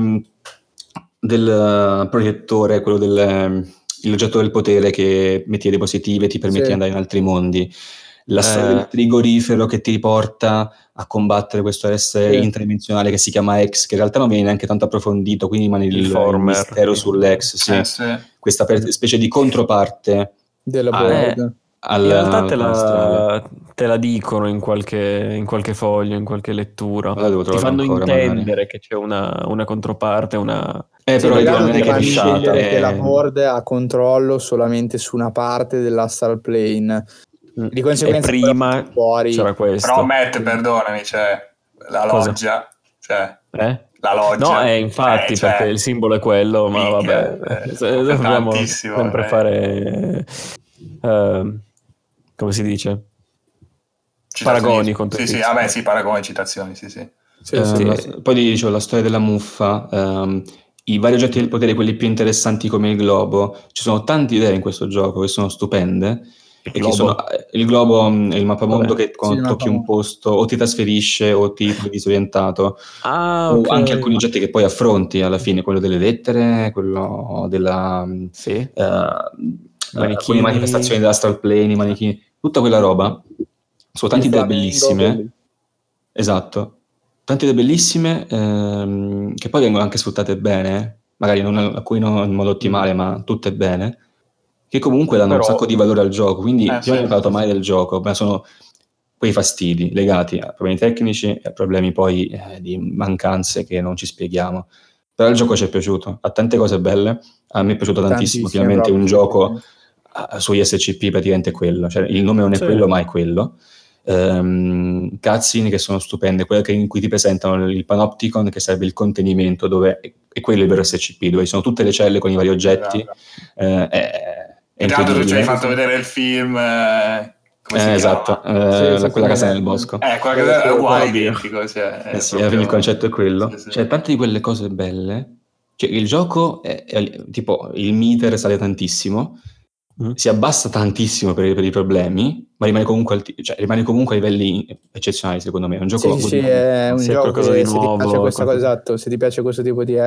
del proiettore, quello l'oggetto del potere che metti le diapositive e ti permette di andare in altri mondi, la storia del frigorifero che ti riporta a combattere questo essere interdimensionale che si chiama X, che in realtà non viene neanche tanto approfondito, quindi rimane il mistero sull'X, questa specie di controparte della board. In realtà te la dicono in qualche foglio, in qualche lettura, ti fanno intendere che c'è una controparte, però non è che scegliere che la board ha controllo solamente su una parte dell'astral plane, di conseguenza prima fuori c'era questo. Però Matt, perdonami, la loggia, la loggia. No, infatti, perché il simbolo è quello, ma vabbè, dobbiamo sempre fare come si dice? Paragoni con tutti. Paragoni, citazioni, sì. Poi dicevo la storia della muffa, i vari oggetti del potere, quelli più interessanti come il globo, ci sono tante idee in questo gioco che sono stupende. Il globo è il mappamondo che quando tocchi un posto o ti trasferisce o ti è disorientato. O anche alcuni oggetti che poi affronti alla fine, quello delle lettere, quello della alcune manifestazioni dell'astral plane, i manichini, tutta quella roba. Sono tante idee bellissime. Esatto. Tante idee bellissime che poi vengono anche sfruttate bene, magari alcuni non in modo ottimale, ma tutte bene, che comunque danno un sacco di valore al gioco. Quindi io non ho parlato mai del gioco, ma sono quei fastidi legati a problemi tecnici e a problemi poi di mancanze che non ci spieghiamo. Però il gioco ci è piaciuto, ha tante cose belle, a me è piaciuto tantissimo, finalmente un gioco su ISCP praticamente quello, cioè il nome non è quello ma è quello. Cutscene che sono stupende, quelle in cui ti presentano il panopticon, che sarebbe il contenimento, dove è quello il vero SCP, dove ci sono tutte le celle con i vari oggetti. E tanto tu ci hai fatto vedere il film esatto, quella casa nel bosco, quella casa è uguale, identico, il concetto è quello. Cioè tante di quelle cose belle, cioè, il gioco è tipo il meter sale tantissimo, si abbassa tantissimo per i problemi, ma rimane comunque a livelli eccezionali, secondo me. È un gioco è un gioco che di nuovo, se ti piace questa cosa, esatto, se ti piace questo tipo di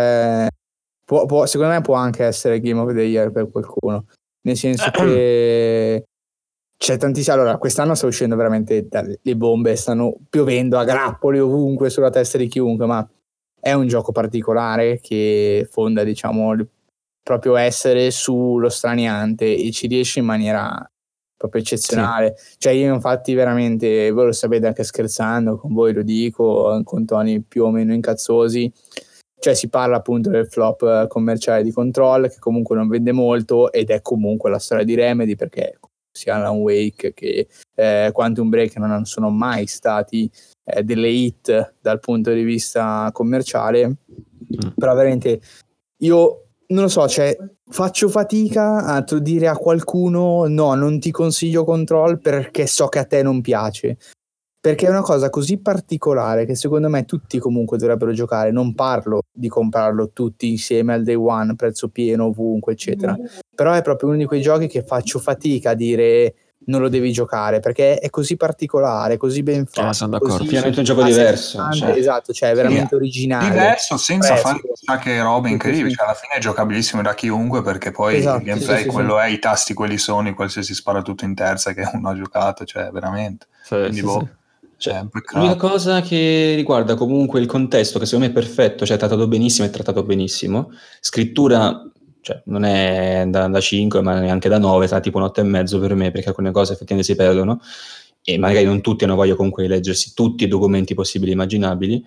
secondo me può anche essere Game of the Year per qualcuno, nel senso che c'è tantissimo. Allora, quest'anno sta uscendo veramente, le bombe stanno piovendo a grappoli ovunque sulla testa di chiunque, ma è un gioco particolare che fonda, diciamo, proprio essere sullo straniante e ci riesce in maniera proprio eccezionale. Cioè io infatti veramente, voi lo sapete anche scherzando con voi, lo dico con toni più o meno incazzosi, cioè si parla appunto del flop commerciale di Control, che comunque non vende molto, ed è comunque la storia di Remedy, perché sia Alan Wake che Quantum Break non sono mai stati delle hit dal punto di vista commerciale. Però veramente io non lo so, cioè faccio fatica a dire a qualcuno no, non ti consiglio Control perché so che a te non piace, perché è una cosa così particolare che secondo me tutti comunque dovrebbero giocare. Non parlo di comprarlo tutti insieme al day one, prezzo pieno ovunque eccetera, però è proprio uno di quei giochi che faccio fatica a dire non lo devi giocare, perché è così particolare, così ben fatto. Sono d'accordo. Finalmente un gioco diverso. Esatto, cioè è veramente originale. Diverso, senza fare che robe incredibili. Cioè, alla fine è giocabilissimo da chiunque, perché poi il gameplay quello è, i tasti quelli sono, qualsiasi spara tutto in terza che uno ha giocato, cioè veramente. Quindi cioè, l'unica cosa che riguarda comunque il contesto, che secondo me è perfetto, cioè è trattato benissimo, scrittura, cioè non è da 5 ma neanche da 9, sarà tipo un 8,5 per me, perché alcune cose effettivamente si perdono e magari non tutti hanno voglia comunque di leggersi tutti i documenti possibili e immaginabili,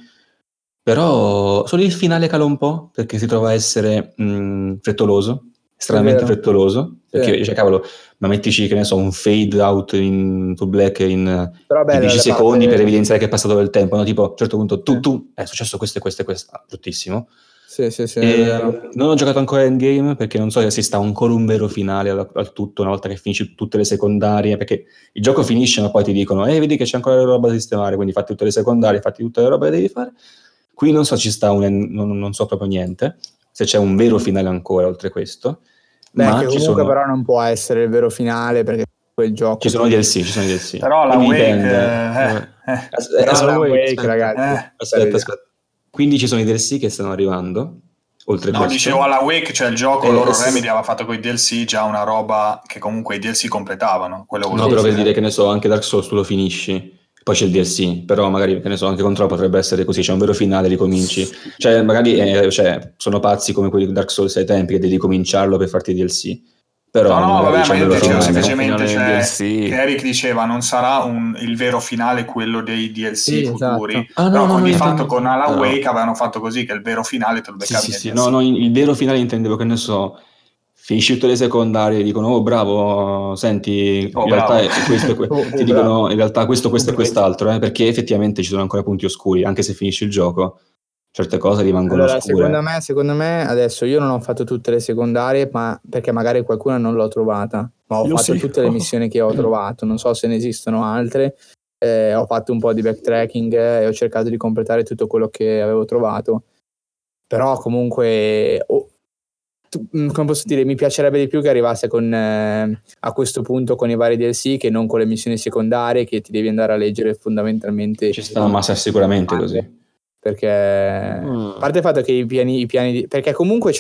però solo il finale cala un po', perché si trova a essere frettoloso, estremamente frettoloso, perché cioè cavolo, ma mettici, che ne so, un fade out in to black in 10 secondi per evidenziare che è passato del tempo, no? Tipo a un certo punto è successo questo e questo e questo, bruttissimo. Non ho giocato ancora Endgame perché non so se esista ancora un vero finale al tutto una volta che finisci tutte le secondarie, perché il gioco finisce ma poi ti dicono vedi che c'è ancora la roba da sistemare, quindi fatti tutte le secondarie, fatti tutte le robe che devi fare. Qui non so, ci sta non so proprio niente se c'è un vero finale ancora oltre questo. Ma che comunque però non può essere il vero finale, perché quel gioco ci sono i DLC. Però la Wake ragazzi, aspetta. Quindi ci sono i DLC che stanno arrivando. Oltre questo. Dicevo alla Wake, cioè il gioco loro Remedy aveva fatto con i DLC già una roba che comunque i DLC completavano. No, però per dire, che ne so, anche Dark Souls tu lo finisci, poi c'è il DLC, però magari, che ne so, anche Control potrebbe essere così, c'è un vero finale, ricominci. Cioè magari sono pazzi come quelli di Dark Souls ai tempi che devi cominciarlo per farti il DLC. Però ma io dicevo semplicemente che Eric diceva non sarà il vero finale quello dei DLC futuri, però con il fatto con Alan Wake avevano fatto così che il vero finale te lo beccavi no, il vero finale intendevo, che ne so, finisci tutte le secondarie, dicono bravo, senti, in realtà è questo ti dicono in realtà questo e quest'altro, perché effettivamente ci sono ancora punti oscuri, anche se finisci il gioco certe cose rimangono oscure. Secondo me adesso io non ho fatto tutte le secondarie, ma perché magari qualcuna non l'ho trovata, ma ho fatto tutte le missioni che ho trovato, non so se ne esistono altre. Ho fatto un po' di backtracking e ho cercato di completare tutto quello che avevo trovato, però comunque come posso dire, mi piacerebbe di più che arrivasse a questo punto con i vari DLC che non con le missioni secondarie che ti devi andare a leggere fondamentalmente. Ci sta, ma sicuramente così. Perché a parte il fatto che i piani perché comunque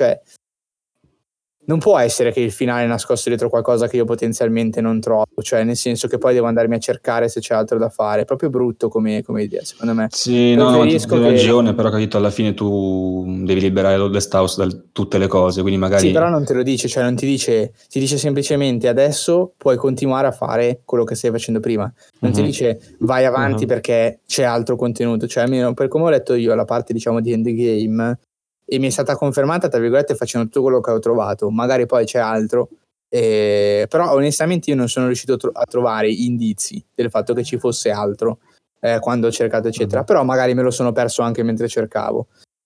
non può essere che il finale è nascosto dietro qualcosa che io potenzialmente non trovo, cioè nel senso che poi devo andarmi a cercare se c'è altro da fare. È proprio brutto come idea, secondo me. Sì, no, hai ragione, però capito, alla fine tu devi liberare l'Oldest House da tutte le cose, quindi magari... Sì, però non te lo dice, cioè non ti dice semplicemente adesso puoi continuare a fare quello che stai facendo prima. Non ti dice vai avanti perché c'è altro contenuto, cioè almeno per come ho letto io la parte diciamo di endgame e mi è stata confermata tra virgolette facendo tutto quello che ho trovato, magari poi c'è altro, però onestamente io non sono riuscito a trovare indizi del fatto che ci fosse altro quando ho cercato eccetera, però magari me lo sono perso anche mentre cercavo.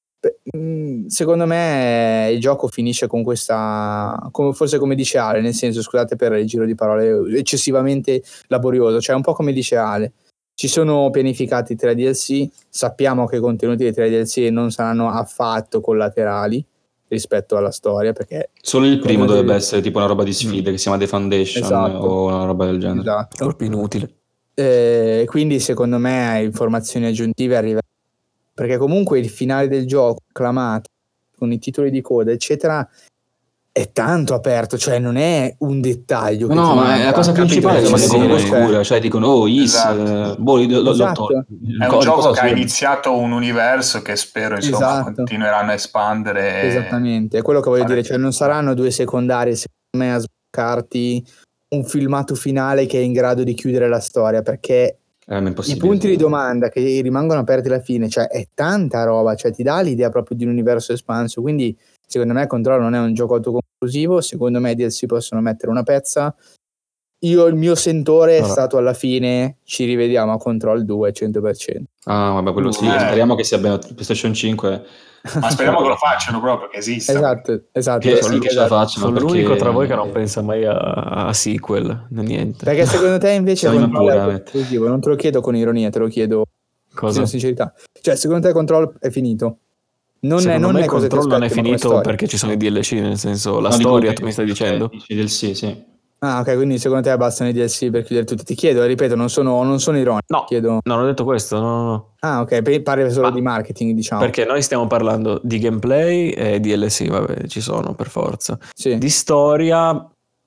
Secondo me il gioco finisce con questa, forse come dice Ale, nel senso, scusate per il giro di parole, eccessivamente laborioso, cioè un po' come dice Ale. Ci sono pianificati 3 DLC, sappiamo che i contenuti dei 3 DLC non saranno affatto collaterali rispetto alla storia, perché solo il primo dovrebbe essere tipo una roba di sfide che si chiama The Foundation, esatto, o una roba del genere. Esatto. Colpo inutile. Quindi secondo me informazioni aggiuntive arriveranno, perché comunque il finale del gioco acclamato con i titoli di coda eccetera è tanto aperto, cioè non è un dettaglio che no, ma è la cosa principale che sì, comunque oscura, cioè dicono esatto. Esatto. È un gioco che ha iniziato un universo che spero insomma continueranno a espandere. Esattamente, è quello che voglio dire, cioè non saranno 2 secondarie secondo me a sboccarti un filmato finale che è in grado di chiudere la storia, perché i punti di domanda che rimangono aperti alla fine, cioè è tanta roba, cioè ti dà l'idea proprio di un universo espanso, quindi secondo me Control non è un gioco autoconclusivo, secondo me i DLC possono mettere una pezza. Il mio sentore è stato alla fine ci rivediamo a Control 2 100%. Ah, vabbè, quello sì, speriamo che sia bene PlayStation 5. Ma speriamo che lo facciano proprio, che esista. Esatto. Che ce la facciano. Sono l'unico tra voi che non pensa mai a sequel, niente. Perché secondo te invece Control è autoconclusivo? Non te lo chiedo con ironia, te lo chiedo con sincerità. Cioè, secondo te Control è finito? Secondo me Control non è finito perché ci sono i DLC, nel senso la storia, tu mi stai dicendo? Sì. Ah, ok, quindi secondo te bastano i DLC per chiudere tutto. Ti chiedo, ripeto, non sono ironico. No, chiedo... non ho detto questo, no. Ah, ok, parli solo di marketing, diciamo. Perché noi stiamo parlando di gameplay e DLC, vabbè, ci sono per forza. Sì. Di storia,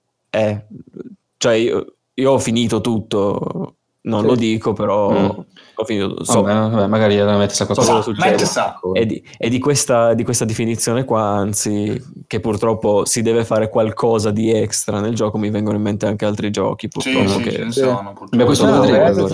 cioè io ho finito tutto, non lo dico, però ho finito. Vabbè, magari la mette sa qualcosa succede. E di questa definizione qua, anzi, che purtroppo si deve fare qualcosa di extra nel gioco, mi vengono in mente anche altri giochi, purtroppo. Beh, questo lo vedremo.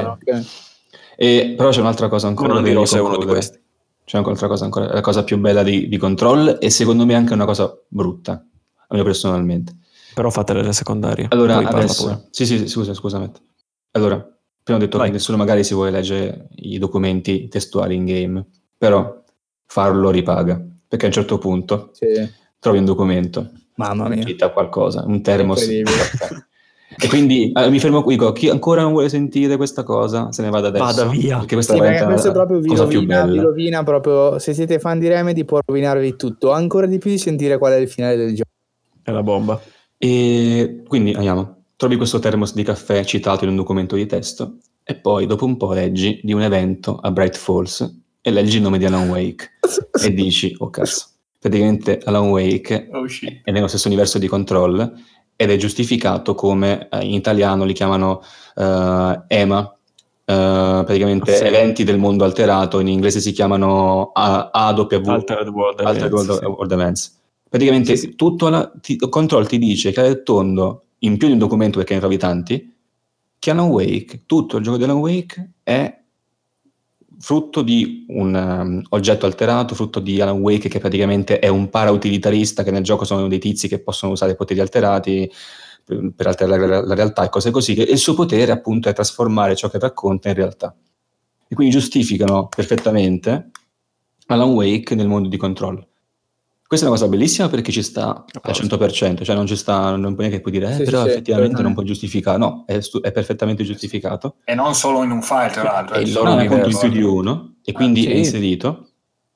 Però c'è un'altra cosa ancora. Non dirò se è uno di questi. C'è un'altra cosa ancora, la cosa più bella di Control e secondo me anche una cosa brutta, a me personalmente. Però fatele le secondarie. Allora, adesso... Sì, scusa. Allora, prima ho detto che nessuno magari si vuole leggere i documenti testuali in game, però farlo ripaga, perché a un certo punto trovi un documento, mamma mia, cita qualcosa, un termos, e quindi mi fermo qui, dico, chi ancora non vuole sentire questa cosa se ne vada adesso, vada via, perché questa è questo proprio vi rovina proprio, se siete fan di Remedy può rovinarvi tutto, ancora di più di sentire qual è il finale del gioco. È la bomba. E quindi andiamo. Trovi questo termos di caffè citato in un documento di testo e poi dopo un po' leggi di un evento a Bright Falls e leggi il nome di Alan Wake e dici, oh cazzo, praticamente Alan Wake è nello stesso universo di Control ed è giustificato come in italiano li chiamano EMA, praticamente eventi del mondo alterato, in inglese si chiamano AW, Altered World Events. Praticamente tutto Control ti dice che è tondo in più di un documento, perché ne trovi tanti, che Alan Wake, tutto il gioco di Alan Wake è frutto di un oggetto alterato, frutto di Alan Wake che praticamente è un para-utilitarista, che nel gioco sono dei tizi che possono usare poteri alterati per alterare la realtà e cose così, e il suo potere appunto è trasformare ciò che racconta in realtà. E quindi giustificano perfettamente Alan Wake nel mondo di Control. Questa è una cosa bellissima perché ci sta al 100%, cioè non ci sta, non puoi neanche dire però effettivamente non puoi giustificare, no, è perfettamente giustificato. E non solo in un file, tra l'altro. E loro appunto in più di uno, e quindi è inserito.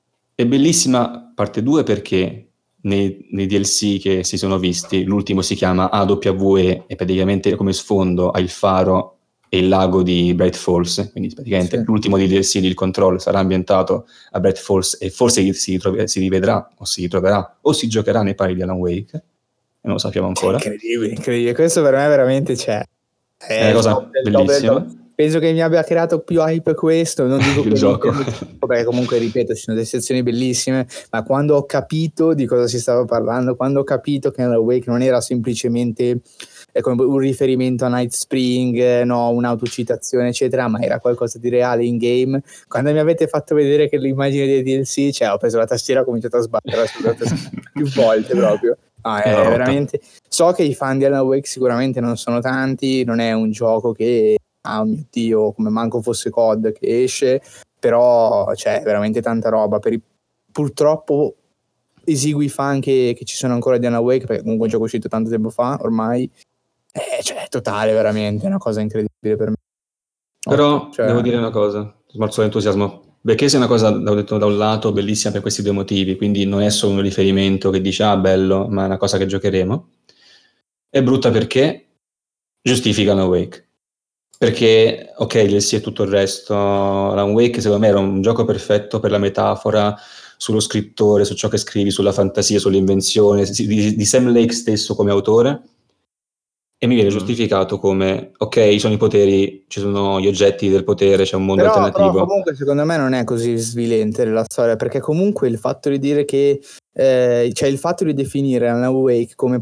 È bellissima parte 2 perché nei DLC che si sono visti, l'ultimo si chiama AWE e praticamente come sfondo ha il faro e il lago di Bright Falls, quindi praticamente l'ultimo di DLC di Control sarà ambientato a Bright Falls e forse si rivedrà o si ritroverà o si giocherà nei pari di Alan Wake, e non lo sappiamo ancora. Incredibile, questo per me veramente è una cosa bellissima. Penso che mi abbia creato più hype questo, non dico il gioco, perché comunque ripeto ci sono delle sezioni bellissime, ma quando ho capito di cosa si stava parlando, quando ho capito che Alan Wake non era semplicemente un riferimento a Night Spring, no, un'autocitazione eccetera, ma era qualcosa di reale in game, quando mi avete fatto vedere che l'immagine dei DLC, ho preso la tastiera e ho cominciato a sbattere più volte proprio. Veramente, so che i fan di Alan Wake sicuramente non sono tanti, non è un gioco che oh mio Dio, come manco fosse COD che esce, però c'è veramente tanta roba per purtroppo esigui fan che ci sono ancora di Alan Wake, perché comunque è un gioco uscito tanto tempo fa ormai, totale, veramente è una cosa incredibile per me. Però devo dire una cosa, smorzo l'entusiasmo, perché se è una cosa da un lato bellissima per questi due motivi, quindi non è solo un riferimento che dice bello, ma è una cosa che giocheremo, è brutta perché giustifica Alan Wake. Perché, ok, DLC e tutto il resto, Alan Wake secondo me era un gioco perfetto per la metafora, sullo scrittore, su ciò che scrivi, sulla fantasia, sull'invenzione, di Sam Lake stesso come autore, e mi viene giustificato come, ok, ci sono i poteri, ci sono gli oggetti del potere, c'è un mondo alternativo. Però comunque secondo me non è così svilente la storia, perché comunque il fatto di dire che il fatto di definire Alan Wake come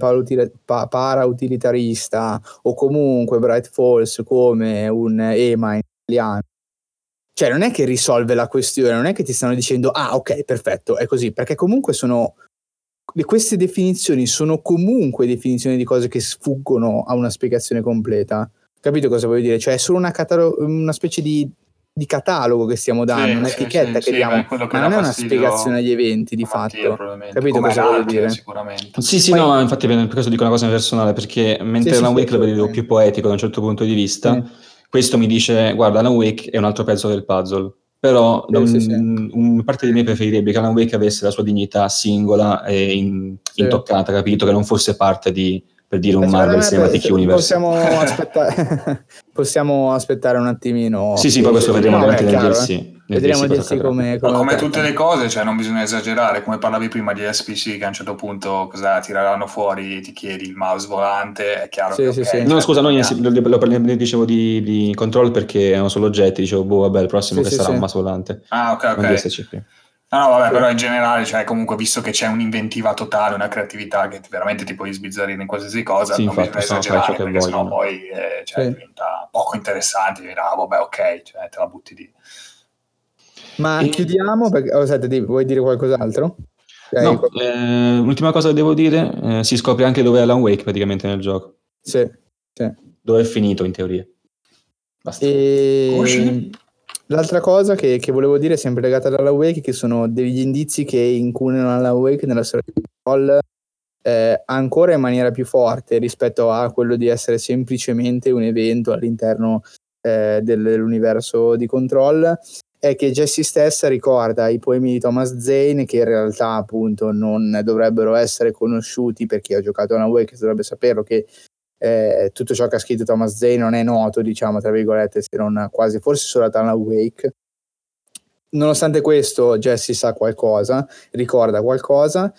para-utilitarista o comunque Bright Falls come un EMA in italiano, non è che risolve la questione, non è che ti stanno dicendo ok, perfetto, è così, perché comunque queste definizioni sono comunque definizioni di cose che sfuggono a una spiegazione completa. Capito cosa voglio dire? È solo una specie di catalogo che stiamo dando, un'etichetta che diamo, ma non è una spiegazione agli eventi di fatto. Capito cosa voglio dire? Sicuramente. Sì, no, infatti per questo dico una cosa personale, perché mentre Alan Wake lo vedo più poetico da un certo punto di vista, questo mi dice, guarda, Alan Wake è un altro pezzo del puzzle. Però una parte di me preferirebbe che Alan Wake avesse la sua dignità singola e intoccata, capito? Che non fosse parte di, per dire, un Marvel Cinematic Universe. Possiamo aspettare un attimino. Sì, poi questo vedremo ovviamente nel DLC. Vedremo DLC come tutte le cose, non bisogna esagerare. Come parlavi prima di SPC, che a un certo punto cosa tireranno fuori, ti chiedi il mouse volante, è chiaro che no, scusa, ne dicevo di Control perché erano solo oggetti, dicevo vabbè, il prossimo sarà un mouse volante. Ok. No, vabbè, però in generale, comunque, visto che c'è un'inventiva totale, una creatività che veramente ti puoi sbizzarrire in qualsiasi cosa, non bisogna esagerare, perché sennò poi diventa poco interessante, vabbè, ok, te la butti lì. Ma chiudiamo, perché vuoi dire qualcos'altro? No, l'ultima cosa che devo dire, si scopre anche dove è Alan Wake praticamente nel gioco. Sì. Dove è finito in teoria. Basta. L'altra cosa che volevo dire, sempre legata ad Alan Wake, che sono degli indizi che incunano Alan Wake nella storia di Control ancora in maniera più forte rispetto a quello di essere semplicemente un evento all'interno dell'universo di Control, è che Jessie stessa ricorda i poemi di Thomas Zane, che in realtà appunto non dovrebbero essere conosciuti per chi ha giocato a Alan Wake, dovrebbe saperlo che tutto ciò che ha scritto Thomas Zane non è noto, diciamo, tra virgolette, se non quasi, forse solo ad Alan Wake. Nonostante questo, Jessie sa qualcosa, ricorda qualcosa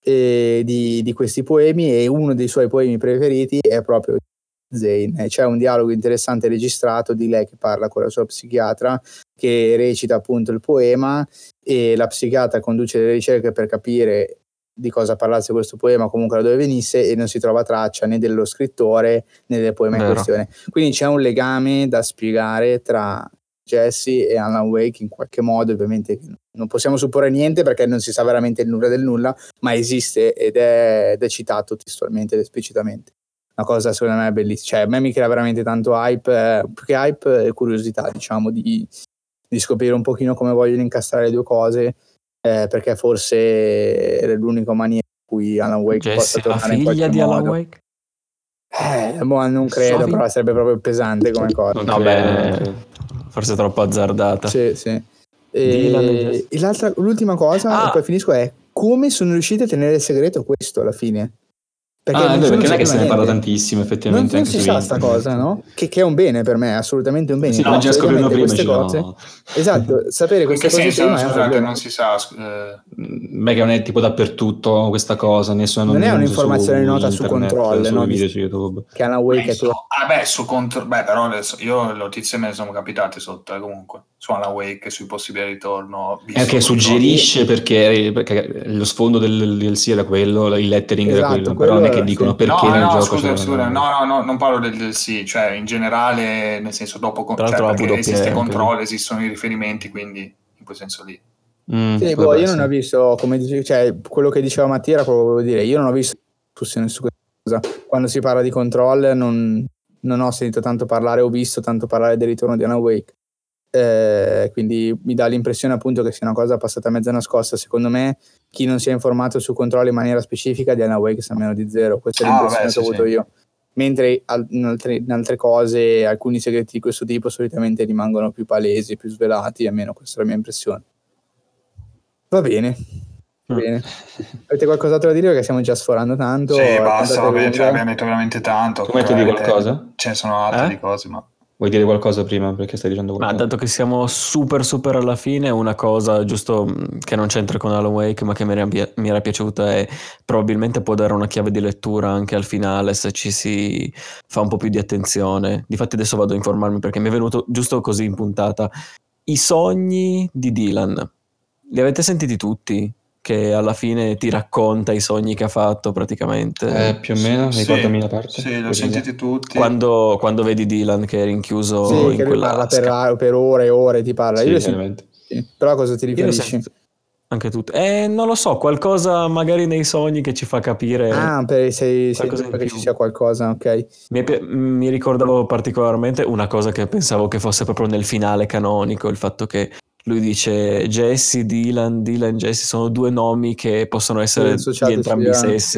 di questi poemi, e uno dei suoi poemi preferiti è proprio Zane. C'è un dialogo interessante registrato di lei che parla con la sua psichiatra, che recita appunto il poema, e la psichiatra conduce delle ricerche per capire di cosa parlasse questo poema, comunque da dove venisse, e non si trova traccia né dello scrittore né del poema in questione. Quindi c'è un legame da spiegare tra Jessie e Alan Wake in qualche modo. Ovviamente non possiamo supporre niente perché non si sa veramente il nulla del nulla, ma esiste ed è citato testualmente ed esplicitamente. Una cosa secondo me bellissima, a me mi crea veramente tanto hype, più che hype curiosità, diciamo, di scoprire un pochino come vogliono incastrare le due cose, perché forse è l'unica maniera in cui Alan Wake possa tornare in qualche modo. Figlia di Alan Wake? Non credo, però sarebbe proprio pesante come cosa. No, beh, forse troppo azzardata. Sì. L'ultima cosa, e poi finisco, è come sono riusciti a tenere il segreto questo alla fine. Perché non è che se ne parla tantissimo effettivamente. Non si sa sta cosa, no? Che è un bene per me, è assolutamente un bene. Sì, no, già scoprirlo prima queste cose. No. Esatto, sapere queste cose prima è un problema. Non si sa. Beh, che non è tipo dappertutto questa cosa, nessuno non è un'informazione nota su Control, no? Video su YouTube. Che Alan Wake è tutto. Su Control, però io le notizie me ne sono capitate sotto comunque su Alan Wake, sui possibili ritorno. È che suggerisce perché lo sfondo del DLC era quello, il lettering era quello, però non è che dicono perché nel gioco. Scusa, no, non parlo del DLC, cioè in generale, nel senso dopo perché esiste Control, esistono i riferimenti, quindi in quel senso lì. Sì, io non ho visto, come dicevi, cioè quello che diceva Mattia era quello che volevo dire, io non ho visto discussione su questa cosa. Quando si parla di Control non ho sentito tanto parlare, ho visto tanto parlare del ritorno di Alan Wake. Quindi mi dà l'impressione appunto che sia una cosa passata a mezza nascosta. Secondo me chi non si è informato su Control in maniera specifica di Alan Wake sa meno di zero, questa è l'impressione che ho avuto io, mentre in altre cose alcuni segreti di questo tipo solitamente rimangono più palesi, più svelati, almeno questa è la mia impressione. Va bene. Bene. Avete qualcos'altro da dire, perché stiamo già sforando tanto? Sì, basta, vabbè, abbiamo detto veramente tanto. Tu vuoi dire qualcosa? Ce ne sono altre di cose, ma vuoi dire qualcosa prima, perché stai dicendo qualcosa? Ma dato che siamo super alla fine, una cosa giusto che non c'entra con Alan Wake ma che mi era piaciuta è probabilmente può dare una chiave di lettura anche al finale se ci si fa un po' più di attenzione. Difatti adesso vado a informarmi perché mi è venuto giusto così in puntata. I sogni di Dylan li avete sentiti tutti? Che alla fine ti racconta i sogni che ha fatto praticamente. Più o meno, ricordami la parte. Sì, l'ho sentiti tutti. Quando vedi Dylan che è rinchiuso in che quella parla per ore e ore, ti parla. Sì, io veramente. Sì. Però a cosa ti riferisci? Anche tu. Non lo so, qualcosa magari nei sogni che ci fa capire. Perché ci sia qualcosa, ok. Mi ricordavo particolarmente una cosa che pensavo che fosse proprio nel finale canonico, il fatto che lui dice Jesse, Dylan, Jesse sono due nomi che possono essere di entrambi i sessi.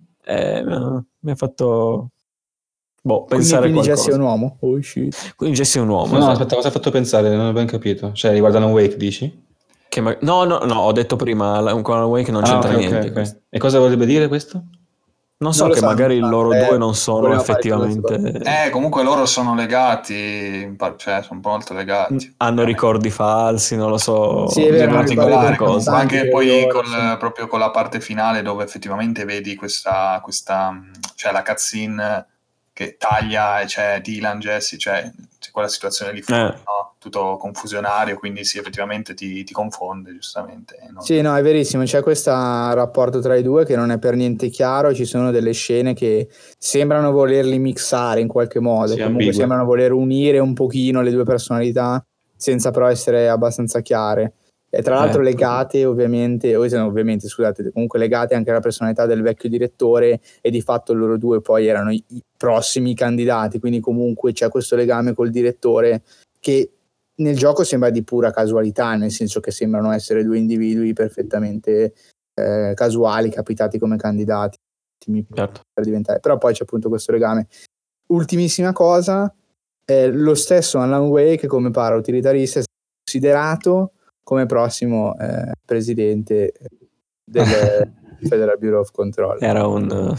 Mi ha fatto pensare quindi qualcosa. Jesse è un uomo? Oh shit. Quindi Jesse è un uomo. No, esatto. Aspetta, cosa ha fatto pensare? Non ho ben capito. Cioè, riguardano Wake, dici? No, ho detto prima, con Alan Wake non c'entra niente. Okay. E cosa vorrebbe dire questo? Non so, che magari loro due non sono effettivamente. Comunque loro sono legati, cioè sono molto legati. Hanno ricordi falsi, non lo so. Sì, è vero, particolare. Anche poi proprio con la parte finale dove effettivamente vedi questa cioè la cutscene che taglia e c'è Dylan, Jesse, cioè c'è quella situazione lì fuori, no? Tutto confusionario, quindi sì, effettivamente ti confonde, giustamente. No? Sì, no, è verissimo, c'è questo rapporto tra i due che non è per niente chiaro, ci sono delle scene che sembrano volerli mixare in qualche modo, comunque sembrano voler unire un pochino le due personalità senza però essere abbastanza chiare. E tra l'altro legate scusate, comunque legate anche alla personalità del vecchio direttore, e di fatto loro due poi erano i prossimi candidati, quindi comunque c'è questo legame col direttore che nel gioco sembra di pura casualità, nel senso che sembrano essere due individui perfettamente casuali, capitati come candidati per diventare, però poi c'è appunto questo legame. Ultimissima cosa, lo stesso Alan Wake come para-utilitarista è considerato come prossimo presidente del Federal Bureau of Control. Era un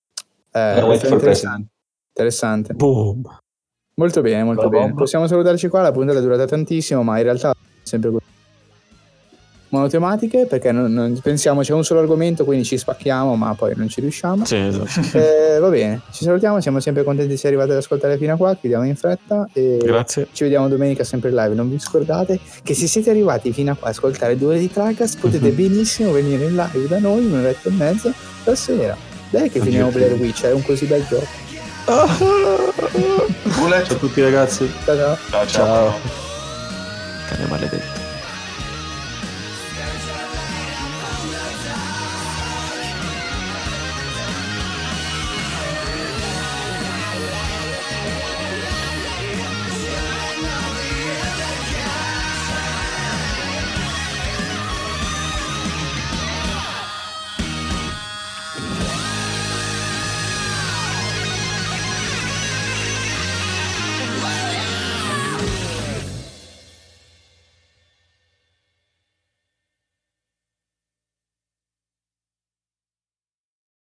interessante. Boom. Molto bene. Possiamo salutarci qua, la puntata è durata tantissimo, ma in realtà sempre così monotematiche, perché non pensiamo c'è un solo argomento, quindi ci spacchiamo, ma poi non ci riusciamo. Sì, esatto. Va bene, ci salutiamo, siamo sempre contenti di essere arrivati ad ascoltare fino a qua, chiudiamo in fretta e grazie. Ci vediamo domenica sempre in live. Non vi scordate che se siete arrivati fino a qua ad ascoltare 2 ore di Tricast potete benissimo venire in live da noi un'oretta e mezza la sera. Dai che finiamo Blair Witch, è un così bel gioco. Ciao a tutti ragazzi. Ciao. Ciao. Cane maledetto.